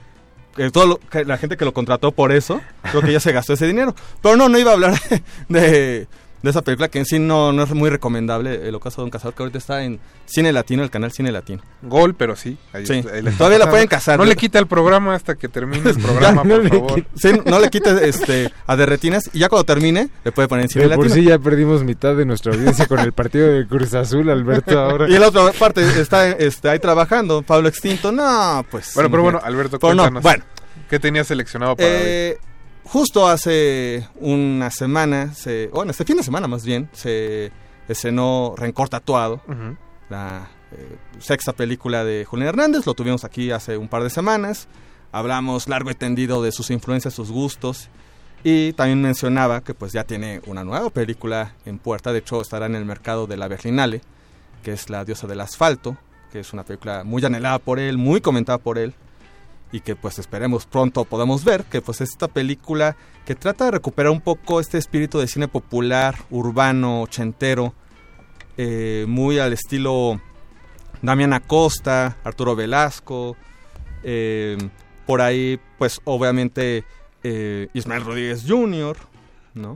que todo lo, que la gente que lo contrató por eso, creo que ya se gastó ese dinero. Pero no, no iba a hablar de, de esa película que en sí no, no es muy recomendable, El ocaso de un cazador, que ahorita está en Cine Latino, el canal Cine Latino. Gol, pero sí. Ahí, sí. Ahí le Todavía la pueden cazar. No le quita el programa hasta que termine el programa, no por favor. Quite, sí, no le quites este, a de retinas y ya cuando termine le puede poner en Cine de Latino. Por sí ya perdimos mitad de nuestra audiencia con el partido de Cruz Azul, Alberto, ahora. Y en la otra parte está, está ahí trabajando, Pablo Extinto, no, pues... Bueno, pero bueno, Alberto, pero cuéntanos. No, bueno. ¿Qué tenías seleccionado para eh, hoy? Justo hace una semana, se, bueno, este fin de semana más bien, se estrenó Rencor Tatuado, uh-huh. la eh, sexta película de Julián Hernández, lo tuvimos aquí hace un par de semanas, hablamos largo y tendido de sus influencias, sus gustos, y también mencionaba que pues ya tiene una nueva película en puerta, de hecho estará en el mercado de la Berlinale, que es La diosa del asfalto, que es una película muy anhelada por él, muy comentada por él, y que pues esperemos pronto podamos ver, que pues esta película que trata de recuperar un poco este espíritu de cine popular, urbano, ochentero, eh, muy al estilo Damián Acosta, Arturo Velasco, eh, por ahí pues obviamente eh, Ismael Rodríguez junior, ¿no?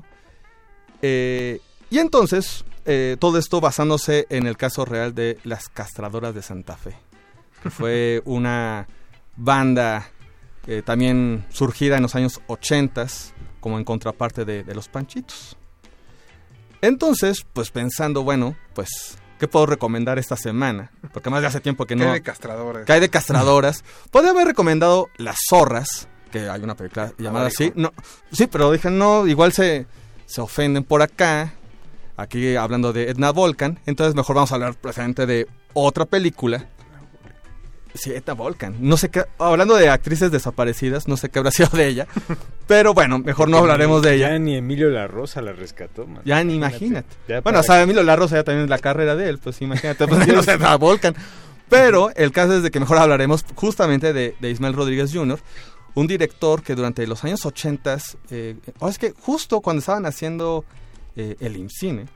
Eh, y entonces eh, todo esto basándose en el caso real de Las Castradoras de Santa Fe, que fue una banda eh, también surgida en los años ochentas como en contraparte de, de los Panchitos. Entonces, pues pensando, bueno, pues ¿qué puedo recomendar esta semana? Porque más de hace tiempo que no... ¿Qué hay de castradoras? ¿Qué hay de castradoras? Podría haber recomendado Las Zorras, que hay una película llamada así. No, sí, pero dije, no, igual se, se ofenden por acá. Aquí hablando de Edna Volcan. Entonces mejor vamos a hablar precisamente de otra película. Sí, Edna Volcan. No sé qué, hablando de actrices desaparecidas, no sé qué habrá sido de ella. Pero bueno, mejor no hablaremos de ella. Ya ni Emilio La Rosa la rescató, man. Ya ni imagínate. Ya bueno, o sea, Emilio La Rosa ya también la carrera de él, pues imagínate, pues no sé, Edna Volcan. Pero el caso es de que mejor hablaremos justamente de, de Ismael Rodríguez junior, un director que durante los años ochentas, eh, o es que justo cuando estaban haciendo eh, el IMCINE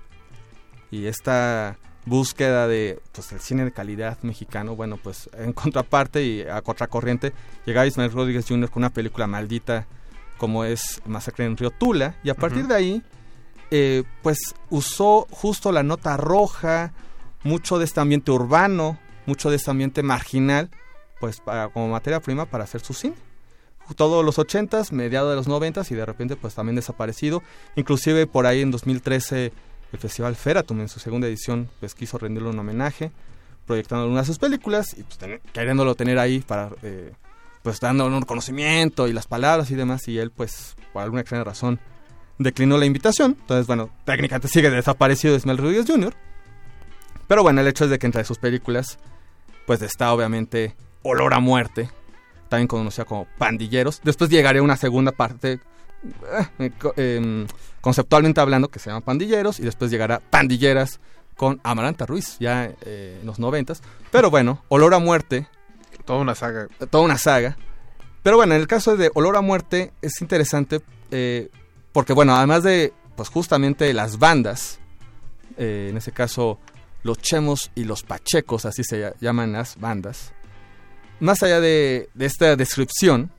y esta búsqueda de pues el cine de calidad mexicano, bueno, pues en contraparte y a contracorriente llegaba Ismael Rodríguez junior con una película maldita como es Masacre en Río Tula, y a partir uh-huh. de ahí eh, pues usó justo la nota roja, mucho de este ambiente urbano, mucho de este ambiente marginal, pues para, como materia prima para hacer su cine. Todos los ochentas, mediados de los noventas, y de repente pues también desaparecido. Inclusive por ahí en dos mil trece el Festival Feratum en su segunda edición pues quiso rendirle un homenaje, proyectando algunas de sus películas y pues ten- queriéndolo tener ahí para eh, pues dándole un reconocimiento y las palabras y demás, y él pues por alguna extraña razón declinó la invitación. Entonces bueno, técnicamente sigue desaparecido Ismael Rodríguez junior, pero bueno, el hecho es de que entre sus películas pues está obviamente Olor a Muerte, también conocida como Pandilleros. Después llegaré a una segunda parte eh, eh, conceptualmente hablando, que se llama Pandilleros, y después llegará Pandilleras con Amaranta Ruiz, ya eh, en los noventas. Pero bueno, Olor a Muerte, toda una saga. Toda una saga. Pero bueno, en el caso de Olor a Muerte es interesante eh, porque bueno, además de pues justamente las bandas, eh, en ese caso los Chemos y los Pachecos, así se llaman las bandas, más allá de, de esta descripción,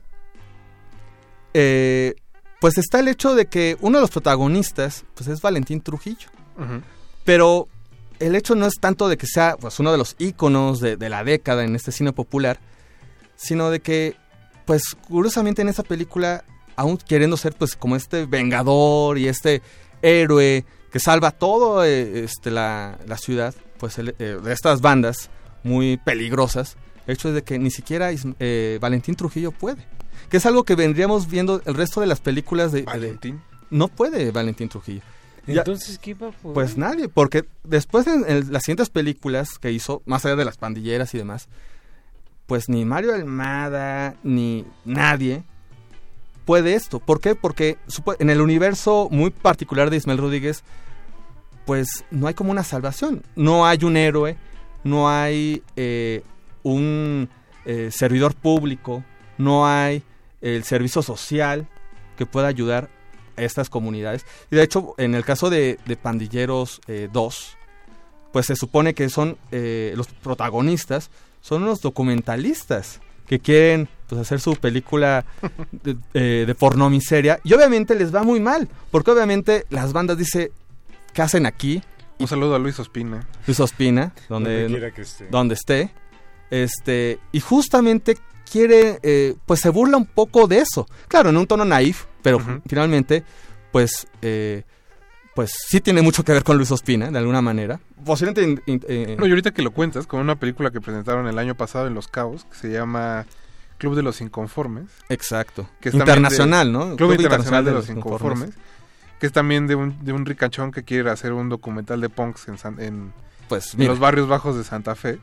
eh, pues está el hecho de que uno de los protagonistas pues es Valentín Trujillo. Uh-huh. Pero el hecho no es tanto de que sea pues uno de los íconos de, de la década en este cine popular, sino de que pues curiosamente en esa película, aún queriendo ser pues como este vengador y este héroe que salva todo eh, este, la, la ciudad, pues el, eh, de estas bandas muy peligrosas, el hecho es de que ni siquiera eh, Valentín Trujillo puede. Que es algo que vendríamos viendo el resto de las películas de... ¿Valentín? De, no puede Valentín Trujillo. Entonces, ¿qué va a poder? Pues nadie, porque después en, en las siguientes películas que hizo, más allá de las pandilleras y demás, pues ni Mario Almada, ni nadie puede esto. ¿Por qué? Porque en el universo muy particular de Ismael Rodríguez, pues no hay como una salvación. No hay un héroe, no hay eh, un eh, servidor público, no hay el servicio social que pueda ayudar a estas comunidades. Y de hecho, en el caso de, de Pandilleros eh, dos, pues se supone que son eh, los protagonistas, son los documentalistas que quieren pues hacer su película de, eh, de pornomiseria y obviamente les va muy mal, porque obviamente las bandas dicen, ¿qué hacen aquí? Un saludo a Luis Ospina. Luis Ospina, donde, Donde quiera que esté. donde esté. Este, y justamente quiere, eh, pues se burla un poco de eso. Claro, en un tono naif, pero uh-huh. finalmente, pues, eh, pues sí tiene mucho que ver con Luis Ospina, de alguna manera. Posiblemente... Eh, no, y ahorita que lo cuentas, con una película que presentaron el año pasado en Los Cabos, que se llama Club de los Inconformes. Exacto. Que es internacional, de, ¿no? Club, Club Internacional de, de los Inconformes. Inconformes. Que es también de un, de un ricachón que quiere hacer un documental de punks en, San, en, pues, en los barrios bajos de Santa Fe.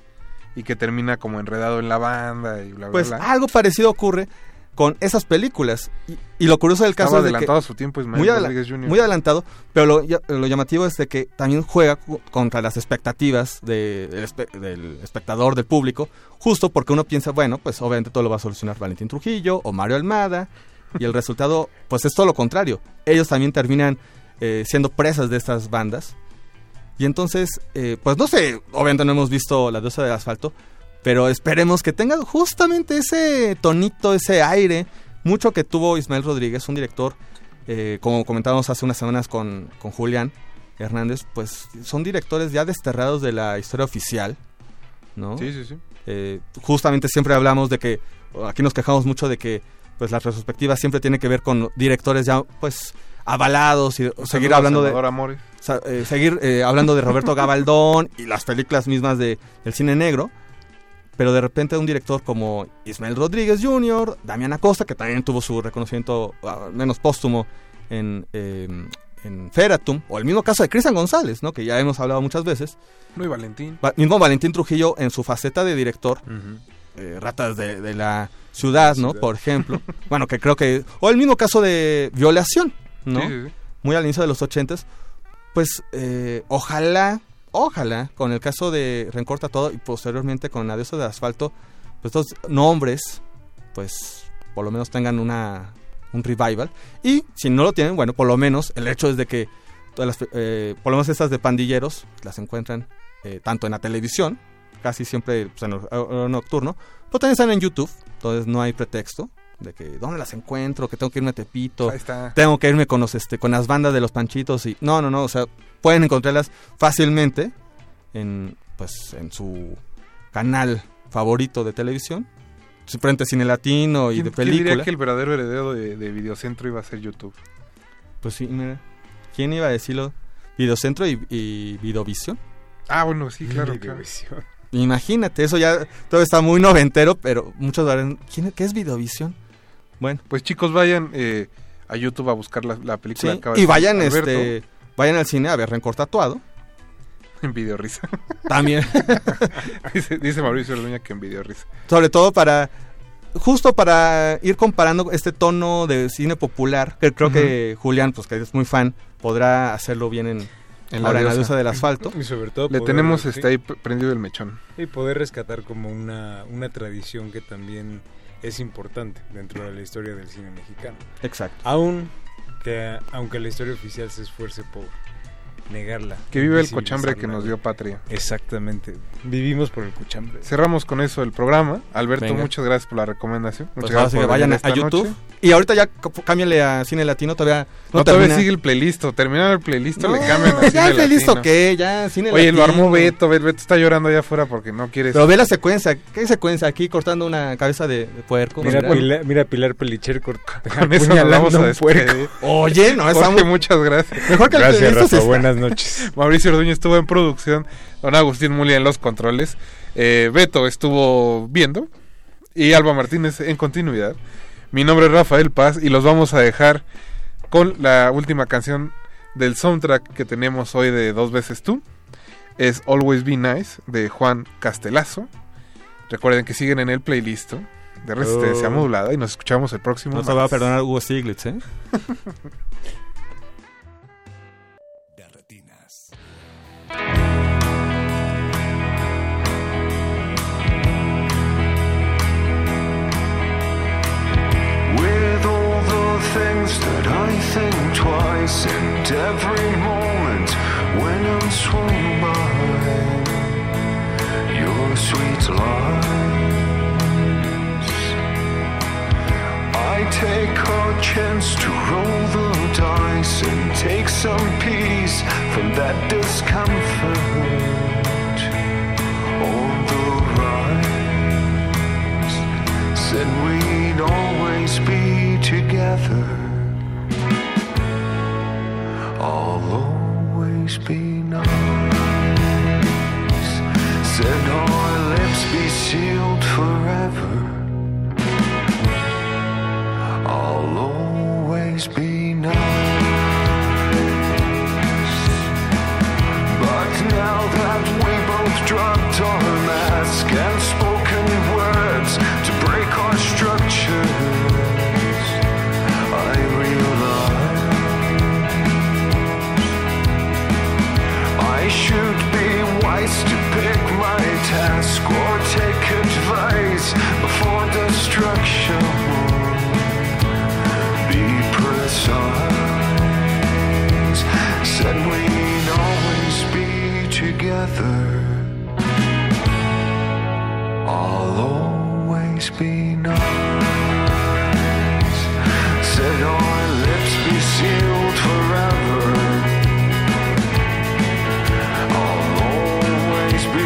Y que termina como enredado en la banda y bla, bla, pues bla. Pues algo parecido ocurre con esas películas. Y, y lo curioso del caso Estaba es de adelantado que... a su tiempo Ismael muy, Rodríguez junior muy adelantado, pero lo, lo llamativo es de que también juega contra las expectativas de, del, espe, del espectador, del público, justo porque uno piensa, bueno, pues obviamente todo lo va a solucionar Valentín Trujillo o Mario Almada, y el resultado, pues es todo lo contrario. Ellos también terminan eh, siendo presas de estas bandas. Y entonces, eh, pues no sé, obviamente no hemos visto La Diosa del Asfalto, pero esperemos que tenga justamente ese tonito, ese aire, mucho que tuvo Ismael Rodríguez, un director, eh, como comentábamos hace unas semanas con, con Julián Hernández, pues son directores ya desterrados de la historia oficial, ¿no? Sí, sí, sí. Eh, justamente siempre hablamos de que, aquí nos quejamos mucho de que pues las retrospectivas siempre tienen que ver con directores ya, pues, avalados y o seguir hablando de... Amores. Eh, seguir eh, hablando de Roberto Gabaldón y las películas mismas de, del cine negro. Pero de repente un director como Ismael Rodríguez junior, Damián Acosta, que también tuvo su reconocimiento al menos póstumo en, eh, en Feratum, o el mismo caso de Cristian González, ¿no? Que ya hemos hablado muchas veces. No, y Valentín. Va, mismo Valentín Trujillo en su faceta de director, uh-huh. eh, Ratas de, de la Ciudad, ¿no? Ciudad. Por ejemplo. Bueno, que creo que... O el mismo caso de Violación, ¿no? Sí, sí, sí. Muy al inicio de los ochentas. Pues eh, ojalá... Ojalá, con el caso de Recorta Todo y posteriormente con La Diosa del Asfalto, pues estos nombres, pues por lo menos tengan una un revival. Y si no lo tienen, bueno, por lo menos el hecho es de que todas las, eh, por lo menos estas de pandilleros las encuentran eh, tanto en la televisión, casi siempre pues, en el horario nocturno, pero también están en YouTube, entonces no hay pretexto de que dónde las encuentro, que tengo que irme a Tepito, ahí está. Tengo que irme con los este con las bandas de los Panchitos y no, no, no, o sea, pueden encontrarlas fácilmente en pues en su canal favorito de televisión, frente a Cine Latino y de película. ¿Quién diría que el verdadero heredero de, de Videocentro iba a ser YouTube? Pues sí, mira, ¿quién iba a decirlo? Videocentro y, y Videovisión. Ah, bueno, sí, claro, Videovisión. Claro. Imagínate, eso ya todo está muy noventero, pero muchos dirán, ¿quién, ¿qué es Videovisión? Bueno, pues chicos, vayan eh, a YouTube a buscar la, la película. Sí, que acaba y de vayan Alberto. este vayan al cine a ver Rencor Tatuado. En Videorisa. También. dice, dice Mauricio Orduña que en Videorisa. Sobre todo para, justo para ir comparando este tono de cine popular, que creo uh-huh. que Julián, pues que es muy fan, podrá hacerlo bien en, en ahora la en La Diosa del Asfalto. Y sobre todo le poder, tenemos ¿sí? este ahí prendido el mechón. Y poder rescatar como una, una tradición que también es importante dentro de la historia del cine mexicano. Exacto. Aún que, aunque la historia oficial se esfuerce por negarla. Que vive el cochambre que nos dio patria. Exactamente. Vivimos por el cochambre. Cerramos con eso el programa. Alberto, Venga. Muchas gracias por la recomendación. Pues muchas gracias por que vayan a YouTube. Noche. Y ahorita ya cámbiale a Cine Latino, todavía no, no todavía sigue el playlist. Terminaron el playlist, no, le cambian a ya Cine el playlist Latino. ¿qué? Ya Cine Oye, Latino. lo armó Beto. Beto está llorando allá afuera porque no quiere. Pero ve la secuencia. ¿Qué secuencia? Aquí cortando una cabeza de, de puerco. Mira, mira, Pilar, mira Pilar Pelicher con eso nos vamos a despedir. Oye, no, Jorge, muchas gracias. Mejor que gracias, el Rafa. Buenas noches. Mauricio Orduña estuvo en producción, don Agustín Mulia en los controles, eh, Beto estuvo viendo y Alba Martínez en continuidad. Mi nombre es Rafael Paz y los vamos a dejar con la última canción del soundtrack que tenemos hoy de Dos Veces Tú. Es Always Be Nice de Juan Castelazo. Recuerden que siguen en el playlist de Resistencia oh. Modulada y nos escuchamos el próximo. No se va a perdonar Hugo Stiglitz, ¿eh? Things that I think twice and every moment when I'm swung by your sweet light. chance to roll the dice and take some peace from that discomfort. On the rise, said we'd always be together. I'll always be nice. Said our lips be sealed forever. I'll always be nice. But now that we both dropped our mask and spoken words to break our structures, I realize I should be wise to pick my task or take advice before destruction. Be precise. Said we'd always be together. I'll always be nice. Said our lips be sealed forever. I'll always be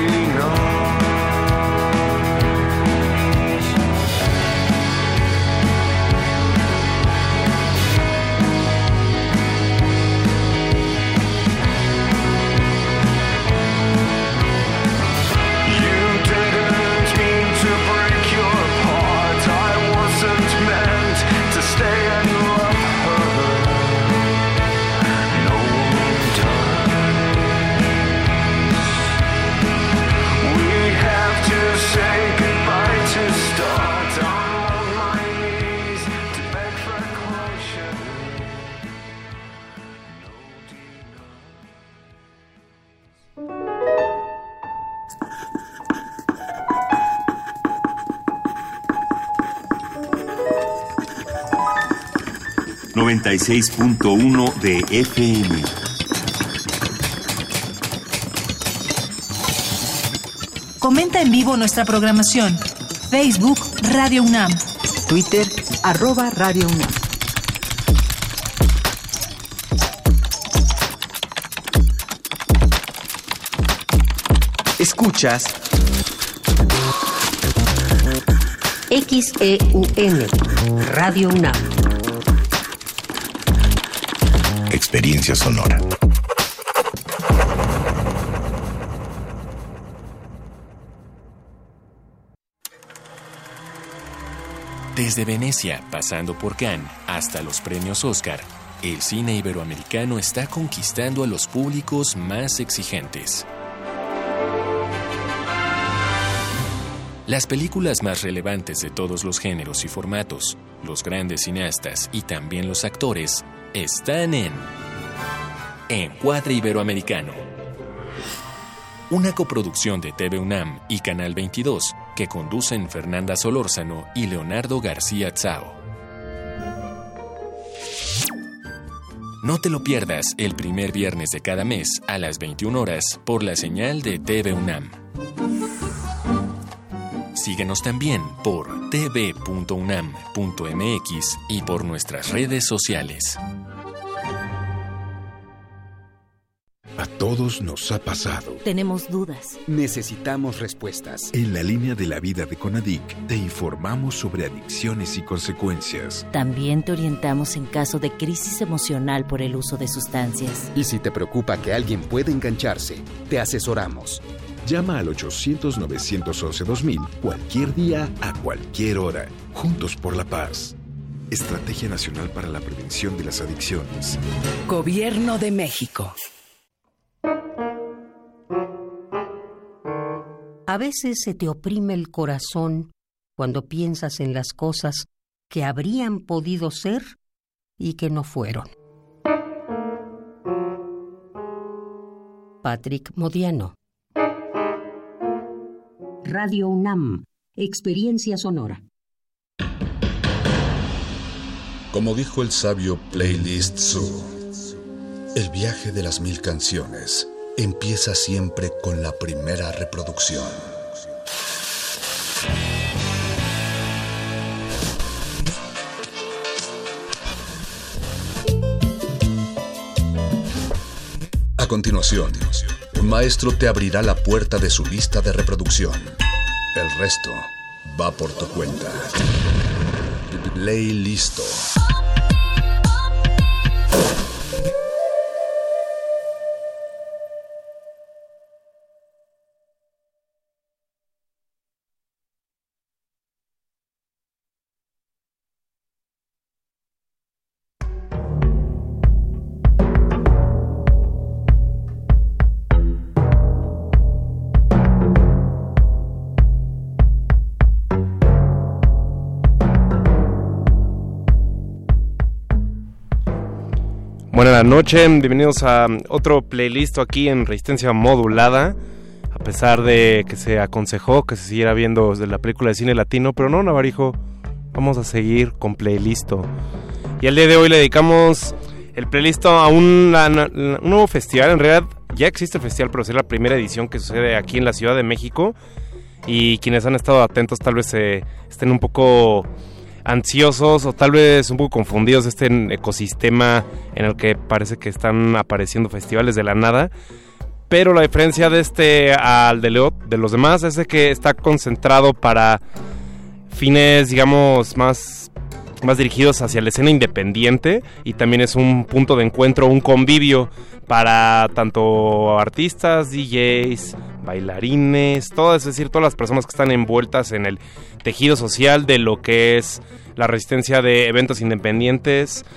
noventa y seis punto uno de F M. Comenta en vivo nuestra programación. Facebook Radio UNAM. Twitter arroba Radio UNAM. Escuchas X E U N Radio UNAM. Experiencia sonora. Desde Venecia, pasando por Cannes, hasta los premios Oscar, el cine iberoamericano está conquistando a los públicos más exigentes. Las películas más relevantes de todos los géneros y formatos, los grandes cineastas y también los actores, están en Encuadre Iberoamericano, una coproducción de T V UNAM y Canal veintidós que conducen Fernanda Solórzano y Leonardo García Tsao. No te lo pierdas el primer viernes de cada mes a las veintiuna horas por la señal de T V UNAM. Síguenos también por t v punto unam punto m x y por nuestras redes sociales. A todos nos ha pasado. Tenemos dudas. Necesitamos respuestas. En la línea de la vida de CONADIC te informamos sobre adicciones y consecuencias. También te orientamos en caso de crisis emocional por el uso de sustancias. Y si te preocupa que alguien pueda engancharse, te asesoramos. Llama al ochocientos, novecientos once, dos mil cualquier día, a cualquier hora. Juntos por la paz. Estrategia Nacional para la Prevención de las Adicciones. Gobierno de México. A veces se te oprime el corazón cuando piensas en las cosas que habrían podido ser y que no fueron. Patrick Modiano. Radio UNAM, Experiencia Sonora. Como dijo el sabio Playlist Zoo, el viaje de las mil canciones empieza siempre con la primera reproducción. A continuación, un maestro te abrirá la puerta de su lista de reproducción. El resto va por tu cuenta. Play listo. Buenas noches, bienvenidos a otro playlist aquí en Resistencia Modulada. A pesar de que se aconsejó que se siguiera viendo desde la película de cine latino, pero no, Navarijo, vamos a seguir con playlist. Y el día de hoy le dedicamos el playlist a un, a un nuevo festival. En realidad ya existe el festival, pero es la primera edición que sucede aquí en la Ciudad de México. Y quienes han estado atentos tal vez eh, estén un poco ansiosos o tal vez un poco confundidos de este ecosistema en el que parece que están apareciendo festivales de la nada, pero la diferencia de este al de, Leo, de los demás es de que está concentrado para fines, digamos, más, más dirigidos hacia la escena independiente, y también es un punto de encuentro, un convivio para tanto artistas, D Js, bailarines, todo, es decir, todas las personas que están envueltas en el tejido social de lo que es la resistencia de eventos independientes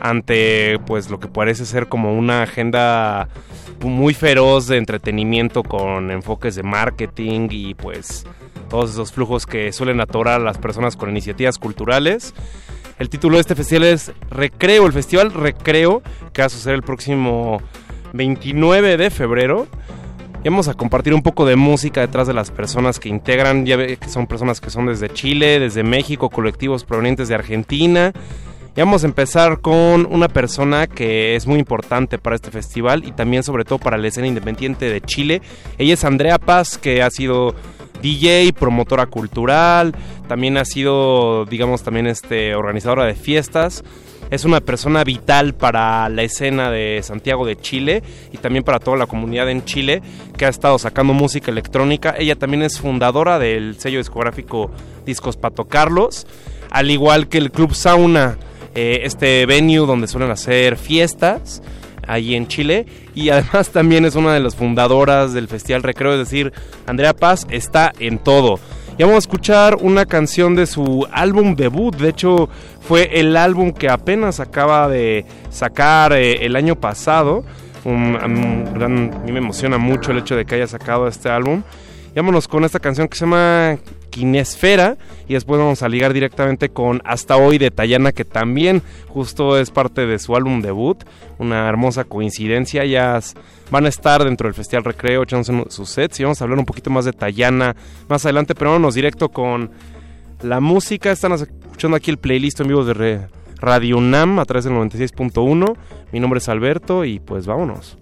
ante pues lo que parece ser como una agenda muy feroz de entretenimiento con enfoques de marketing y pues todos esos flujos que suelen atorar a las personas con iniciativas culturales. El título de este festival es Recreo, el Festival Recreo, que va a suceder el próximo veintinueve de febrero. Y vamos a compartir un poco de música detrás de las personas que integran. Ya ve que son personas que son desde Chile, desde México, colectivos provenientes de Argentina. Y vamos a empezar con una persona que es muy importante para este festival y también sobre todo para la escena independiente de Chile. Ella es Andrea Paz, que ha sido D J, promotora cultural, también ha sido, digamos, también este, organizadora de fiestas. Es una persona vital para la escena de Santiago de Chile y también para toda la comunidad en Chile que ha estado sacando música electrónica. Ella también es fundadora del sello discográfico Discos Pato Carlos, al igual que el Club Sauna, eh, este venue donde suelen hacer fiestas ahí en Chile, y además también es una de las fundadoras del Festival Recreo, es decir, Andrea Paz está en todo. Y vamos a escuchar una canción de su álbum debut. De hecho, fue el álbum que apenas acaba de sacar eh, el año pasado. Un, un gran, a mí me emociona mucho el hecho de que haya sacado este álbum. Y vámonos con esta canción que se llama Kinesfera, y después vamos a ligar directamente con Hasta Hoy de Tayana, que también justo es parte de su álbum debut. Una hermosa coincidencia. Ya van a estar dentro del Festival Recreo echándose sus sets, y vamos a hablar un poquito más de Tayana más adelante, pero vámonos directo con la música. Están escuchando aquí el playlist en vivo de Radio UNAM a través del noventa y seis punto uno. Mi nombre es Alberto y pues vámonos.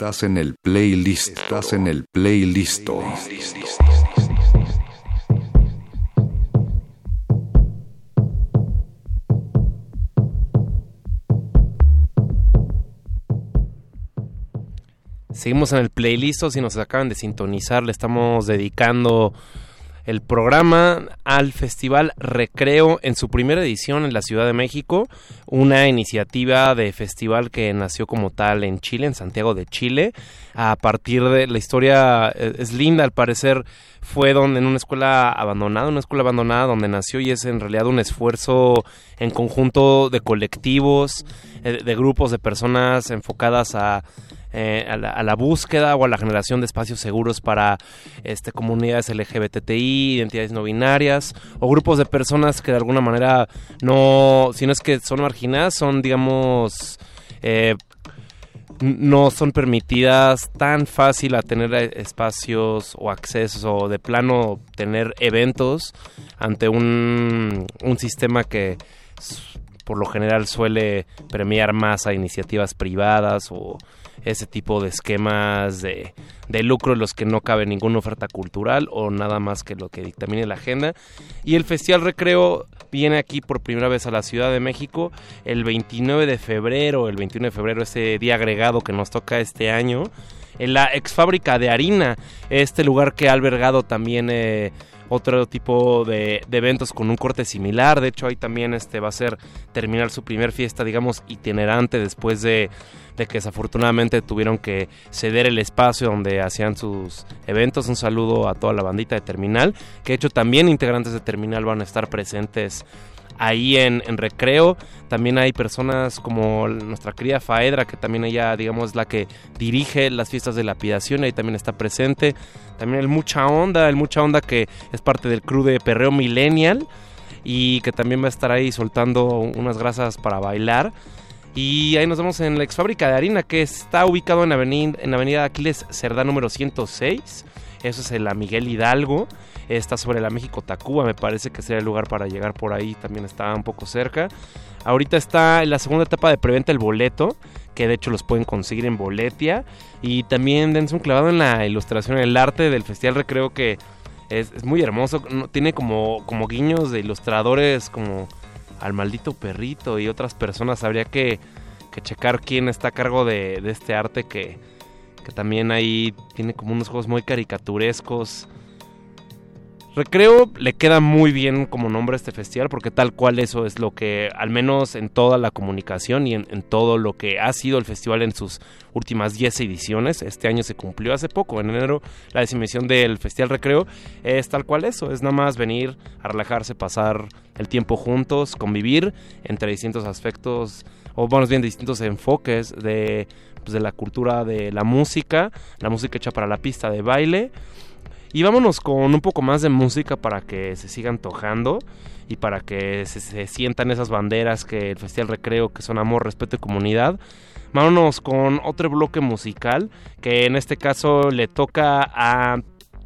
Estás en el playlist. Estás en el playlist. Seguimos en el playlist. Si nos acaban de sintonizar, le estamos dedicando el programa al Festival Recreo en su primera edición en la Ciudad de México, una iniciativa de festival que nació como tal en Chile, en Santiago de Chile, a partir de la historia, es linda al parecer, fue donde en una escuela abandonada, una escuela abandonada donde nació, y es en realidad un esfuerzo en conjunto de colectivos, de grupos de personas enfocadas a Eh, a, la, a la búsqueda o a la generación de espacios seguros para este, comunidades L G B T I, identidades no binarias o grupos de personas que de alguna manera no, si no es que son marginadas, son digamos eh, no son permitidas tan fácil a tener espacios o accesos o de plano tener eventos ante un, un sistema que por lo general suele premiar más a iniciativas privadas o ese tipo de esquemas de, de lucro en los que no cabe ninguna oferta cultural o nada más que lo que dictamine la agenda. Y el Festival Recreo viene aquí por primera vez a la Ciudad de México el veintinueve de febrero, el veintiuno de febrero, ese día agregado que nos toca este año, en la ex fábrica de harina, este lugar que ha albergado también eh, otro tipo de, de eventos con un corte similar. De hecho, ahí también este va a ser terminar su primer fiesta, digamos, itinerante después de, de que desafortunadamente tuvieron que ceder el espacio donde hacían sus eventos. Un saludo a toda la bandita de Terminal, que de hecho también integrantes de Terminal van a estar presentes ahí en, en Recreo. También hay personas como nuestra querida Faedra, que también ella, digamos, es la que dirige las fiestas de lapidación, ahí también está presente. También el Mucha Onda, el Mucha Onda que es parte del crew de Perreo Millennial y que también va a estar ahí soltando unas grasas para bailar. Y ahí nos vemos en la ex fábrica de harina, que está ubicado en avenida, en avenida Aquiles Cerdá número ciento seis. Eso es en la Miguel Hidalgo. Está sobre la México-Tacuba, me parece que sería el lugar para llegar por ahí, también está un poco cerca. Ahorita está en la segunda etapa de preventa el boleto, que de hecho los pueden conseguir en Boletia. Y también dense un clavado en la ilustración, en el arte del Festival Recreo, que es, es muy hermoso. Tiene como, como guiños de ilustradores como al Maldito Perrito y otras personas. Habría que, que checar quién está a cargo de, de este arte, que, que también ahí tiene como unos juegos muy caricaturescos. Recreo le queda muy bien como nombre a este festival, porque tal cual eso es lo que, al menos en toda la comunicación y en, en todo lo que ha sido el festival en sus últimas diez ediciones, este año se cumplió hace poco, en enero, la décima edición del Festival Recreo, es tal cual eso, es nada más venir a relajarse, pasar el tiempo juntos, convivir entre distintos aspectos, o más bien distintos enfoques de, pues, de la cultura de la música, la música hecha para la pista de baile. Y vámonos con un poco más de música para que se siga antojando y para que se, se sientan esas banderas que el Festival Recreo, que son amor, respeto y comunidad. Vámonos con otro bloque musical, que en este caso le toca a,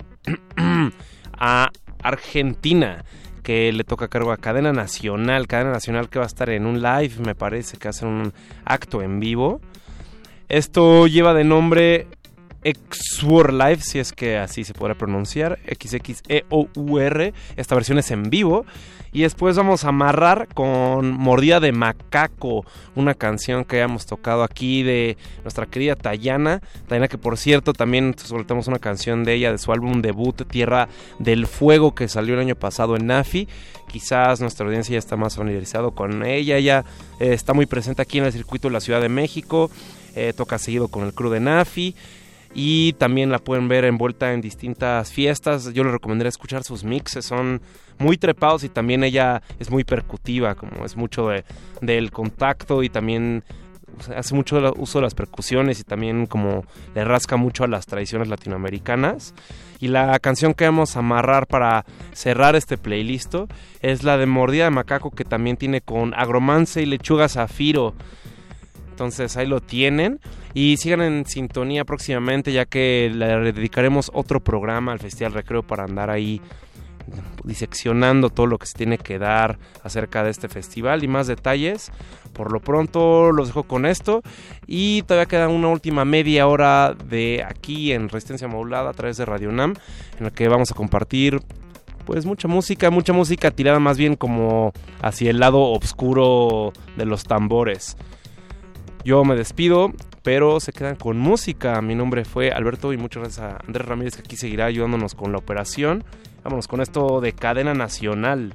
a Argentina, que le toca a cargo a Cadena Nacional. Cadena Nacional que va a estar en un live, me parece que hacen un acto en vivo. Esto lleva de nombre Exur Live, si es que así se podrá pronunciar, X X E O U R. Esta versión es en vivo. Y después vamos a amarrar con Mordida de Macaco, una canción que hemos tocado aquí de nuestra querida Tayana. Tayana, que por cierto también soltamos una canción de ella de su álbum debut Tierra del Fuego, que salió el año pasado en Nafi. Quizás nuestra audiencia ya está más familiarizado con ella. Ella eh, está muy presente aquí en el circuito de la Ciudad de México, eh, toca seguido con el crew de Nafi. Y también la pueden ver envuelta en distintas fiestas. Yo les recomendaría escuchar sus mixes, son muy trepados y también ella es muy percutiva, como es mucho de, del contacto y también hace mucho uso de las percusiones y también como le rasca mucho a las tradiciones latinoamericanas. Y la canción que vamos a amarrar para cerrar este playlist es la de Mordida de Macaco, que también tiene con Agromance y Lechuga Zafiro. Entonces ahí lo tienen y sigan en sintonía próximamente, ya que le dedicaremos otro programa al Festival Recreo para andar ahí diseccionando todo lo que se tiene que dar acerca de este festival y más detalles. Por lo pronto los dejo con esto y todavía queda una última media hora de aquí en Resistencia Modulada a través de Radio UNAM, en la que vamos a compartir pues mucha música, mucha música tirada más bien como hacia el lado oscuro de los tambores. Yo me despido, pero se quedan con música. Mi nombre fue Alberto y muchas gracias a Andrés Ramírez, que aquí seguirá ayudándonos con la operación. Vámonos con esto de Cadena Nacional.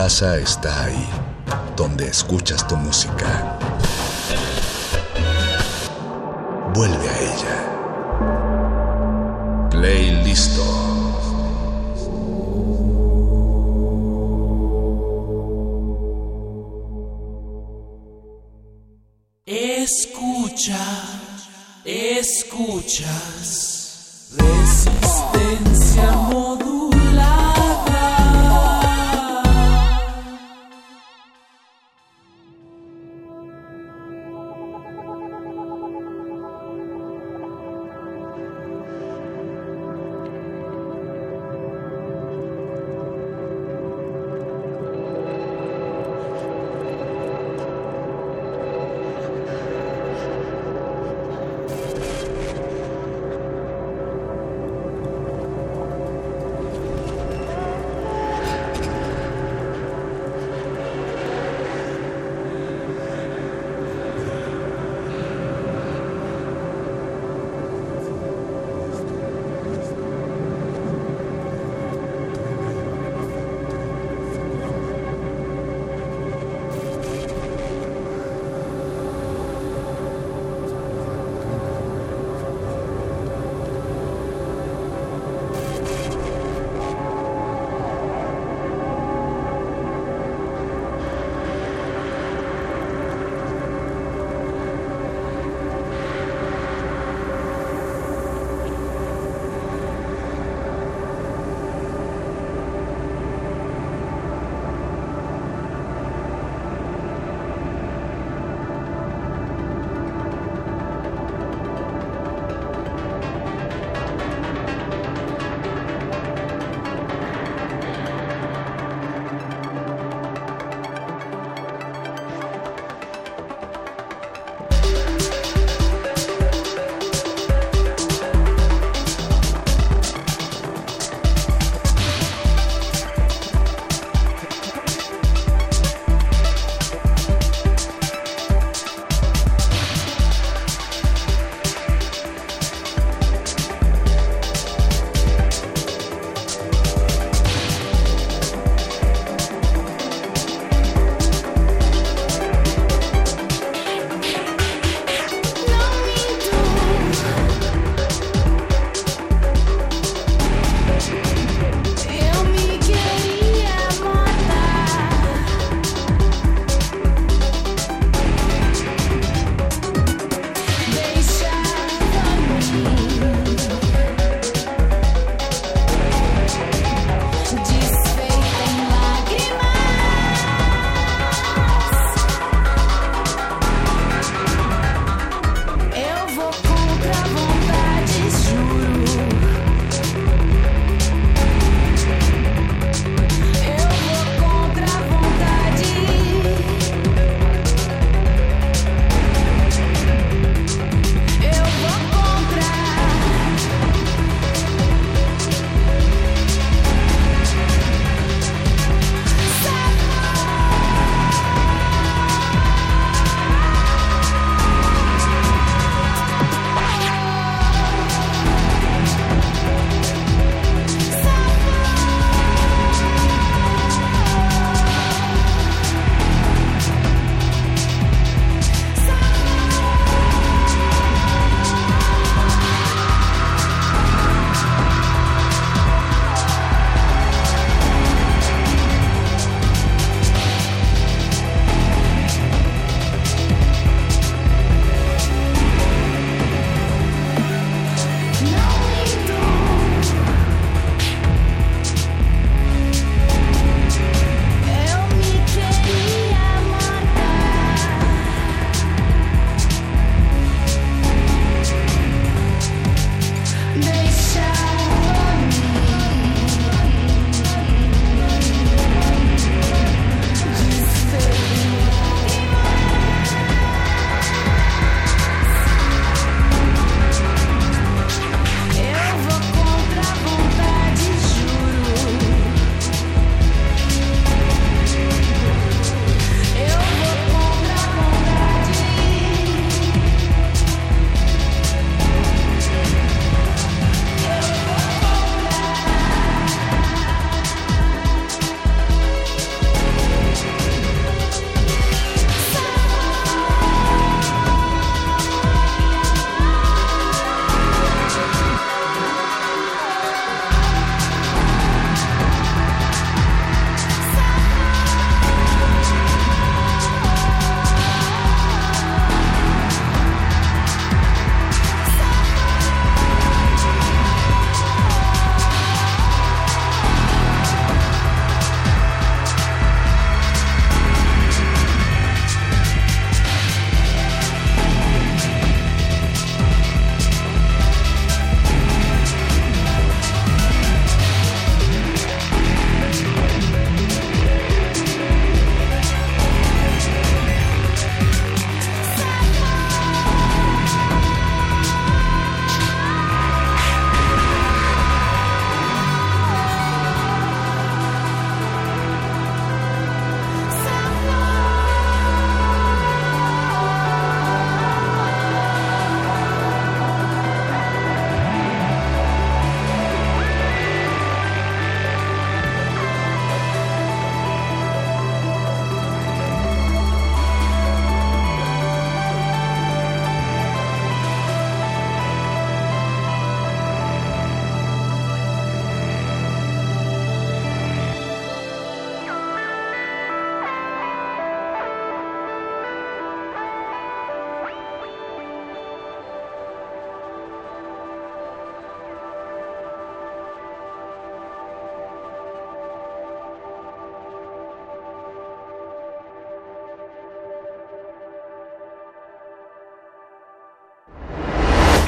casa está ahí, donde escuchas tu música. Vuelve a ella. Playlisto. Escucha, escuchas, resistencia modulada.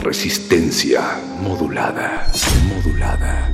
Resistencia modulada, modulada.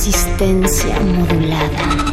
Resistencia modulada.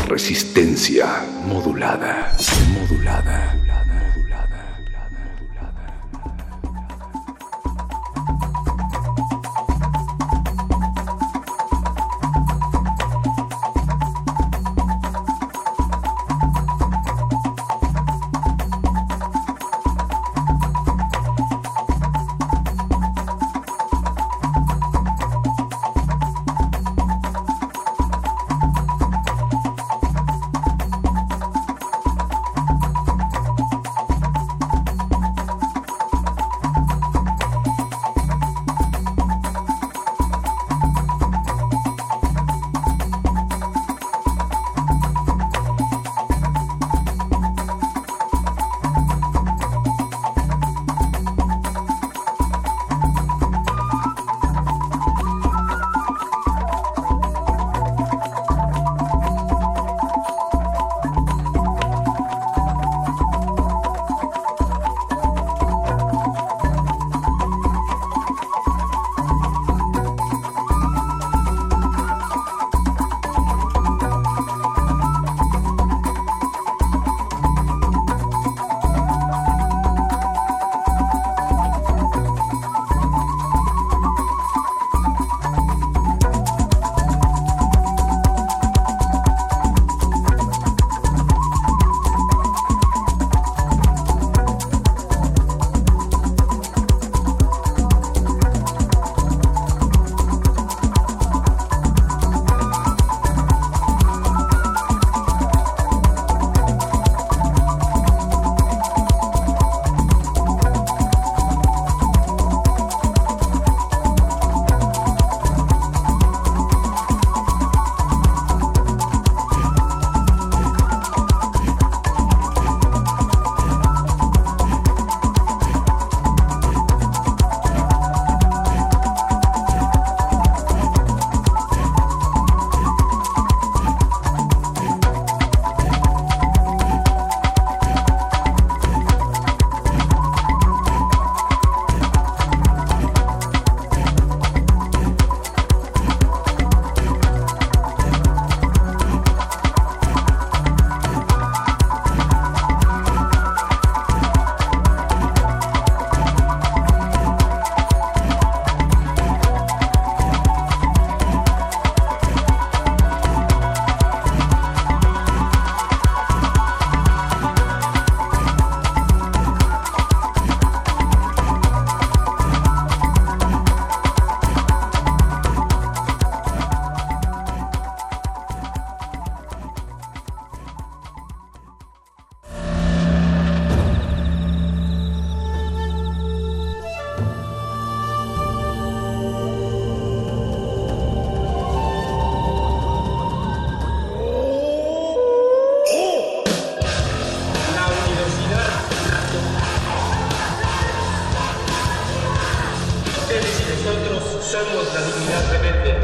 Resistencia modulada, modulada.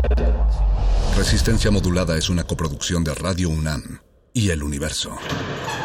Resistencia modulada es una coproducción de Radio UNAM y El Universo.